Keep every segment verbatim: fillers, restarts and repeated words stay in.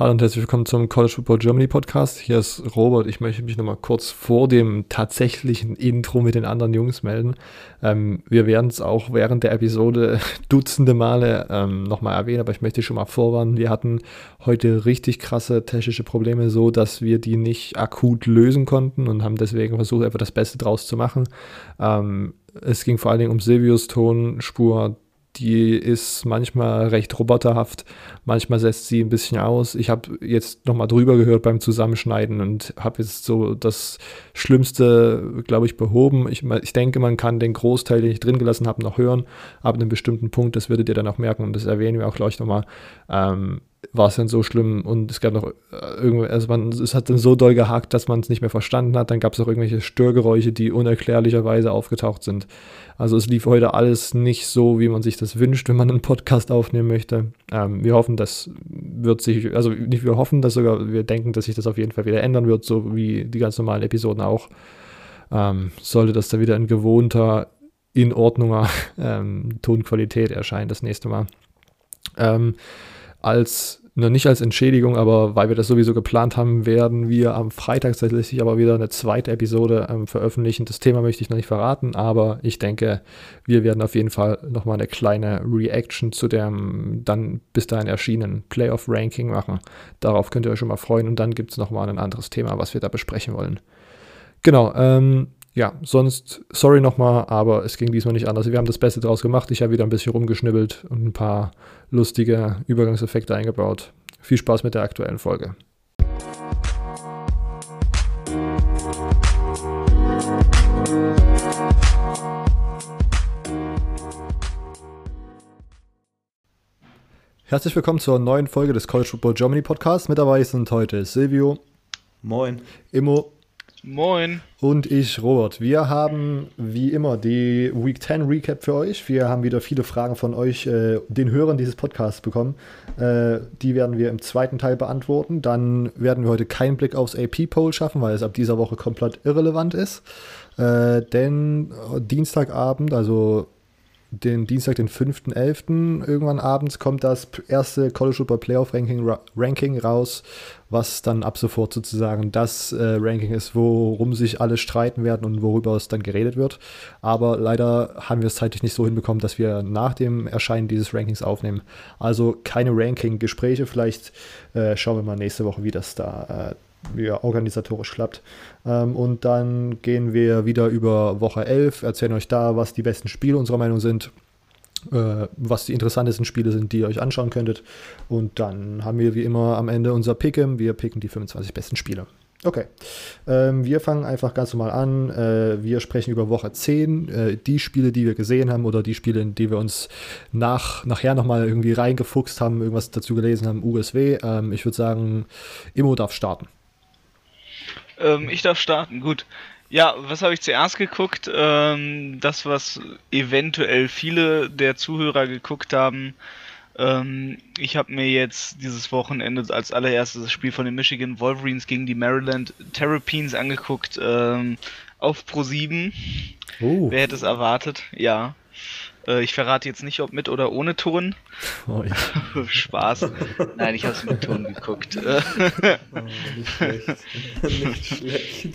Hallo und herzlich willkommen zum College Football Germany Podcast. Hier ist Robert. Ich möchte mich nochmal kurz vor dem tatsächlichen Intro mit den anderen Jungs melden. Ähm, wir werden es auch während der Episode dutzende Male ähm, nochmal erwähnen, aber ich möchte schon mal vorwarnen, wir hatten heute richtig krasse technische Probleme, so dass wir die nicht akut lösen konnten und haben deswegen versucht, einfach das Beste draus zu machen. Ähm, es ging vor allen Dingen um Silvius Tonspur. Die ist manchmal recht roboterhaft, manchmal setzt sie ein bisschen aus. Ich habe jetzt nochmal drüber gehört beim Zusammenschneiden und habe jetzt so das Schlimmste, glaube ich, behoben. Ich, ich denke, man kann den Großteil, den ich drin gelassen habe, noch hören, ab einem bestimmten Punkt, das werdet ihr dann auch merken und das erwähnen wir auch gleich nochmal. Ähm, war es dann so schlimm und es gab noch äh, irgendwie, also man, es hat dann so doll gehakt, dass man es nicht mehr verstanden hat. Dann gab es auch irgendwelche Störgeräusche, die unerklärlicherweise aufgetaucht sind. Also es lief heute alles nicht so, wie man sich das wünscht, wenn man einen Podcast aufnehmen möchte. Ähm, wir hoffen, das wird sich, also nicht wir hoffen, dass sogar, wir denken, dass sich das auf jeden Fall wieder ändern wird, so wie die ganz normalen Episoden auch. Ähm, sollte das dann wieder in gewohnter, in Ordnunger ähm, Tonqualität erscheinen das nächste Mal. Ähm, als Ne, nicht als Entschädigung, aber weil wir das sowieso geplant haben, werden wir am Freitag tatsächlich aber wieder eine zweite Episode ähm, veröffentlichen. Das Thema möchte ich noch nicht verraten, aber ich denke, wir werden auf jeden Fall nochmal eine kleine Reaction zu dem dann bis dahin erschienenen Playoff-Ranking machen. Darauf könnt ihr euch schon mal freuen und dann gibt es nochmal ein anderes Thema, was wir da besprechen wollen. Genau, ähm, ja, sonst, sorry nochmal, aber es ging diesmal nicht anders. Wir haben das Beste draus gemacht. Ich habe wieder ein bisschen rumgeschnibbelt und ein paar lustige Übergangseffekte eingebaut. Viel Spaß mit der aktuellen Folge. Herzlich willkommen zur neuen Folge des College Football Germany Podcasts. Mit dabei sind heute Silvio. Moin. Immo. Moin. Und ich, Robert. Wir haben wie immer die Week zehn Recap für euch. Wir haben wieder viele Fragen von euch, äh, den Hörern dieses Podcasts bekommen. Äh, die werden wir im zweiten Teil beantworten. Dann werden wir heute keinen Blick aufs A P-Poll schaffen, weil es ab dieser Woche komplett irrelevant ist. Äh, denn Dienstagabend, also den Dienstag, den fünften elften irgendwann abends kommt das erste College Football Playoff Ranking, Ranking raus, was dann ab sofort sozusagen das äh, Ranking ist, worum sich alle streiten werden und worüber es dann geredet wird. Aber leider haben wir es zeitlich nicht so hinbekommen, dass wir nach dem Erscheinen dieses Rankings aufnehmen. Also keine Ranking-Gespräche, vielleicht äh, schauen wir mal nächste Woche, wie das da äh, ja, organisatorisch klappt. Ähm, und dann gehen wir wieder über Woche elf, erzählen euch da, was die besten Spiele unserer Meinung sind, äh, was die interessantesten Spiele sind, die ihr euch anschauen könntet. Und dann haben wir wie immer am Ende unser Pick'em. Wir picken die fünfundzwanzig besten Spiele. Okay, ähm, wir fangen einfach ganz normal an. Äh, wir sprechen über Woche zehn, äh, die Spiele, die wir gesehen haben oder die Spiele, in die wir uns nach, nachher nochmal irgendwie reingefuchst haben, irgendwas dazu gelesen haben, U S W. Ähm, ich würde sagen, Immo darf starten. Ähm, ich darf starten, gut. Ja, was habe ich zuerst geguckt? Ähm, das, was eventuell viele der Zuhörer geguckt haben. Ähm, ich habe mir jetzt dieses Wochenende als allererstes das Spiel von den Michigan Wolverines gegen die Maryland Terrapins angeguckt, ähm, auf Pro sieben. Oh. Wer hätte es erwartet? Ja. Äh, ich verrate jetzt nicht, ob mit oder ohne Ton. Oh, ja. Spaß. Nein, ich habe es mit Ton geguckt. Oh, nicht schlecht. Nicht schlecht.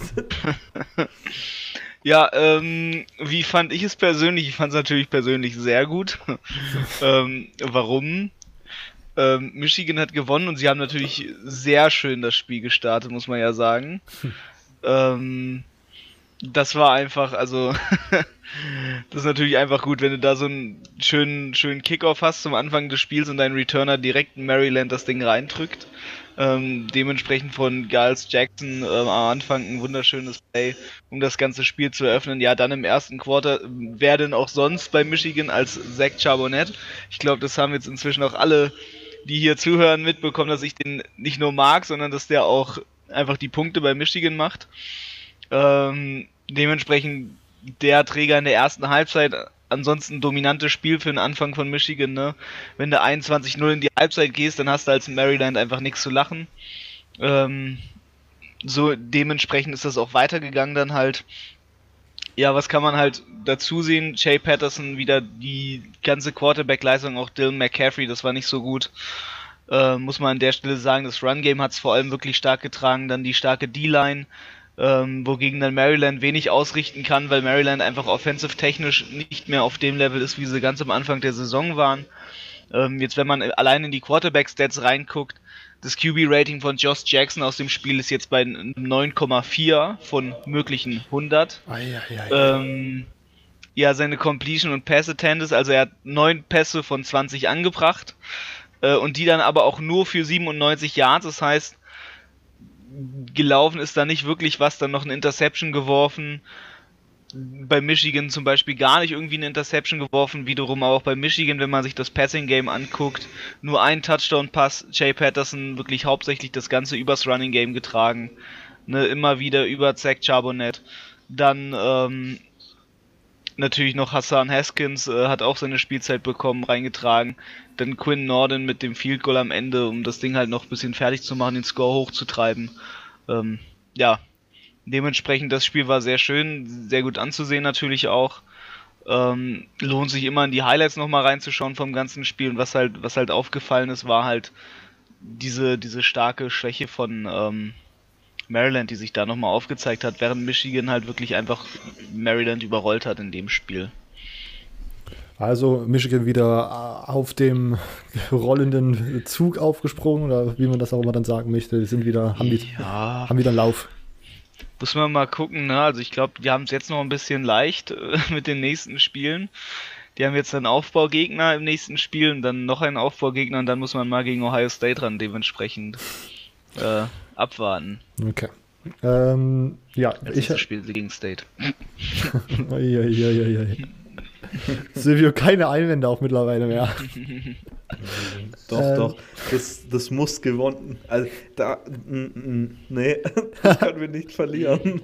Ja, ähm, wie fand ich es persönlich? Ich fand es natürlich persönlich sehr gut. ähm, warum? Ähm, Michigan hat gewonnen und sie haben natürlich sehr schön das Spiel gestartet, muss man ja sagen. ähm, das war einfach, also, das ist natürlich einfach gut, wenn du da so einen schönen, schönen Kickoff hast zum Anfang des Spiels und dein Returner direkt in Maryland das Ding reindrückt. Ähm, dementsprechend von Giles Jackson ähm, am Anfang ein wunderschönes Play, um das ganze Spiel zu eröffnen. Ja, dann im ersten Quarter, wer denn auch sonst bei Michigan als Zach Charbonnet. Ich glaube, das haben jetzt inzwischen auch alle, die hier zuhören, mitbekommen, dass ich den nicht nur mag, sondern dass der auch einfach die Punkte bei Michigan macht. Ähm, dementsprechend der Träger in der ersten Halbzeit. Ansonsten dominantes Spiel für den Anfang von Michigan, ne? Wenn du einundzwanzig null in die Halbzeit gehst, dann hast du als Maryland einfach nichts zu lachen. Ähm, so dementsprechend ist das auch weitergegangen dann halt. Ja, was kann man halt dazu sehen? Jay Patterson wieder die ganze Quarterback-Leistung, auch Dylan McCaffrey, das war nicht so gut. Äh, muss man an der Stelle sagen, das Run-Game hat es vor allem wirklich stark getragen, dann die starke D-Line, ähm, wogegen dann Maryland wenig ausrichten kann, weil Maryland einfach offensive-technisch nicht mehr auf dem Level ist, wie sie ganz am Anfang der Saison waren. Ähm, jetzt, wenn man allein in die Quarterback-Stats reinguckt, das Q B-Rating von Josh Jackson aus dem Spiel ist jetzt bei neun Komma vier von möglichen hundert. Ei, ei, ei. Ähm, ja, seine Completion und Pass Attendance, also er hat neun Pässe von zwanzig angebracht äh, und die dann aber auch nur für siebenundneunzig Yards, das heißt, gelaufen ist da nicht wirklich was, dann noch eine Interception geworfen. Bei Michigan zum Beispiel gar nicht irgendwie eine Interception geworfen, wiederum auch bei Michigan, wenn man sich das Passing-Game anguckt, nur ein Touchdown-Pass, Jay Patterson wirklich hauptsächlich das Ganze übers Running-Game getragen, ne, immer wieder über Zach Charbonnet. Dann ähm, natürlich noch Hassan Haskins äh, hat auch seine Spielzeit bekommen, reingetragen. Dann Quinn Nordin mit dem Field Goal am Ende, um das Ding halt noch ein bisschen fertig zu machen, den Score hochzutreiben. Ähm, ja, dementsprechend das Spiel war sehr schön, sehr gut anzusehen natürlich auch. Ähm, lohnt sich immer in die Highlights nochmal reinzuschauen vom ganzen Spiel. Und was halt, was halt aufgefallen ist, war halt diese, diese starke Schwäche von ähm, Maryland, die sich da nochmal aufgezeigt hat, während Michigan halt wirklich einfach Maryland überrollt hat in dem Spiel. Also Michigan wieder auf dem rollenden Zug aufgesprungen, oder wie man das auch immer dann sagen möchte. Die sind wieder, haben, die, Ja, haben wieder einen Lauf. muss man mal gucken, ne? Also ich glaube, die haben es jetzt noch ein bisschen leicht äh, mit den nächsten Spielen. Die haben jetzt einen Aufbaugegner im nächsten Spiel und dann noch einen Aufbaugegner und dann muss man mal gegen Ohio State ran, dementsprechend äh, abwarten. Okay. Ähm, ja, Als ich nächstes Spiel gegen State. Eieieiei. Silvio, keine Einwände auch mittlerweile mehr. Doch, Ähm. doch, das, das muss gewonnen. Also, da, n, n, nee, das können wir nicht verlieren.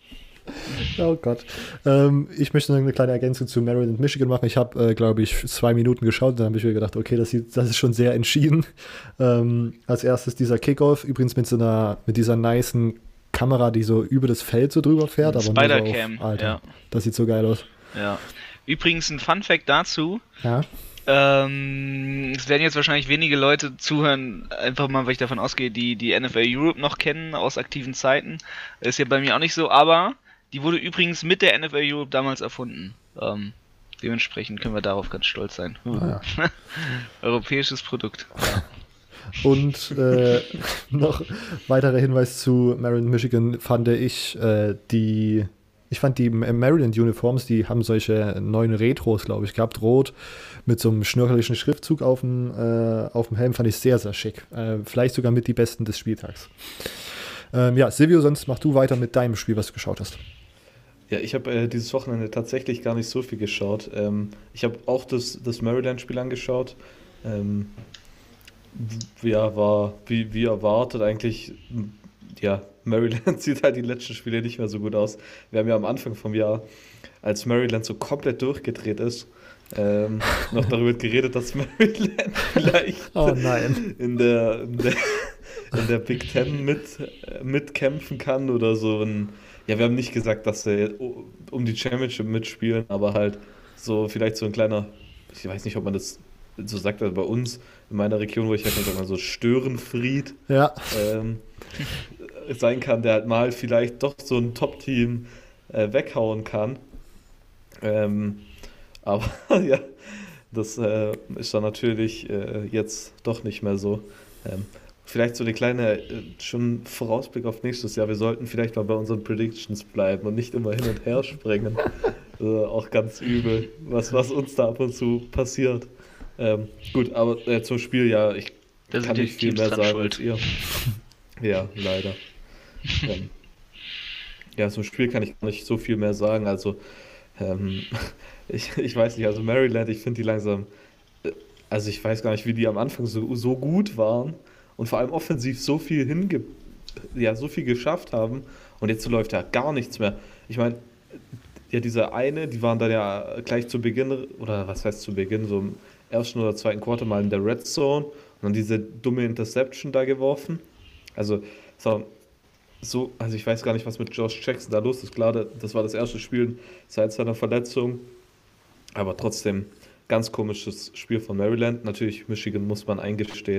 Oh Gott. Ähm, ich möchte noch eine kleine Ergänzung zu Maryland und Michigan machen. Ich habe, äh, glaube ich, zwei Minuten geschaut, dann habe ich mir gedacht, okay, das, sieht, das ist schon sehr entschieden. Ähm, als erstes dieser Kickoff, übrigens mit so einer, mit dieser nicen Kamera, die so über das Feld so drüber fährt. Aber nur so Spider-Cam, auf, Alter, ja. das sieht so geil aus. Ja. Übrigens ein Fun-Fact dazu. Ja. Ähm, es werden jetzt wahrscheinlich wenige Leute zuhören, einfach mal, weil ich davon ausgehe, die die N F L Europe noch kennen aus aktiven Zeiten. Ist ja bei mir auch nicht so, aber die wurde übrigens mit der N F L Europe damals erfunden. Ähm, dementsprechend können wir darauf ganz stolz sein. Ah, ja. Europäisches Produkt. Und äh, noch weiterer Hinweis zu Maryland, Michigan fand ich äh, die Ich fand die Maryland-Uniforms, die haben solche neuen Retros, glaube ich, gehabt. Rot mit so einem schnörkelischen Schriftzug auf dem, äh, auf dem Helm, fand ich sehr, sehr schick. Äh, vielleicht sogar mit die besten des Spieltags. Ähm, ja, Silvio, sonst mach du weiter mit deinem Spiel, was du geschaut hast. Ja, ich habe äh, dieses Wochenende tatsächlich gar nicht so viel geschaut. Ähm, ich habe auch das, das Maryland-Spiel angeschaut. Ähm, ja, war wie, wie erwartet eigentlich, ja, Maryland sieht halt die letzten Spiele nicht mehr so gut aus. Wir haben ja am Anfang vom Jahr, als Maryland so komplett durchgedreht ist, ähm, noch darüber geredet, dass Maryland vielleicht Oh nein. in der, in der, in der Big Ten mit, mitkämpfen kann oder so. Ein, ja, wir haben nicht gesagt, dass sie um die Championship mitspielen, aber halt so vielleicht so ein kleiner, ich weiß nicht, ob man das so sagt, aber bei uns in meiner Region, wo ich halt mal so Störenfried Ja. ähm, sein kann, der halt mal vielleicht doch so ein Top-Team äh, weghauen kann. Ähm, aber ja, das äh, ist dann natürlich äh, jetzt doch nicht mehr so. Ähm, vielleicht so eine kleine, äh, schon Vorausblick auf nächstes Jahr. Wir sollten vielleicht mal bei unseren Predictions bleiben und nicht immer hin und her springen. äh, auch ganz übel, was, was uns da ab und zu passiert. Ähm, gut, aber äh, zum Spiel, ja, ich Da kann sind die nicht viel Teams mehr dran sagen schuld. als ihr. Ja, leider. ähm, ja, zum Spiel kann ich gar nicht so viel mehr sagen. Also, ähm, ich, ich weiß nicht, also Maryland, ich finde die langsam, äh, also ich weiß gar nicht, wie die am Anfang so, so gut waren und vor allem offensiv so viel hinge, ja, so viel geschafft haben und jetzt läuft ja gar nichts mehr. Ich meine, ja, diese eine, die waren dann ja gleich zu Beginn, oder was heißt zu Beginn, so im ersten oder zweiten Quarter mal in der Red Zone und dann diese dumme Interception da geworfen. Also, so, so, also ich weiß gar nicht, was mit Josh Jackson da los ist. Klar, das war das erste Spiel seit seiner Verletzung, aber trotzdem ganz komisches Spiel von Maryland. Natürlich, Michigan muss man eingestehen.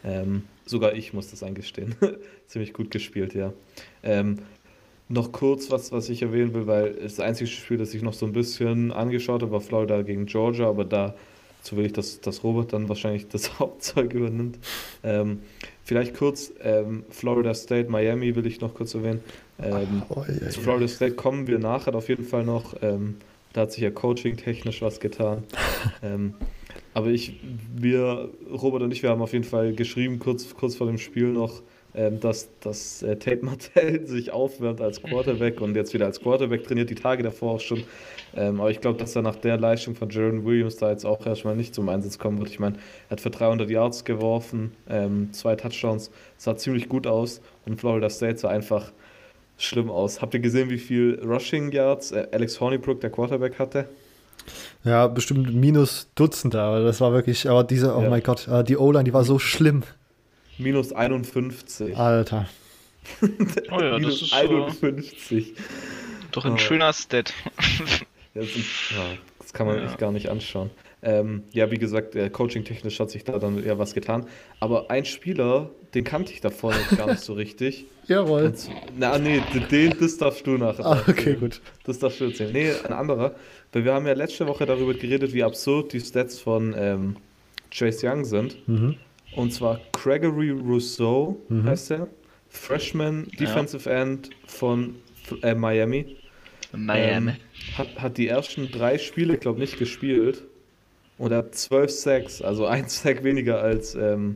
Ähm, sogar ich muss das eingestehen. Ziemlich gut gespielt, ja. Ähm, noch kurz was, was ich erwähnen will, weil das einzige Spiel, das ich noch so ein bisschen angeschaut habe, war Florida gegen Georgia, aber dazu will ich, dass, dass Robert dann wahrscheinlich das Hauptzeug übernimmt. Ähm, vielleicht kurz, ähm, Florida State, Miami will ich noch kurz erwähnen. Ähm, Oh, ja, zu ja. Florida State kommen wir nachher auf jeden Fall noch. Ähm, da hat sich ja coaching-technisch was getan. ähm, aber ich, wir, Robert und ich, wir haben auf jeden Fall geschrieben, kurz, kurz vor dem Spiel noch, ähm, dass, dass äh, Tate Martell sich aufwärmt als Quarterback und jetzt wieder als Quarterback trainiert, die Tage davor auch schon. Ähm, aber ich glaube, dass er nach der Leistung von Jaron Williams da jetzt auch erstmal nicht zum Einsatz kommen wird. Ich meine, er hat für dreihundert Yards geworfen, ähm, zwei Touchdowns, sah ziemlich gut aus und Florida State sah einfach schlimm aus. Habt ihr gesehen, wie viel Rushing Yards äh, Alex Hornibrook, der Quarterback, hatte? Ja, bestimmt minus Dutzende, aber das war wirklich, aber diese, oh Ja. mein Gott, äh, die O-Line, die war so schlimm. Minus einundfünfzig. Alter. Oh ja, das Minus ist äh, einundfünfzig. doch ein Oh. schöner Stat. Ja, das, sind, ja, das kann man Ja. echt gar nicht anschauen. Ähm, ja, wie gesagt, äh, coaching-technisch hat sich da dann ja was getan. Aber ein Spieler, den kannte ich davor noch gar nicht so richtig. Jawohl. Und, na, nee, den, das darfst du nachher. Ah, okay, erzählen. gut. Das darfst du erzählen. Nee, ein anderer. Weil wir haben ja letzte Woche darüber geredet, wie absurd die Stats von ähm, Chase Young sind. Mhm. Und zwar Gregory Rousseau Mhm. heißt er. Freshman Defensive End von äh, Miami. Miami. Ähm, hat, hat die ersten drei Spiele, glaube ich, nicht gespielt. Und er hat zwölf Sacks, also ein Sack weniger als, ähm,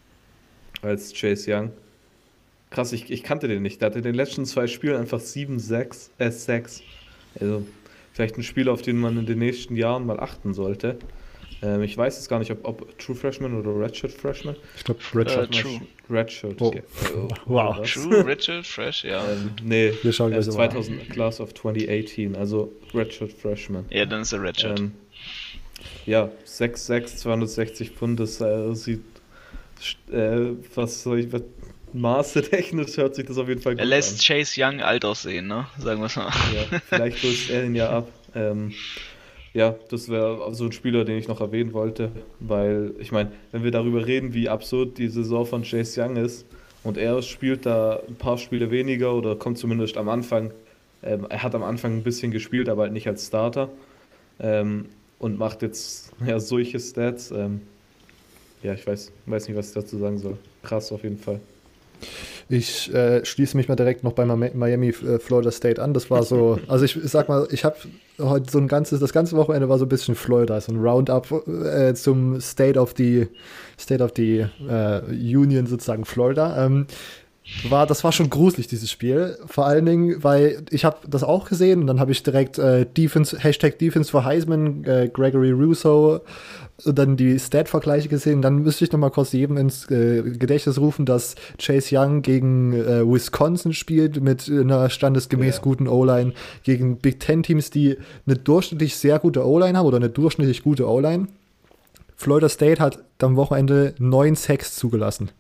als Chase Young. Krass, ich, ich kannte den nicht. Der hatte in den letzten zwei Spielen einfach sieben Sacks. Äh, Sacks. Also vielleicht ein Spiel, auf den man in den nächsten Jahren mal achten sollte. Ähm, ich weiß jetzt gar nicht, ob, ob True Freshman oder Redshirt Freshman. Ich glaube, Redshirt. Äh, True. Redshirt. Oh. ge- äh, Wow. was? True, Richard, Fresh, ja. Ähm, nee, Wir schauen er ist gleich mal. zweitausend Class of zwanzig achtzehn, also Redshirt Freshman. Ja, dann ist er Redshirt. Ähm, ja, sechs sechs, zweihundertsechzig Pfund, das äh, sieht, äh, was soll ich, was, maßetechnisch hört sich das auf jeden Fall gut Er lässt an. Chase Young alt aussehen, ne? Sagen wir es mal. Ja, vielleicht löst er ihn ja ab. Ähm, ja, das wäre so ein Spieler, den ich noch erwähnen wollte, weil, ich meine, wenn wir darüber reden, wie absurd die Saison von Chase Young ist und er spielt da ein paar Spiele weniger oder kommt zumindest am Anfang, ähm, er hat am Anfang ein bisschen gespielt, aber halt nicht als Starter, ähm, und macht jetzt ja solche Stats. Ähm, ja, ich weiß, weiß nicht, was ich dazu sagen soll. Krass auf jeden Fall. Ich äh, schließe mich mal direkt noch bei Mi- Miami, äh, Florida State an. Das war so, also ich sag mal, ich habe heute so ein ganzes, das ganze Wochenende war so ein bisschen Florida, so ein Roundup äh, zum State of the State of the äh, Union sozusagen Florida. Ähm, war, das war schon gruselig, dieses Spiel. Vor allen Dingen, weil ich habe das auch gesehen und dann habe ich direkt äh, Defense, Hashtag Defense for Heisman, äh, Gregory Rousseau, und dann die Stat-Vergleiche gesehen. Dann müsste ich noch mal kurz jedem ins äh, Gedächtnis rufen, dass Chase Young gegen äh, Wisconsin spielt mit einer standesgemäß Ja. guten O-Line gegen Big Ten-Teams, die eine durchschnittlich sehr gute O-Line haben oder eine durchschnittlich gute O-Line. Florida State hat am Wochenende neun Sacks zugelassen.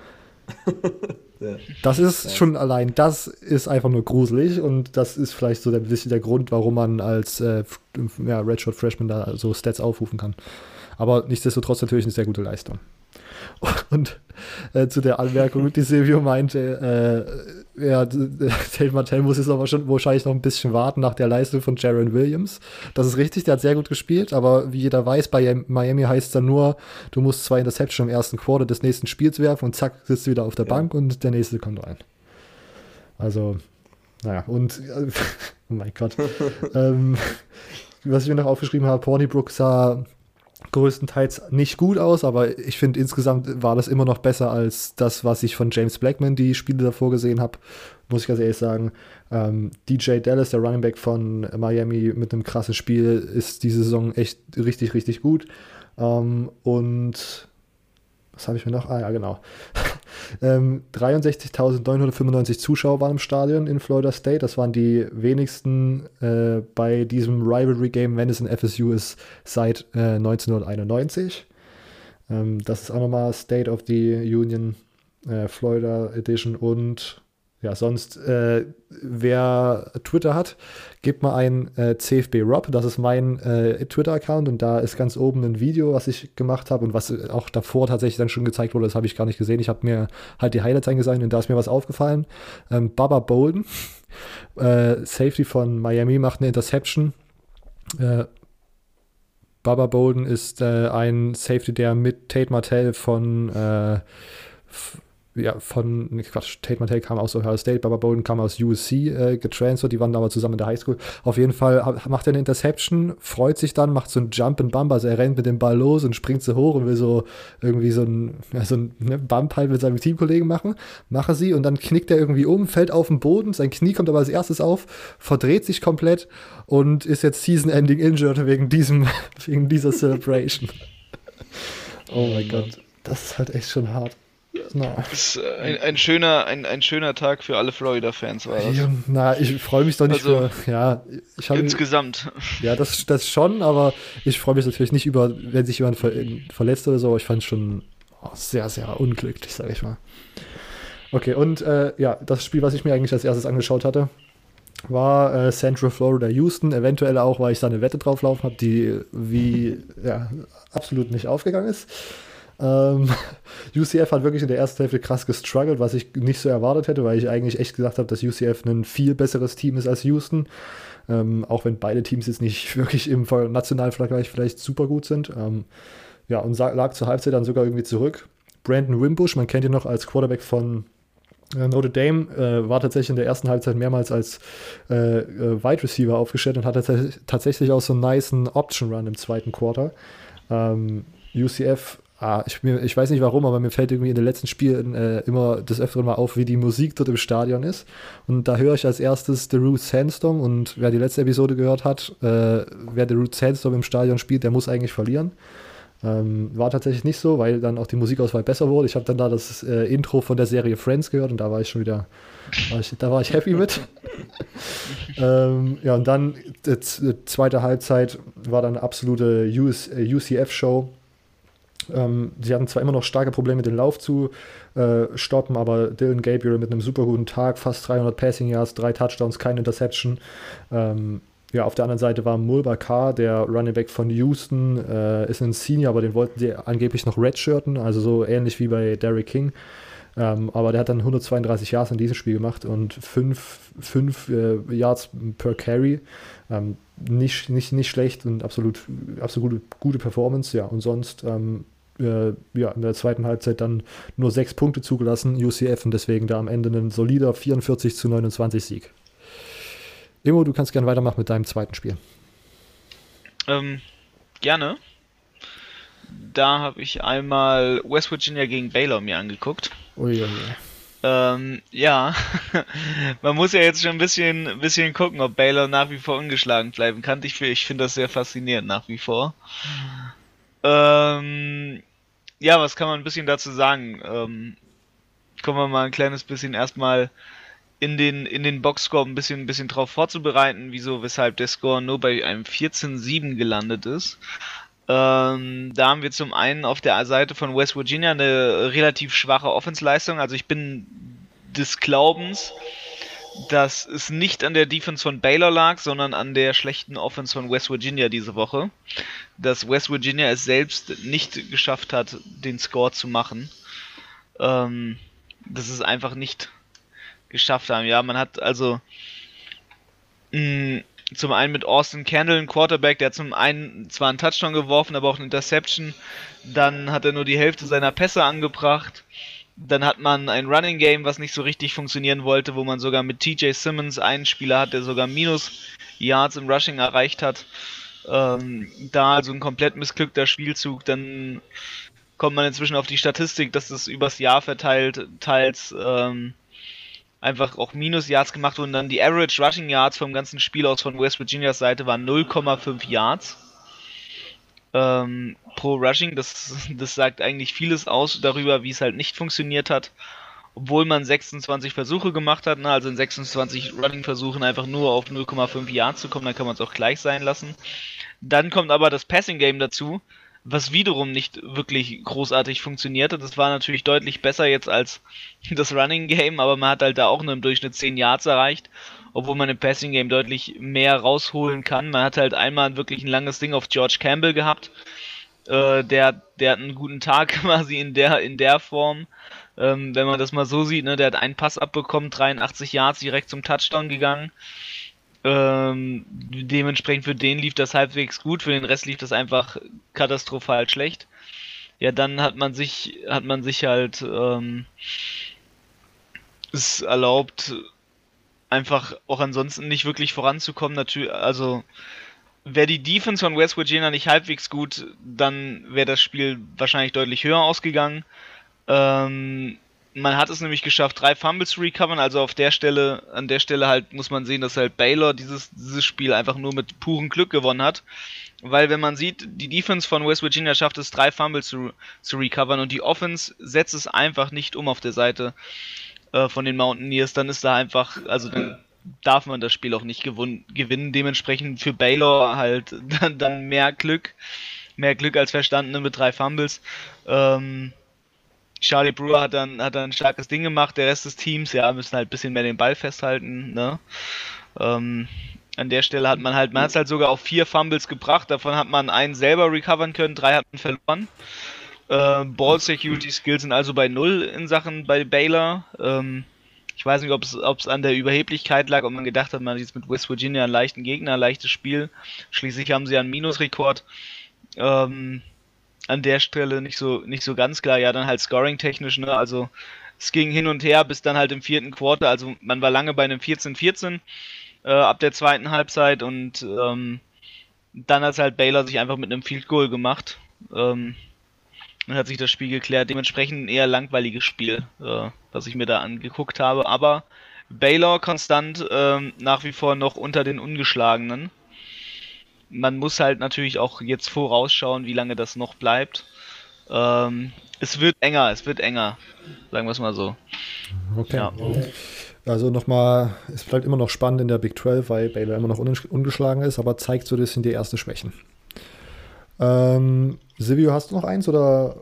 Ja. Das ist Ja. schon allein, das ist einfach nur gruselig und das ist vielleicht so ein bisschen der Grund, warum man als äh, f- ja, Redshirt Freshman da so Stats aufrufen kann. Aber nichtsdestotrotz natürlich eine sehr gute Leistung. Und äh, zu der Anmerkung, die Silvio meinte, äh, ja, Tate Martell muss jetzt aber schon wahrscheinlich noch ein bisschen warten nach der Leistung von Jaron Williams. Das ist richtig, der hat sehr gut gespielt, aber wie jeder weiß, bei Miami heißt es dann nur, du musst zwei Interception im ersten Quarter des nächsten Spiels werfen und zack, sitzt du wieder auf der Ja. Bank und der nächste kommt rein. Also, naja, und, äh, oh mein Gott. ähm, was ich mir noch aufgeschrieben habe, Hornibrook sah größtenteils nicht gut aus, aber ich finde, insgesamt war das immer noch besser als das, was ich von James Blackman die Spiele davor gesehen habe, muss ich ganz ehrlich sagen. Ähm, D J Dallas, der Running Back von Miami mit einem krassen Spiel, ist diese Saison echt richtig, richtig gut. Ähm, und was habe ich mir noch? Ah ja, genau. ähm, dreiundsechzigtausendneunhundertfünfundneunzig Zuschauer waren im Stadion in Florida State. Das waren die wenigsten äh, bei diesem Rivalry-Game, wenn es in F S U ist, seit äh, neunzehnhunderteinundneunzig. Ähm, das ist auch nochmal State of the Union äh, Florida Edition. Und ja, sonst, äh, wer Twitter hat, gebt mal ein äh, C F B Rob, das ist mein äh, Twitter-Account und da ist ganz oben ein Video, was ich gemacht habe und was auch davor tatsächlich dann schon gezeigt wurde, das habe ich gar nicht gesehen. Ich habe mir halt die Highlights eingesehen und da ist mir was aufgefallen. Ähm, Baba Bolden, äh, Safety von Miami, macht eine Interception. Äh, Baba Bolden ist äh, ein Safety, der mit Tate Martell von äh, f- ja, von, nee, Quatsch, Tate Martell kam aus Ohio State, Baba Bolden kam aus U S C äh, getransfert, die waren aber zusammen in der Highschool. Auf jeden Fall ha- macht er eine Interception, freut sich dann, macht so einen Jump and Bump, also er rennt mit dem Ball los und springt so hoch und will so irgendwie so einen ja, so ein, ne, Bump halt mit seinem Teamkollegen machen, mache sie und dann knickt er irgendwie um, fällt auf den Boden, sein Knie kommt aber als erstes auf, verdreht sich komplett und ist jetzt Season-Ending injured wegen diesem, wegen dieser Celebration. Oh mein Gott, das ist halt echt schon hart. Na. Das ist äh, ein, ein, schöner, ein, ein schöner Tag für alle Florida-Fans war das. Ja, na, ich freue mich doch nicht Also, für, ja, ich habe, Insgesamt. ja, das, das schon, aber ich freue mich natürlich nicht über, wenn sich jemand ver, verletzt oder so, aber ich fand es schon oh, sehr, sehr unglücklich, sage ich mal. Okay, und äh, ja, das Spiel, was ich mir eigentlich als erstes angeschaut hatte, war äh, Central Florida Houston, eventuell auch, weil ich da eine Wette drauf laufen habe, die wie, ja, absolut nicht aufgegangen ist. Ähm, U C F hat wirklich in der ersten Hälfte krass gestruggelt, was ich nicht so erwartet hätte, weil ich eigentlich echt gesagt habe, dass U C F ein viel besseres Team ist als Houston. Ähm, auch wenn beide Teams jetzt nicht wirklich im nationalen Vergleich vielleicht super gut sind. Ähm, ja, und lag zur Halbzeit dann sogar irgendwie zurück. Brandon Wimbush, man kennt ihn noch als Quarterback von äh, Notre Dame, äh, war tatsächlich in der ersten Halbzeit mehrmals als äh, äh, Wide Receiver aufgestellt und hatte tats- tatsächlich auch so einen nicen Option Run im zweiten Quarter. Ähm, U C F Ah, ich, mir, ich weiß nicht warum, aber mir fällt irgendwie in den letzten Spielen äh, immer des Öfteren mal auf, wie die Musik dort im Stadion ist. Und da höre ich als erstes The Root Sandstorm und wer die letzte Episode gehört hat, äh, wer The Root Sandstorm im Stadion spielt, der muss eigentlich verlieren. Ähm, war tatsächlich nicht so, weil dann auch die Musikauswahl besser wurde. Ich habe dann da das äh, Intro von der Serie Friends gehört und da war ich schon wieder, war ich, da war ich happy mit. ähm, ja, und dann die zweite Halbzeit war dann eine absolute U C F-Show. Ähm, sie hatten zwar immer noch starke Probleme, den Lauf zu äh, stoppen, aber Dylan Gabriel mit einem super guten Tag, fast dreihundert Passing Yards, drei Touchdowns, keine Interception. Ähm, ja, auf der anderen Seite war Mulbah Carr, der Running Back von Houston, äh, ist ein Senior, aber den wollten sie angeblich noch redshirten, also so ähnlich wie bei Derrick King. Ähm, aber der hat dann hundertzweiunddreißig Yards in diesem Spiel gemacht und fünf äh, Yards per Carry. Ähm, nicht, nicht, nicht schlecht und absolut, absolut gute Performance, ja. Und sonst ähm, äh, ja, in der zweiten Halbzeit dann nur sechs Punkte zugelassen, U C F, und deswegen da am Ende ein solider vierundvierzig zu neunundzwanzig Sieg. Immo, du kannst gerne weitermachen mit deinem zweiten Spiel. Ähm, gerne. Da habe ich einmal West Virginia gegen Baylor mir angeguckt. Uiuiui. Ähm, ja, man muss ja jetzt schon ein bisschen, ein bisschen gucken, ob Baylor nach wie vor ungeschlagen bleiben kann. Ich, ich finde das sehr faszinierend nach wie vor. Ähm, ja, was kann man ein bisschen dazu sagen? Ähm, kommen wir mal ein kleines bisschen erstmal in den, in den Boxscore ein bisschen, ein bisschen drauf vorzubereiten, wieso, weshalb der Score nur bei einem vierzehn sieben gelandet ist. Ähm, da haben wir zum einen auf der Seite von West Virginia eine relativ schwache Offensleistung. Also ich bin des Glaubens, dass es nicht an der Defense von Baylor lag, sondern an der schlechten Offense von West Virginia diese Woche. Dass West Virginia es selbst nicht geschafft hat, den Score zu machen. Ähm, dass es einfach nicht geschafft haben. Ja, man hat also mh, zum einen mit Austin Kendall, ein Quarterback, der hat zum einen zwar einen Touchdown geworfen, aber auch eine Interception. Dann hat er nur die Hälfte seiner Pässe angebracht. Dann hat man ein Running Game, was nicht so richtig funktionieren wollte, wo man sogar mit T J Simmons einen Spieler hat, der sogar Minus Yards im Rushing erreicht hat. Ähm, da also ein komplett missglückter Spielzug. Dann kommt man inzwischen auf die Statistik, dass das übers Jahr verteilt teils ähm, einfach auch Minus-Yards gemacht wurden. Dann die Average Rushing Yards vom ganzen Spiel aus von West Virginias Seite waren null Komma fünf Yards ähm, pro Rushing. Das, das sagt eigentlich vieles aus darüber, wie es halt nicht funktioniert hat. Obwohl man sechsundzwanzig Versuche gemacht hat, ne? Also in sechsundzwanzig Running-Versuchen einfach nur auf null Komma fünf Yards zu kommen, dann kann man es auch gleich sein lassen. Dann kommt aber das Passing-Game dazu. was wiederum nicht wirklich großartig funktionierte. Das war natürlich deutlich besser jetzt als das Running Game, aber man hat halt da auch nur im Durchschnitt zehn Yards erreicht, obwohl man im Passing Game deutlich mehr rausholen kann. Man hat halt einmal wirklich ein langes Ding auf George Campbell gehabt. Äh, der, der hat einen guten Tag quasi in der, in der Form. Ähm, wenn man das mal so sieht, ne, der hat einen Pass abbekommen, dreiundachtzig Yards, direkt zum Touchdown gegangen. Ähm, dementsprechend für den lief das halbwegs gut, für den Rest lief das einfach katastrophal schlecht. Ja, dann hat man sich, hat man sich halt ähm, es erlaubt, einfach auch ansonsten nicht wirklich voranzukommen. Natürlich, also wäre die Defense von West Virginia nicht halbwegs gut, dann wäre das Spiel wahrscheinlich deutlich höher ausgegangen. Ähm, man hat es nämlich geschafft, drei Fumbles zu recovern, also auf der Stelle, an der Stelle halt muss man sehen, dass halt Baylor dieses, dieses Spiel einfach nur mit purem Glück gewonnen hat, weil wenn man sieht, die Defense von West Virginia schafft es, drei Fumbles zu, zu recovern und die Offense setzt es einfach nicht um auf der Seite äh, von den Mountaineers, dann ist da einfach, also dann darf man das Spiel auch nicht gewun- gewinnen, dementsprechend für Baylor halt dann, dann mehr Glück, mehr Glück als Verstandene mit drei Fumbles. Ähm, Charlie Brewer hat dann, hat dann ein starkes Ding gemacht, der Rest des Teams, ja, müssen halt ein bisschen mehr den Ball festhalten, ne? Ähm, an der Stelle hat man halt, man hat es halt sogar auf vier Fumbles gebracht, davon hat man einen selber recovern können, drei hat man verloren. Äh, Ball Security Skills sind also bei null in Sachen bei Baylor. Ähm, ich weiß nicht, ob es an der Überheblichkeit lag, ob man gedacht hat, man hat jetzt mit West Virginia einen leichten Gegner, ein leichtes Spiel. Schließlich haben sie einen Minusrekord. Ähm, an der Stelle nicht so nicht so ganz klar, ja, dann halt scoring-technisch, ne, also es ging hin und her bis dann halt im vierten Quarter, also man war lange bei einem vierzehn vierzehn äh, ab der zweiten Halbzeit und ähm, dann hat halt Baylor sich einfach mit einem Field Goal gemacht ähm, und hat sich das Spiel geklärt, dementsprechend ein eher langweiliges Spiel, äh, was ich mir da angeguckt habe, aber Baylor konstant ähm, nach wie vor noch unter den Ungeschlagenen. Man muss halt natürlich auch jetzt vorausschauen, wie lange das noch bleibt. Ähm, es wird enger, es wird enger, sagen wir es mal so. Okay. Ja. Also nochmal, es bleibt immer noch spannend in der Big zwölf, weil Baylor immer noch ungeschlagen ist, aber zeigt so ein bisschen die erste Schwächen. Ähm, Silvio, hast du noch eins oder?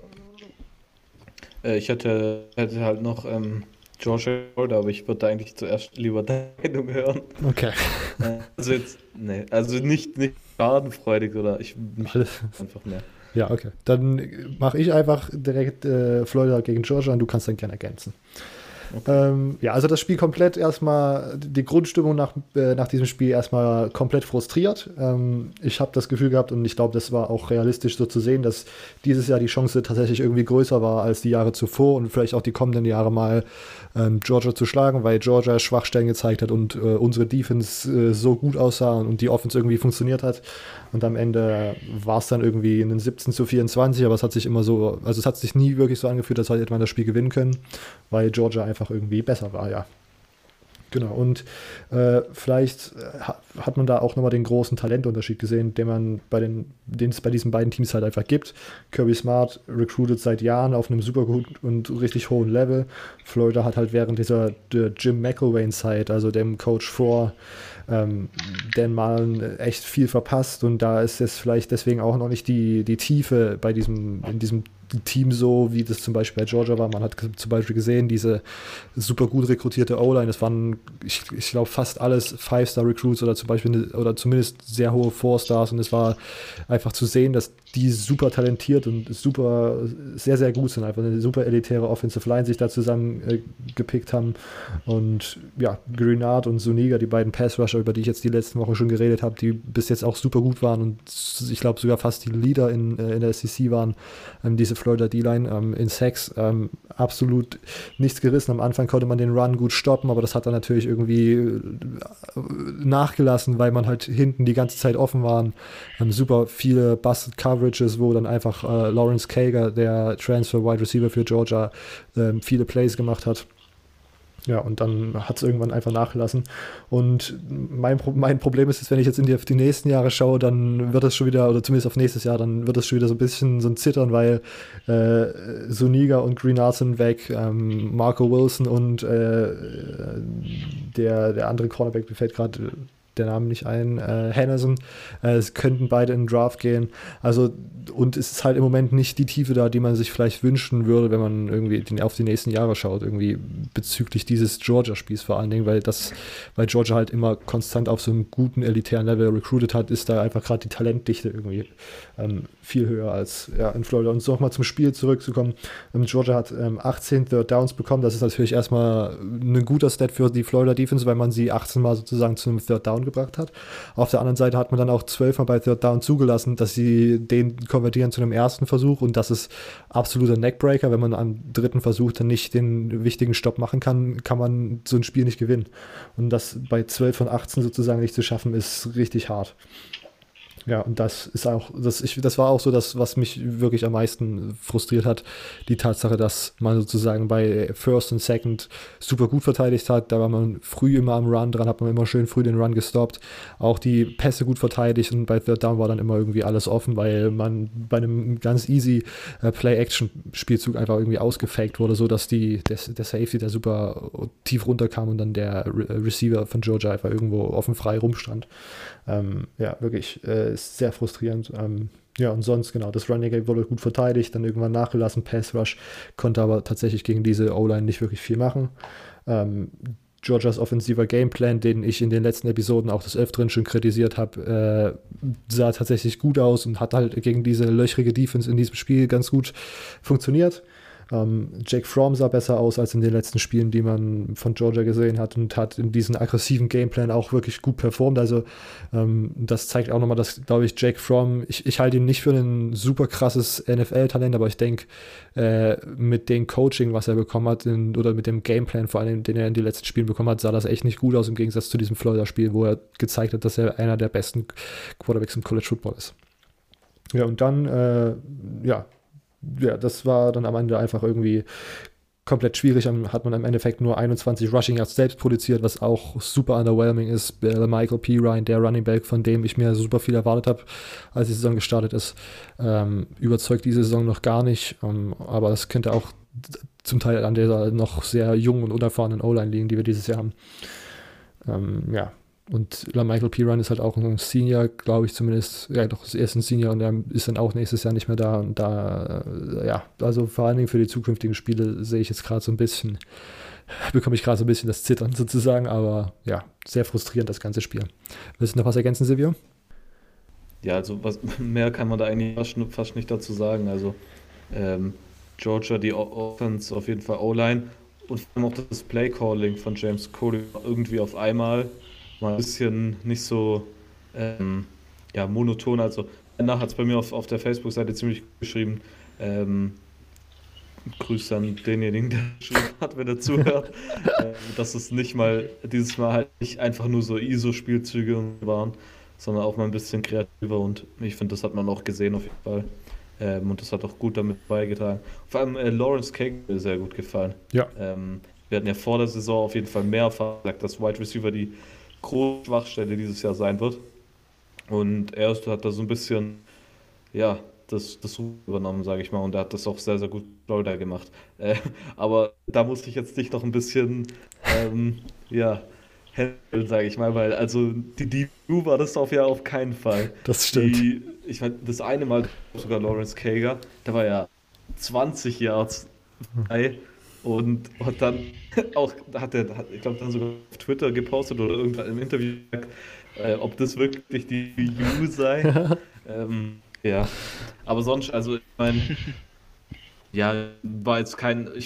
Äh, ich hätte, hätte halt noch ähm, Georgia, aber ich würde eigentlich zuerst lieber deine Meinung hören. Okay. Äh, also jetzt, nee, also nicht, nicht schadenfreudig oder ich mich einfach mehr. Ja, okay. Dann mache ich einfach direkt äh, Florida gegen Georgia und du kannst dann gerne ergänzen. Okay. Ähm, ja, also das Spiel komplett erstmal, die Grundstimmung nach, äh, nach diesem Spiel erstmal komplett frustriert. Ähm, ich habe das Gefühl gehabt und ich glaube, das war auch realistisch so zu sehen, dass dieses Jahr die Chance tatsächlich irgendwie größer war als die Jahre zuvor und vielleicht auch die kommenden Jahre mal ähm, Georgia zu schlagen, weil Georgia Schwachstellen gezeigt hat und äh, unsere Defense äh, so gut aussah und die Offense irgendwie funktioniert hat. Und am Ende war es dann irgendwie ein siebzehn zu vierundzwanzig, aber es hat sich immer so, also es hat sich nie wirklich so angefühlt, als hätte man das Spiel gewinnen können, weil Georgia einfach irgendwie besser war, ja. Genau, und äh, vielleicht hat man da auch nochmal den großen Talentunterschied gesehen, den man bei den, den es bei diesen beiden Teams halt einfach gibt. Kirby Smart recruited seit Jahren auf einem super guten und richtig hohen Level. Florida hat halt während dieser Jim McElwain-Zeit, also dem Coach vor ähm, Dan Mullen, echt viel verpasst und da ist jetzt vielleicht deswegen auch noch nicht die, die Tiefe bei diesem, in diesem Team so, wie das zum Beispiel bei Georgia war. Man hat zum Beispiel gesehen, diese super gut rekrutierte O-Line, das waren, ich, ich glaube, fast alles Five-Star-Recruits oder zum Beispiel, oder zumindest sehr hohe Four-Stars und es war einfach zu sehen, dass die super talentiert und super, sehr, sehr gut sind, einfach eine super elitäre Offensive Line sich da zusammen äh, gepickt haben und ja, Grenard und Zuniga, die beiden Pass-Rusher, über die ich jetzt die letzten Wochen schon geredet habe, die bis jetzt auch super gut waren und ich glaube sogar fast die Leader in, äh, in der S E C waren, ähm, diese Florida D-Line ähm, in Sacks, ähm, absolut nichts gerissen. Am Anfang konnte man den Run gut stoppen, aber das hat dann natürlich irgendwie nachgelassen, weil man halt hinten die ganze Zeit offen waren. Ähm, super viele Busted Coverages, wo dann einfach äh, Lawrence Cager, der Transfer Wide Receiver für Georgia, ähm, viele Plays gemacht hat. Ja, und dann hat es irgendwann einfach nachgelassen. Und mein, Pro- mein Problem ist, jetzt, wenn ich jetzt in die, auf die nächsten Jahre schaue, dann wird es schon wieder, oder zumindest auf nächstes Jahr, dann wird es schon wieder so ein bisschen so ein Zittern, weil äh, Zuniga und Greenard sind weg, ähm, Marco Wilson und äh, der, der andere Cornerback, mir fällt gerade der Name nicht ein, äh, Henderson, äh, es könnten beide in den Draft gehen. Also, und es ist halt im Moment nicht die Tiefe da, die man sich vielleicht wünschen würde, wenn man irgendwie den, auf die nächsten Jahre schaut, irgendwie bezüglich dieses Georgia-Spiels vor allen Dingen, weil das, weil Georgia halt immer konstant auf so einem guten elitären Level recruited hat, ist da einfach gerade die Talentdichte irgendwie ähm, viel höher als ja, in Florida. Und so nochmal zum Spiel zurückzukommen, ähm, Georgia hat ähm, achtzehn Third Downs bekommen, das ist natürlich erstmal ein guter Stat für die Florida Defense, weil man sie achtzehn Mal sozusagen zu einem Third Down gebracht hat. Auf der anderen Seite hat man dann auch zwölf Mal bei Third Down zugelassen, dass sie den konvertieren zu einem ersten Versuch und das ist absoluter Neckbreaker. Wenn man am dritten Versuch dann nicht den wichtigen Stopp machen kann, kann man so ein Spiel nicht gewinnen. Und das bei zwölf von achtzehn sozusagen nicht zu schaffen, ist richtig hart. Ja, und das ist auch, das, ich, das war auch so das, was mich wirklich am meisten frustriert hat, die Tatsache, dass man sozusagen bei First und Second super gut verteidigt hat, da war man früh immer am Run dran, hat man immer schön früh den Run gestoppt, auch die Pässe gut verteidigt und bei Third Down war dann immer irgendwie alles offen, weil man bei einem ganz easy äh, Play-Action-Spielzug einfach irgendwie ausgefaked wurde, so dass die, der, der Safety da super tief runterkam und dann der Re- Receiver von Georgia einfach irgendwo offen frei rumstand. Ähm, ja, wirklich äh, ist sehr frustrierend. Ähm, ja, und sonst, genau, das Running Game wurde gut verteidigt, dann irgendwann nachgelassen, Pass Rush, konnte aber tatsächlich gegen diese O-Line nicht wirklich viel machen. Ähm, Georgias offensiver Gameplan, den ich in den letzten Episoden auch des Öfteren schon kritisiert habe, äh, sah tatsächlich gut aus und hat halt gegen diese löchrige Defense in diesem Spiel ganz gut funktioniert. Ähm, Jake Fromm sah besser aus als in den letzten Spielen, die man von Georgia gesehen hat und hat in diesem aggressiven Gameplan auch wirklich gut performt. Also ähm, das zeigt auch nochmal, dass, glaube ich, Jake Fromm, ich, ich halte ihn nicht für ein super krasses N F L-Talent, aber ich denke, äh, mit dem Coaching, was er bekommen hat, in, oder mit dem Gameplan vor allem, den er in den letzten Spielen bekommen hat, sah das echt nicht gut aus im Gegensatz zu diesem Florida-Spiel, wo er gezeigt hat, dass er einer der besten Quarterbacks im College Football ist. Ja, und dann, äh, ja, ja, das war dann am Ende einfach irgendwie komplett schwierig. Hat man im Endeffekt nur einundzwanzig Rushing Yards selbst produziert, was auch super underwhelming ist. Michael Pirine, der Running Back, von dem ich mir super viel erwartet habe, als die Saison gestartet ist, ähm, überzeugt diese Saison noch gar nicht. Ähm, aber das könnte auch zum Teil an dieser noch sehr jungen und unerfahrenen O-Line liegen, die wir dieses Jahr haben. Ähm, ja. Und Michael Pirine ist halt auch ein Senior, glaube ich zumindest. Ja, doch, er ist ein Senior und er ist dann auch nächstes Jahr nicht mehr da. Und da, äh, ja, also vor allen Dingen für die zukünftigen Spiele sehe ich jetzt gerade so ein bisschen, bekomme ich gerade so ein bisschen das Zittern sozusagen. Aber ja, sehr frustrierend das ganze Spiel. Willst du noch was ergänzen, Silvio? Ja, also was mehr kann man da eigentlich fast, fast nicht dazu sagen. Also ähm, Georgia, die Offense, auf jeden Fall O-Line und vor allem auch das Play-Calling von James Coley irgendwie auf einmal mal ein bisschen nicht so ähm, ja, monoton. Also Anna hat es bei mir auf, auf der Facebook-Seite ziemlich gut geschrieben. Ähm, Grüße an denjenigen, der geschrieben hat, wenn er zuhört. äh, dass es nicht mal, dieses Mal halt nicht einfach nur so I S O-Spielzüge waren, sondern auch mal ein bisschen kreativer und ich finde, das hat man auch gesehen auf jeden Fall. Ähm, und das hat auch gut damit beigetragen. Vor allem äh, Lawrence Cagle mir sehr gut gefallen. Ja. Ähm, wir hatten ja vor der Saison auf jeden Fall mehr gesagt, dass Wide Receiver die große Schwachstelle dieses Jahr sein wird. Und er hat da so ein bisschen, ja, das, das übernommen, sage ich mal. Und er hat das auch sehr, sehr gut Florida gemacht. Äh, aber da muss ich jetzt dich noch ein bisschen, ähm, ja, handeln, sage ich mal, weil also die D U war das auf ja auf keinen Fall. Das stimmt. Die, ich meine, das eine Mal sogar Lawrence Cager, der war ja zwanzig Yards frei. Und hat dann auch, hat er, ich glaube, dann sogar auf Twitter gepostet oder irgendwann im Interview gesagt, äh, ob das wirklich die U sei. ähm, ja, aber sonst, also ich meine, ja, war jetzt kein, ich,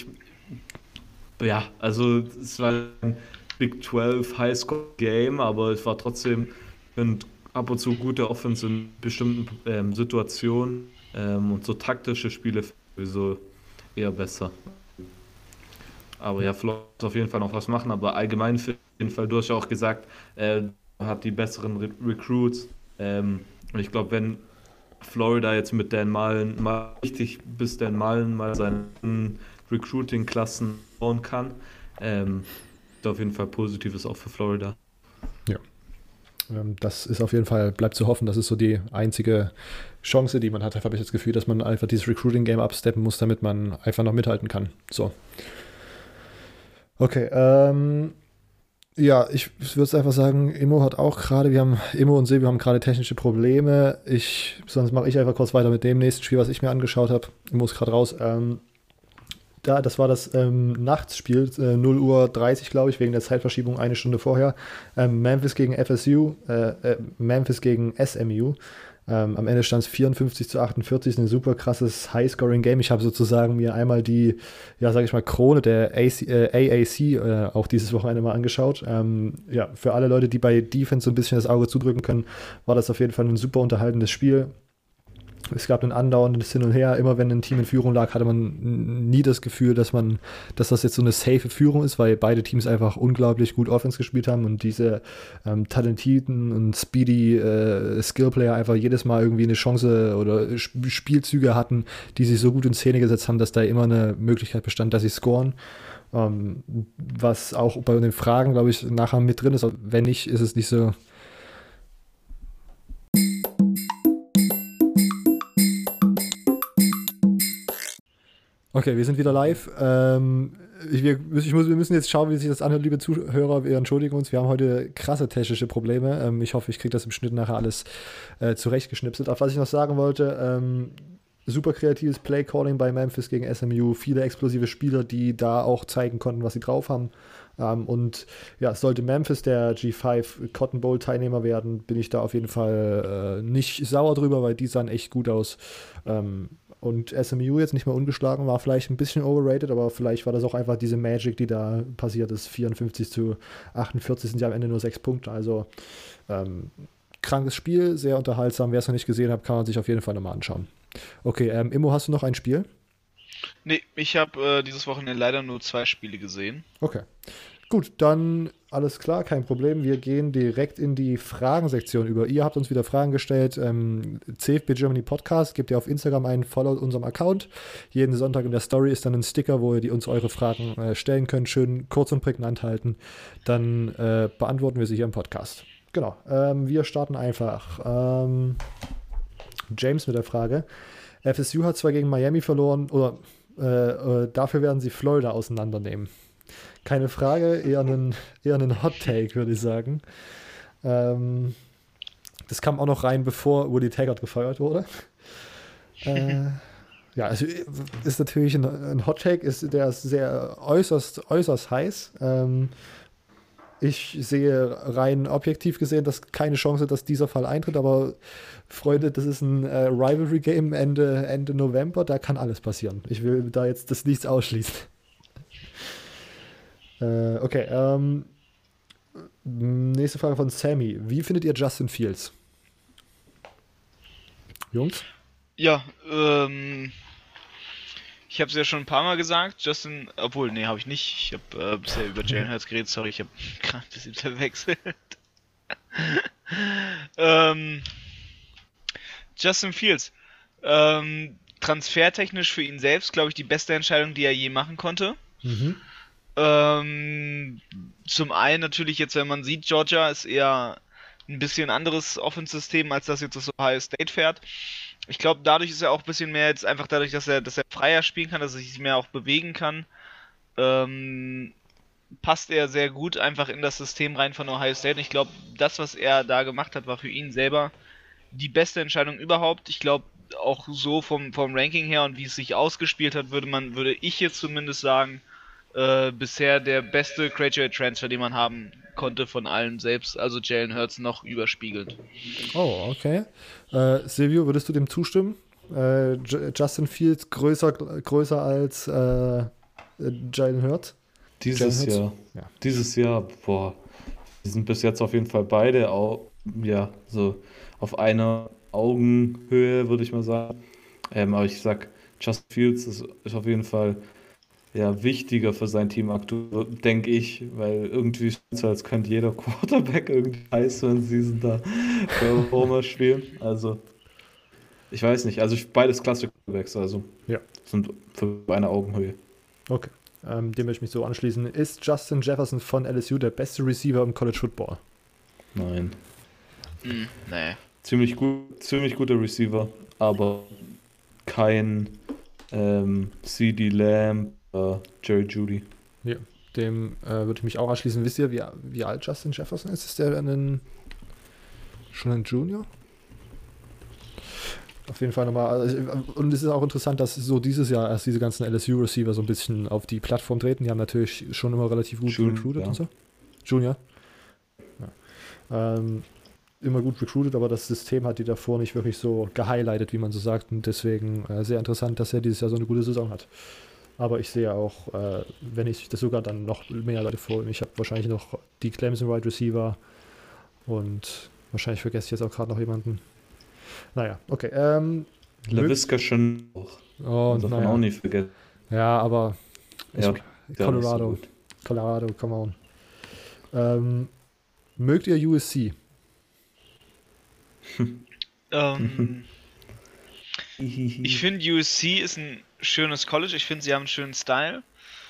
ja, also es war ein Big zwölf Highscore-Game, aber es war trotzdem und ab und zu gute Offense in bestimmten ähm, Situationen ähm, und so taktische Spiele sowieso eher besser. Aber ja, Florida muss auf jeden Fall noch was machen, aber allgemein für jeden Fall, du hast ja auch gesagt, äh, hat die besseren Re- Recruits. Ähm, und ich glaube, wenn Florida jetzt mit Dan Mullen mal richtig bis Dan Mullen mal seine Recruiting-Klassen bauen kann, ähm, ist auf jeden Fall Positives auch für Florida. Ja. Ähm, das ist auf jeden Fall, bleibt zu hoffen, das ist so die einzige Chance, die man hat. Da habe ich das Gefühl, dass man einfach dieses Recruiting-Game absteppen muss, damit man einfach noch mithalten kann. So. Okay, ähm, Ja, ich würde es einfach sagen, Immo hat auch gerade, wir haben, Immo und Silvio haben gerade technische Probleme. Ich, sonst mache ich einfach kurz weiter mit dem nächsten Spiel, was ich mir angeschaut habe. Immo ist gerade raus. Ähm, da, das war das ähm, Nachtsspiel, äh, null Uhr dreißig, glaube ich, wegen der Zeitverschiebung eine Stunde vorher. Ähm, Memphis gegen F S U, äh, äh, Memphis gegen S M U. Ähm, am Ende stand es vierundfünfzig zu achtundvierzig, ein super krasses High-Scoring-Game. Ich habe sozusagen mir einmal die, ja, sage ich mal, Krone der A C, äh, A A C äh, auch dieses Wochenende mal angeschaut. Ähm, ja, für alle Leute, die bei Defense so ein bisschen das Auge zudrücken können, war das auf jeden Fall ein super unterhaltendes Spiel. Es gab ein andauerndes Hin und Her. Immer wenn ein Team in Führung lag, hatte man nie das Gefühl, dass man, dass das jetzt so eine safe Führung ist, weil beide Teams einfach unglaublich gut Offense gespielt haben und diese ähm, talentierten und speedy äh, Skillplayer einfach jedes Mal irgendwie eine Chance oder Sp- Spielzüge hatten, die sich so gut in Szene gesetzt haben, dass da immer eine Möglichkeit bestand, dass sie scoren. Ähm, was auch bei den Fragen, glaube ich, nachher mit drin ist. Wenn nicht, ist es nicht so. Okay, wir sind wieder live. Ähm, ich, wir, ich muss, wir müssen jetzt schauen, wie sich das anhört, liebe Zuhörer. Wir entschuldigen uns, wir haben heute krasse technische Probleme. Ähm, ich hoffe, ich kriege das im Schnitt nachher alles äh, zurechtgeschnipselt. Auf was ich noch sagen wollte, ähm, super kreatives Play-Calling bei Memphis gegen S M U. Viele explosive Spieler, die da auch zeigen konnten, was sie drauf haben. Ähm, und ja, sollte Memphis der G fünf Cotton Bowl Teilnehmer werden, bin ich da auf jeden Fall äh, nicht sauer drüber, weil die sahen echt gut aus. Ähm, und S M U jetzt nicht mehr ungeschlagen, war vielleicht ein bisschen overrated, aber vielleicht war das auch einfach diese Magic, die da passiert ist. vierundfünfzig zu achtundvierzig sind ja am Ende nur sechs Punkte. Also ähm, krankes Spiel, sehr unterhaltsam. Wer es noch nicht gesehen hat, kann man sich auf jeden Fall nochmal anschauen. Okay, ähm, Immo, hast du noch ein Spiel? Nee, ich habe äh, dieses Wochenende leider nur zwei Spiele gesehen. Okay. Gut, dann alles klar, kein Problem. Wir gehen direkt in die Fragensektion über. Ihr habt uns wieder Fragen gestellt. Ähm, C F B Germany Podcast, gebt ihr auf Instagram ein, followt unserem Account. Jeden Sonntag in der Story ist dann ein Sticker, wo ihr die, uns eure Fragen äh, stellen könnt. Schön kurz und prägnant halten. Dann äh, beantworten wir sie hier im Podcast. Genau, ähm, wir starten einfach. Ähm, James mit der Frage. F S U hat zwar gegen Miami verloren, oder äh, äh, dafür werden sie Florida auseinandernehmen. Keine Frage, eher ein, eher ein Hot Take, würde ich sagen. Ähm, das kam auch noch rein, bevor Woody Taggart gefeuert wurde. äh, ja, also ist natürlich ein, ein Hot Take, ist, der ist sehr äußerst, äußerst heiß. Ähm, ich sehe rein objektiv gesehen, dass keine Chance, dass dieser Fall eintritt, aber Freunde, das ist ein äh, Rivalry-Game Ende, Ende November, da kann alles passieren. Ich will da jetzt das nichts ausschließen. Äh, okay, ähm, nächste Frage von Sammy. Wie findet ihr Justin Fields? Jungs? Ja, ähm, ich habe es ja schon ein paar Mal gesagt, Justin, obwohl, nee, habe ich nicht. Ich habe äh, bisher über Jalen Hurts geredet, sorry, ich habe gerade ein bisschen verwechselt. ähm, Justin Fields, ähm, transfertechnisch für ihn selbst, glaube ich, die beste Entscheidung, die er je machen konnte. Mhm. Ähm, zum einen natürlich jetzt, wenn man sieht, Georgia ist eher ein bisschen anderes Offense-System, als das jetzt das Ohio State fährt. Ich glaube, dadurch ist er auch ein bisschen mehr jetzt einfach dadurch, dass er, dass er freier spielen kann, dass er sich mehr auch bewegen kann. Ähm, passt er sehr gut einfach in das System rein von Ohio State. Und ich glaube, das, was er da gemacht hat, war für ihn selber die beste Entscheidung überhaupt. Ich glaube, auch so vom, vom Ranking her und wie es sich ausgespielt hat, würde man, würde ich jetzt zumindest sagen, äh, bisher der beste Graduate Transfer, den man haben konnte von allen, selbst, also Jalen Hurts noch überspiegelt. Oh, okay. Äh, Silvio, würdest du dem zustimmen? Äh, J- Justin Fields größer, größer als äh, Jalen Hurts? Dieses Jalen Jahr, Hurts? Ja. dieses Jahr, boah, die sind bis jetzt auf jeden Fall beide auch, ja, so auf einer Augenhöhe, würde ich mal sagen. Ähm, aber ich sag, Justin Fields ist, ist auf jeden Fall ja, wichtiger für sein Team aktuell, denke ich, weil irgendwie so, als könnte jeder Quarterback irgendwie heiß für eine Season da für Oklahoma spielen. Also, ich weiß nicht, also ich, beides klasse Quarterbacks, also Ja. sind für eine Augenhöhe. Okay. Ähm, dem möchte ich mich so anschließen. Ist Justin Jefferson von L S U der beste Receiver im College Football? Nein. Hm, nee. Ziemlich gut, ziemlich guter Receiver, aber kein ähm, C D Lamb, äh, Jerry Jeudy. Ja, dem äh, würde ich mich auch anschließen. Wisst ihr, wie, wie alt Justin Jefferson ist? Ist der ein, schon ein Junior? Auf jeden Fall nochmal. Also, und es ist auch interessant, dass so dieses Jahr erst diese ganzen L S U-Receiver so ein bisschen auf die Plattform treten. Die haben natürlich schon immer relativ gut Junior, recruited ja. und so. Junior. Ja. Ähm, immer gut recruited, aber das System hat die davor nicht wirklich so gehighlightet, wie man so sagt. Und deswegen äh, sehr interessant, dass er dieses Jahr so eine gute Saison hat. Aber ich sehe auch, äh, wenn ich das sogar dann noch mehr Leute vor ihm. Ich habe wahrscheinlich noch die Clemson Wide Receiver und wahrscheinlich vergesse ich jetzt auch gerade noch jemanden. Naja, okay. Ähm, LaVisca schon auch. Oh, Das darf man naja. auch nicht vergessen. Ja, aber ich, Ja, Colorado, so Colorado, come on. Ähm, mögt ihr U S C? Ähm, ich finde, U S C ist ein schönes College. Ich finde, sie haben einen schönen Style.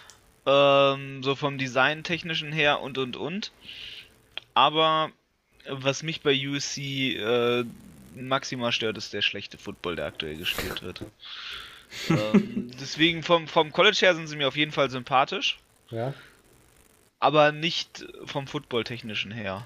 Ähm, so vom Design-technischen her und und und. Aber was mich bei U S C äh, maximal stört, ist der schlechte Football, der aktuell gespielt wird. ähm, deswegen vom, vom College her sind sie mir auf jeden Fall sympathisch. Ja. Aber nicht vom Football-technischen her.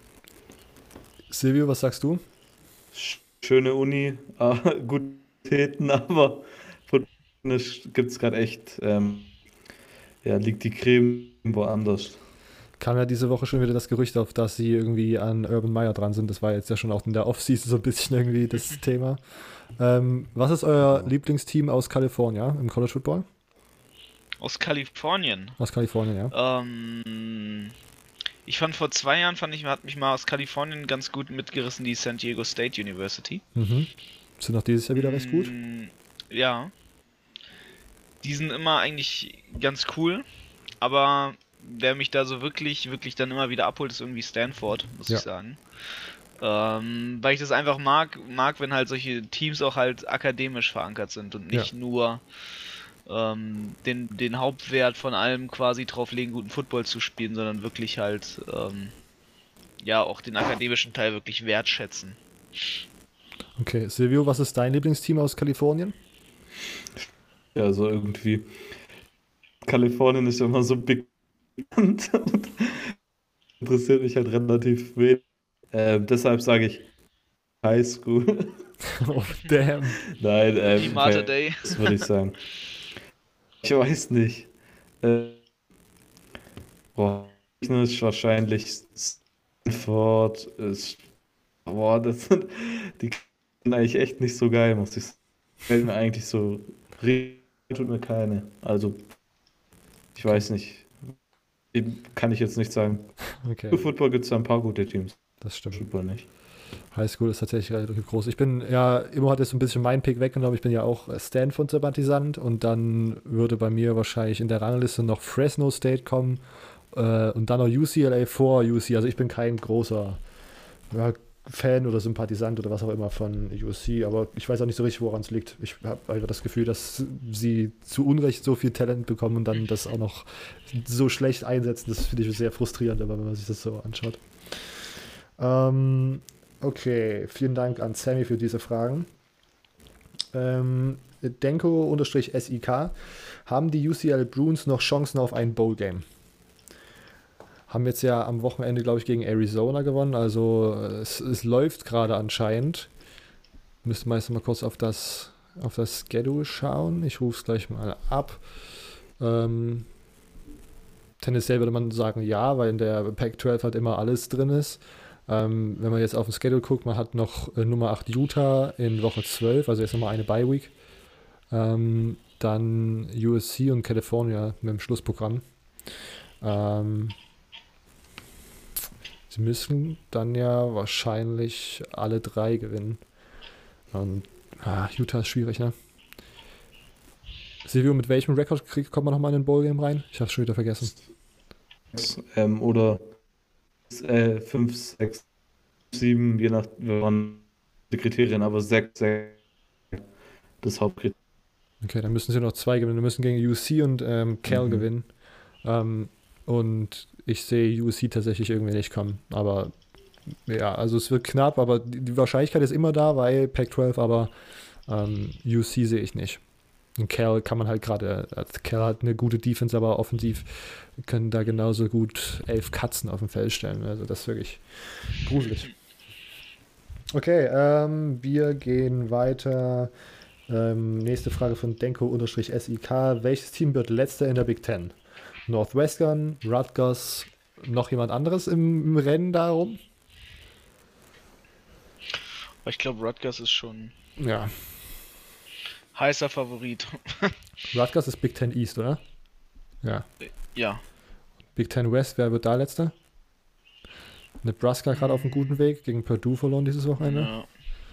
Silvio, was sagst du? Schöne Uni, äh, gute Täten, aber gibt es gerade echt, ähm, ja, liegt die Creme woanders. Kam ja diese Woche schon wieder das Gerücht auf, dass sie irgendwie an Urban Meyer dran sind. Das war jetzt ja schon auch in der Offseason so ein bisschen irgendwie das Thema. Ähm, was ist euer Ja. Lieblingsteam aus Kalifornien im College Football? Aus Kalifornien. Aus Kalifornien, ja. Ähm, ich fand vor zwei Jahren, fand ich, hat mich mal aus Kalifornien ganz gut mitgerissen, die San Diego State University. Mhm. Sind auch dieses Jahr wieder recht gut. Mm, Ja. Die sind immer eigentlich ganz cool, aber wer mich da so wirklich, wirklich dann immer wieder abholt, ist irgendwie Stanford, muss Ja. ich sagen. Ähm, weil ich das einfach mag, mag, wenn halt solche Teams auch halt akademisch verankert sind und nicht Ja. nur ähm, den, den Hauptwert von allem quasi drauf legen, guten Football zu spielen, sondern wirklich halt ähm, ja auch den akademischen Teil wirklich wertschätzen. Okay, Silvio, was ist dein Lieblingsteam aus Kalifornien? Ja, also irgendwie, Kalifornien ist ja immer so bekannt und interessiert mich halt relativ wenig. Ähm, deshalb sage ich High School. Oh, damn. Nein, Die ähm, Mater weil- Day. das würde ich sagen. Ich weiß nicht. Äh, boah, ist wahrscheinlich Stanford ist. Boah, das sind die sind eigentlich echt nicht so geil, muss ich sagen. Fällt mir eigentlich so. Tut mir keine. Also, ich weiß nicht. Eben kann ich jetzt nicht sagen. Okay, Für Football gibt es ein paar gute Teams. das stimmt. Football nicht. Highschool ist tatsächlich relativ groß. Ich bin ja, Immo hat jetzt so ein bisschen meinen Pick weggenommen. Ich bin ja auch Stanford-Sympathisant und dann würde bei mir wahrscheinlich in der Rangliste noch Fresno State kommen äh, und dann noch U C L A vor U C. Also ich bin kein großer ja, Fan oder Sympathisant oder was auch immer von U S C, aber ich weiß auch nicht so richtig, woran es liegt. Ich habe einfach das Gefühl, dass sie zu Unrecht so viel Talent bekommen und dann das auch noch so schlecht einsetzen. Das finde ich sehr frustrierend, aber wenn man sich das so anschaut. Ähm, okay, vielen Dank an Sammy für diese Fragen. Ähm, Denko-S I K, haben die U C L Bruins noch Chancen auf ein Bowl-Game? Haben jetzt ja am Wochenende, glaube ich, gegen Arizona gewonnen, also es, es läuft gerade anscheinend. Müsste meistens mal kurz auf das, auf das Schedule schauen. Ich rufe es gleich mal ab. Ähm, tendenziell würde man sagen ja, weil in der Pac zwölf halt immer alles drin ist. Ähm, wenn man jetzt auf den Schedule guckt, man hat noch äh, Nummer acht Utah in Woche zwölf, also jetzt nochmal eine Bye-Week. Ähm, dann U S C und California mit dem Schlussprogramm. Ähm, sie müssen dann ja wahrscheinlich alle drei gewinnen. Und ah, Utah ist schwierig, ne? Silvio, mit welchem Rekord kriegt, kommt man nochmal in den Bowl-Game rein? Ich hab's schon wieder vergessen. Ähm, oder äh, fünf, sechs, sieben, je nach wenn man die Kriterien, aber sechs, sechs das Hauptkriterium. Okay, dann müssen sie noch zwei gewinnen. Wir müssen gegen U C und ähm, Cal Mhm. gewinnen. Ähm, und ich sehe U C tatsächlich irgendwie nicht kommen. Aber ja, also es wird knapp, aber die, die Wahrscheinlichkeit ist immer da, weil Pac zwölf, aber ähm, U C sehe ich nicht. Und Cal kann man halt gerade, also Cal hat eine gute Defense, aber offensiv können da genauso gut elf Katzen auf dem Feld stellen. Also das ist wirklich gruselig. Okay, ähm, wir gehen weiter. Ähm, nächste Frage von Denko-S I K. Welches Team wird letzter in der Big Ten? Northwestern, Rutgers, noch jemand anderes im, im Rennen darum? Ich glaube, Rutgers ist schon Ja. heißer Favorit. Rutgers ist Big Ten East, oder? Ja. Ja. Big Ten West, wer wird da letzter? Nebraska gerade auf einem guten Weg, gegen Purdue verloren dieses Wochenende. Ja.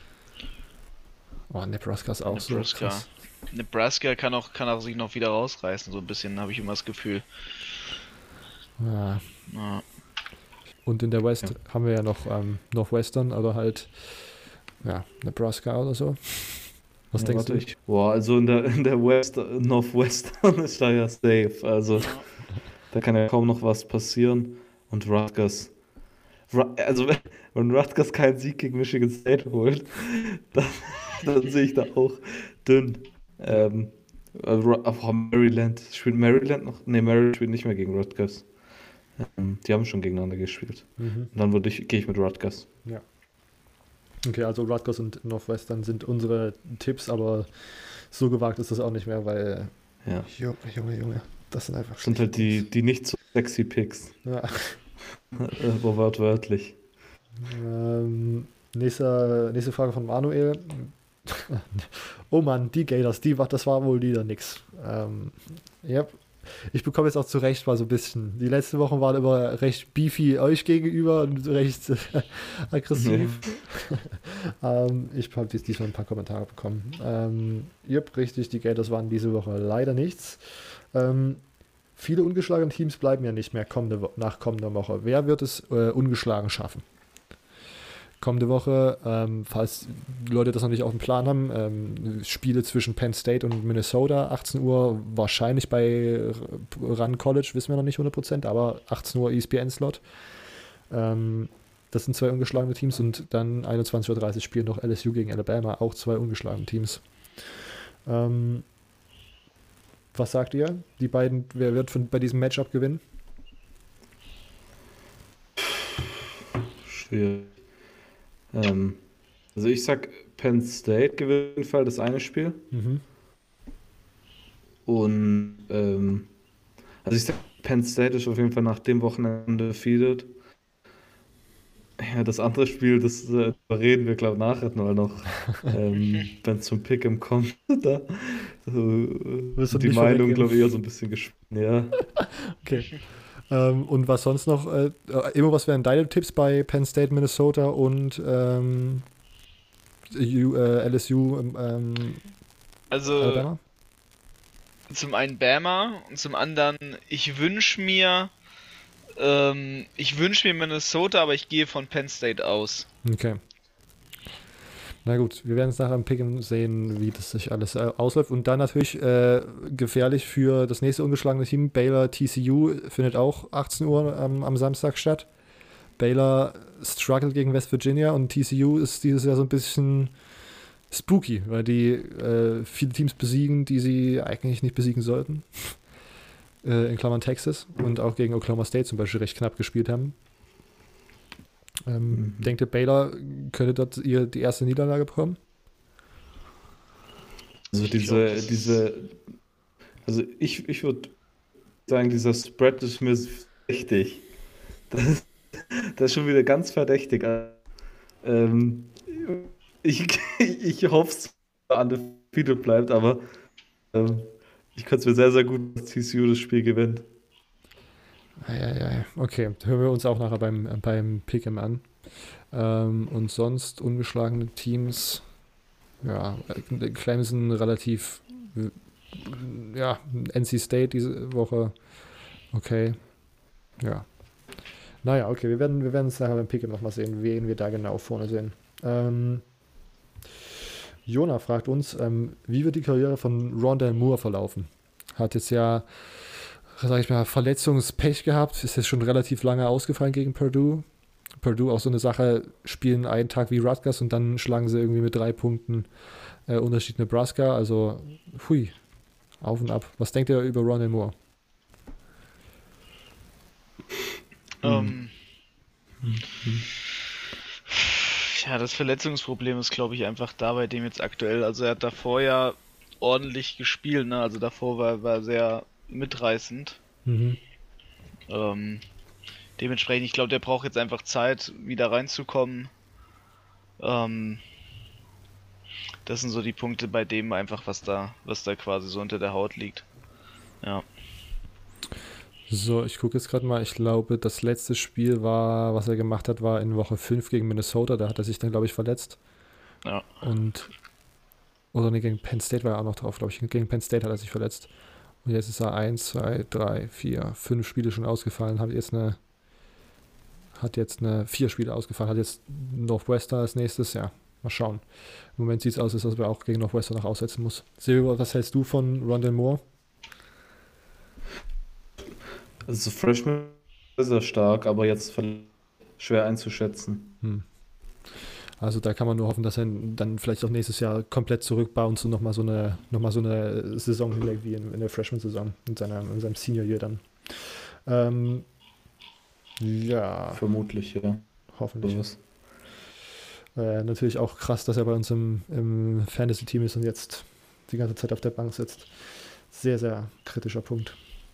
Oh, Nebraska ist auch Nebraska. so krass. Nebraska kann auch, kann auch sich noch wieder rausreißen, so ein bisschen, habe ich immer das Gefühl. Ja. Ja. Und in der West Ja. haben wir ja noch ähm, Northwestern, aber halt ja, Nebraska oder so. Was Ja, denkst warte, du? ich, boah, also in der, in der West, Northwestern ist da ja safe. Also da kann ja kaum noch was passieren. Und Rutgers. Ru- Also wenn, wenn Rutgers keinen Sieg gegen Michigan State holt, dann, dann sehe ich da auch dünn. Ähm, also, Ru- aber Maryland. Spielt Maryland noch? Ne, Maryland spielt nicht mehr gegen Rutgers. Ähm, die haben schon gegeneinander gespielt. Mhm. Und dann würde ich, gehe ich mit Rutgers. Ja. Okay, also Rutgers und Northwestern sind unsere Tipps, aber so gewagt ist das auch nicht mehr, weil Ja. Junge, Junge, Junge, das sind einfach Das sind halt schlechte die, die nicht so sexy Picks. Picks. Ja. Aber wortwörtlich. Ähm, nächste, nächste Frage von Manuel. Oh Mann, die Gators, die war, das war wohl wieder nix. Ähm, yep. Ich bekomme jetzt auch zurecht mal so ein bisschen. Die letzten Wochen waren immer recht beefy euch gegenüber und recht äh, aggressiv. ähm, ich habe jetzt diesmal ein paar Kommentare bekommen. Ähm, yep, richtig, die Gators waren diese Woche leider nichts. Ähm, viele ungeschlagene Teams bleiben ja nicht mehr kommende Wo- nach kommender Woche. Wer wird es äh, ungeschlagen schaffen? Kommende Woche, ähm, falls Leute das noch nicht auf dem Plan haben, ähm, Spiele zwischen Penn State und Minnesota, achtzehn Uhr, wahrscheinlich bei Run College, wissen wir noch nicht hundert Prozent, aber achtzehn Uhr E S P N-Slot. Ähm, das sind zwei ungeschlagene Teams und dann einundzwanzig Uhr dreißig spielen noch L S U gegen Alabama, auch zwei ungeschlagene Teams. Ähm, was sagt ihr? Die beiden, wer wird von, bei diesem Matchup gewinnen? Schwierig. Ähm, also ich sag, Penn State gewinnt auf jeden Fall das eine Spiel. Mhm. Und ähm, also ich sag, Penn State ist auf jeden Fall nach dem Wochenende defeated. Ja, das andere Spiel, das äh, reden wir, glaube ich, nachher mal noch, ähm, wenn es zum Pick'em kommt. Da so, Willst du die nicht Meinung, vorweggeben? glaube ich, eher so ein bisschen gespannt. Ja. Okay. Ähm, und was sonst noch? Äh, immer was wären deine Tipps bei Penn State, Minnesota und ähm, U, äh, L S U, ähm, Also Alabama? zum einen Bama und zum anderen, ich wünsche mir, ähm, ich wünsche mir Minnesota, aber ich gehe von Penn State aus. Okay. Na gut, wir werden es nachher am Pick'em sehen, wie das sich alles äh, ausläuft. Und dann natürlich äh, gefährlich für das nächste ungeschlagene Team. Baylor T C U findet auch achtzehn Uhr ähm, am Samstag statt. Baylor struggelt gegen West Virginia und T C U ist dieses Jahr so ein bisschen spooky, weil die äh, viele Teams besiegen, die sie eigentlich nicht besiegen sollten. äh, in Klammern Texas und auch gegen Oklahoma State zum Beispiel recht knapp gespielt haben. Ähm, Mhm. Denkt ihr, Baylor könnte dort ihr die erste Niederlage bekommen? Also Ich diese, glaub, das ist- diese, also ich, ich würde sagen, dieser Spread ist mir verdächtig. Das, ist- das ist schon wieder ganz verdächtig. Ähm, ich ich hoffe, es an der Fiedel bleibt, aber ähm, ich könnte es mir sehr, sehr gut, dass T C U das Spiel gewinnt. Ja, ja, ja. Okay, hören wir uns auch nachher beim, äh, beim Pick'em an. Ähm, und sonst ungeschlagene Teams. Ja, äh, Clemson relativ. äh, Ja, N C State diese Woche. Okay. Ja. Naja, okay, wir werden wir werden es nachher beim Pick'em nochmal sehen, wen wir da genau vorne sehen. Ähm, Jona fragt uns, ähm, wie wird die Karriere von Rondale Moore verlaufen? Hat jetzt ja, sag ich mal, Verletzungspech gehabt, ist jetzt schon relativ lange ausgefallen gegen Purdue. Purdue auch so eine Sache, spielen einen Tag wie Rutgers und dann schlagen sie irgendwie mit drei Punkten äh, Unterschied Nebraska. Also, hui, Auf und ab. Was denkt ihr über Rondale Moore? Ähm, ja, das Verletzungsproblem ist, glaube ich, einfach da bei dem jetzt aktuell. Also er hat davor ja ordentlich gespielt, ne? Also davor war war sehr mitreißend. Mhm. Ähm, dementsprechend, ich glaube, der braucht jetzt einfach Zeit, wieder reinzukommen. Ähm, das sind so die Punkte bei dem einfach, was da, was da quasi so unter der Haut liegt. Ja. So, ich gucke jetzt gerade mal. Ich glaube, das letzte Spiel war, was er gemacht hat, war in Woche fünf gegen Minnesota. Da hat er sich dann, glaube ich, verletzt. Ja. Und, oder nee, gegen Penn State war er auch noch drauf, glaube ich. Gegen Penn State hat er sich verletzt. Und jetzt ist er eins, zwei, drei, vier, fünf Spiele schon ausgefallen. Hat jetzt eine, hat jetzt eine, vier Spiele ausgefallen. Hat jetzt Northwestern als nächstes, ja. Mal schauen. Im Moment sieht es aus, als ob er auch gegen Northwestern noch aussetzen muss. Silber, was hältst du von Rondale Moore? Also Freshman ist er stark, aber jetzt schwer einzuschätzen. Hm. Also da kann man nur hoffen, dass er dann vielleicht auch nächstes Jahr komplett zurückbaut und nochmal so eine, noch mal so eine Saison hinlegt wie in, in der Freshman-Saison, in, seiner, in seinem Senior-Year dann. Ähm, ja. Vermutlich, ja. Hoffentlich. Sowas. Äh, natürlich auch krass, dass er bei uns im, im Fantasy-Team ist und jetzt die ganze Zeit auf der Bank sitzt. Sehr, sehr kritischer Punkt.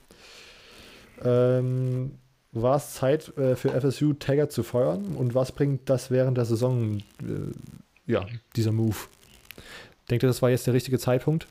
Ähm, war es Zeit äh, für F S U Taggart zu feuern und was bringt das während der Saison, äh, ja, dieser Move? Denkt ihr, das war jetzt der richtige Zeitpunkt?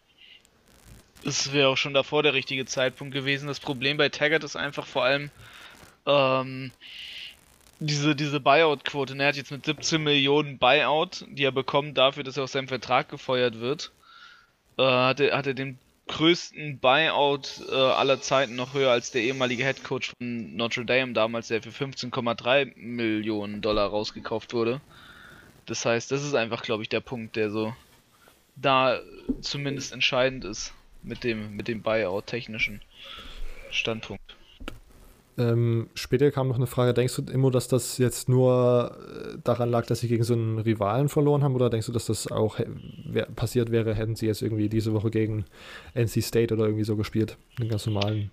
Es wäre auch schon davor der richtige Zeitpunkt gewesen. Das Problem bei Taggart ist einfach vor allem ähm, diese, diese Buyout-Quote. Er hat jetzt mit siebzehn Millionen Buyout, die er bekommt dafür, dass er aus seinem Vertrag gefeuert wird, äh, hat, er, hat er den größten Buyout äh, aller Zeiten, noch höher als der ehemalige Headcoach von Notre Dame damals, der für fünfzehn Komma drei Millionen Dollar rausgekauft wurde. Das heißt, das ist einfach, glaube ich, der Punkt, der so da zumindest entscheidend ist mit dem, mit dem Buyout-technischen Standpunkt. Ähm, später kam noch eine Frage, denkst du, Immo, dass das jetzt nur äh, daran lag, dass sie gegen so einen Rivalen verloren haben, oder denkst du, dass das auch hä- wär, passiert wäre, hätten sie jetzt irgendwie diese Woche gegen N C State oder irgendwie so gespielt? Den ganz normalen.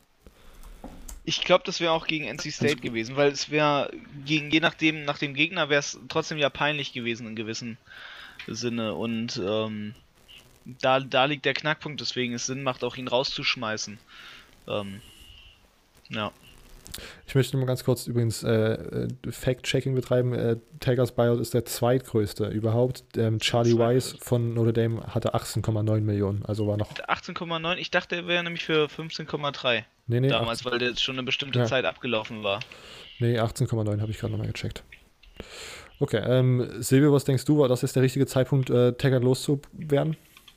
Ich glaube, das wäre auch gegen N C State gewesen, weil es wäre, gegen je nachdem, nach dem Gegner wäre es trotzdem ja peinlich gewesen in gewissem Sinne und ähm, da, da liegt der Knackpunkt, deswegen es Sinn macht, auch ihn rauszuschmeißen. Ähm, ja. Ich möchte nur mal ganz kurz übrigens äh, Fact-Checking betreiben. Äh, Taggars Buyout ist der zweitgrößte überhaupt. Ähm, Charlie Wise von Notre Dame hatte achtzehn Komma neun Millionen, also war noch... achtzehn Komma neun, ich dachte, er wäre nämlich für fünfzehn Komma drei Nee, nee, damals, achtzehn, weil der jetzt schon eine bestimmte Ja. Zeit abgelaufen war. nee achtzehn Komma neun habe ich gerade nochmal gecheckt. Okay, ähm, Silvio, was denkst du, war das jetzt der richtige Zeitpunkt, äh, Taggart loszuwerden?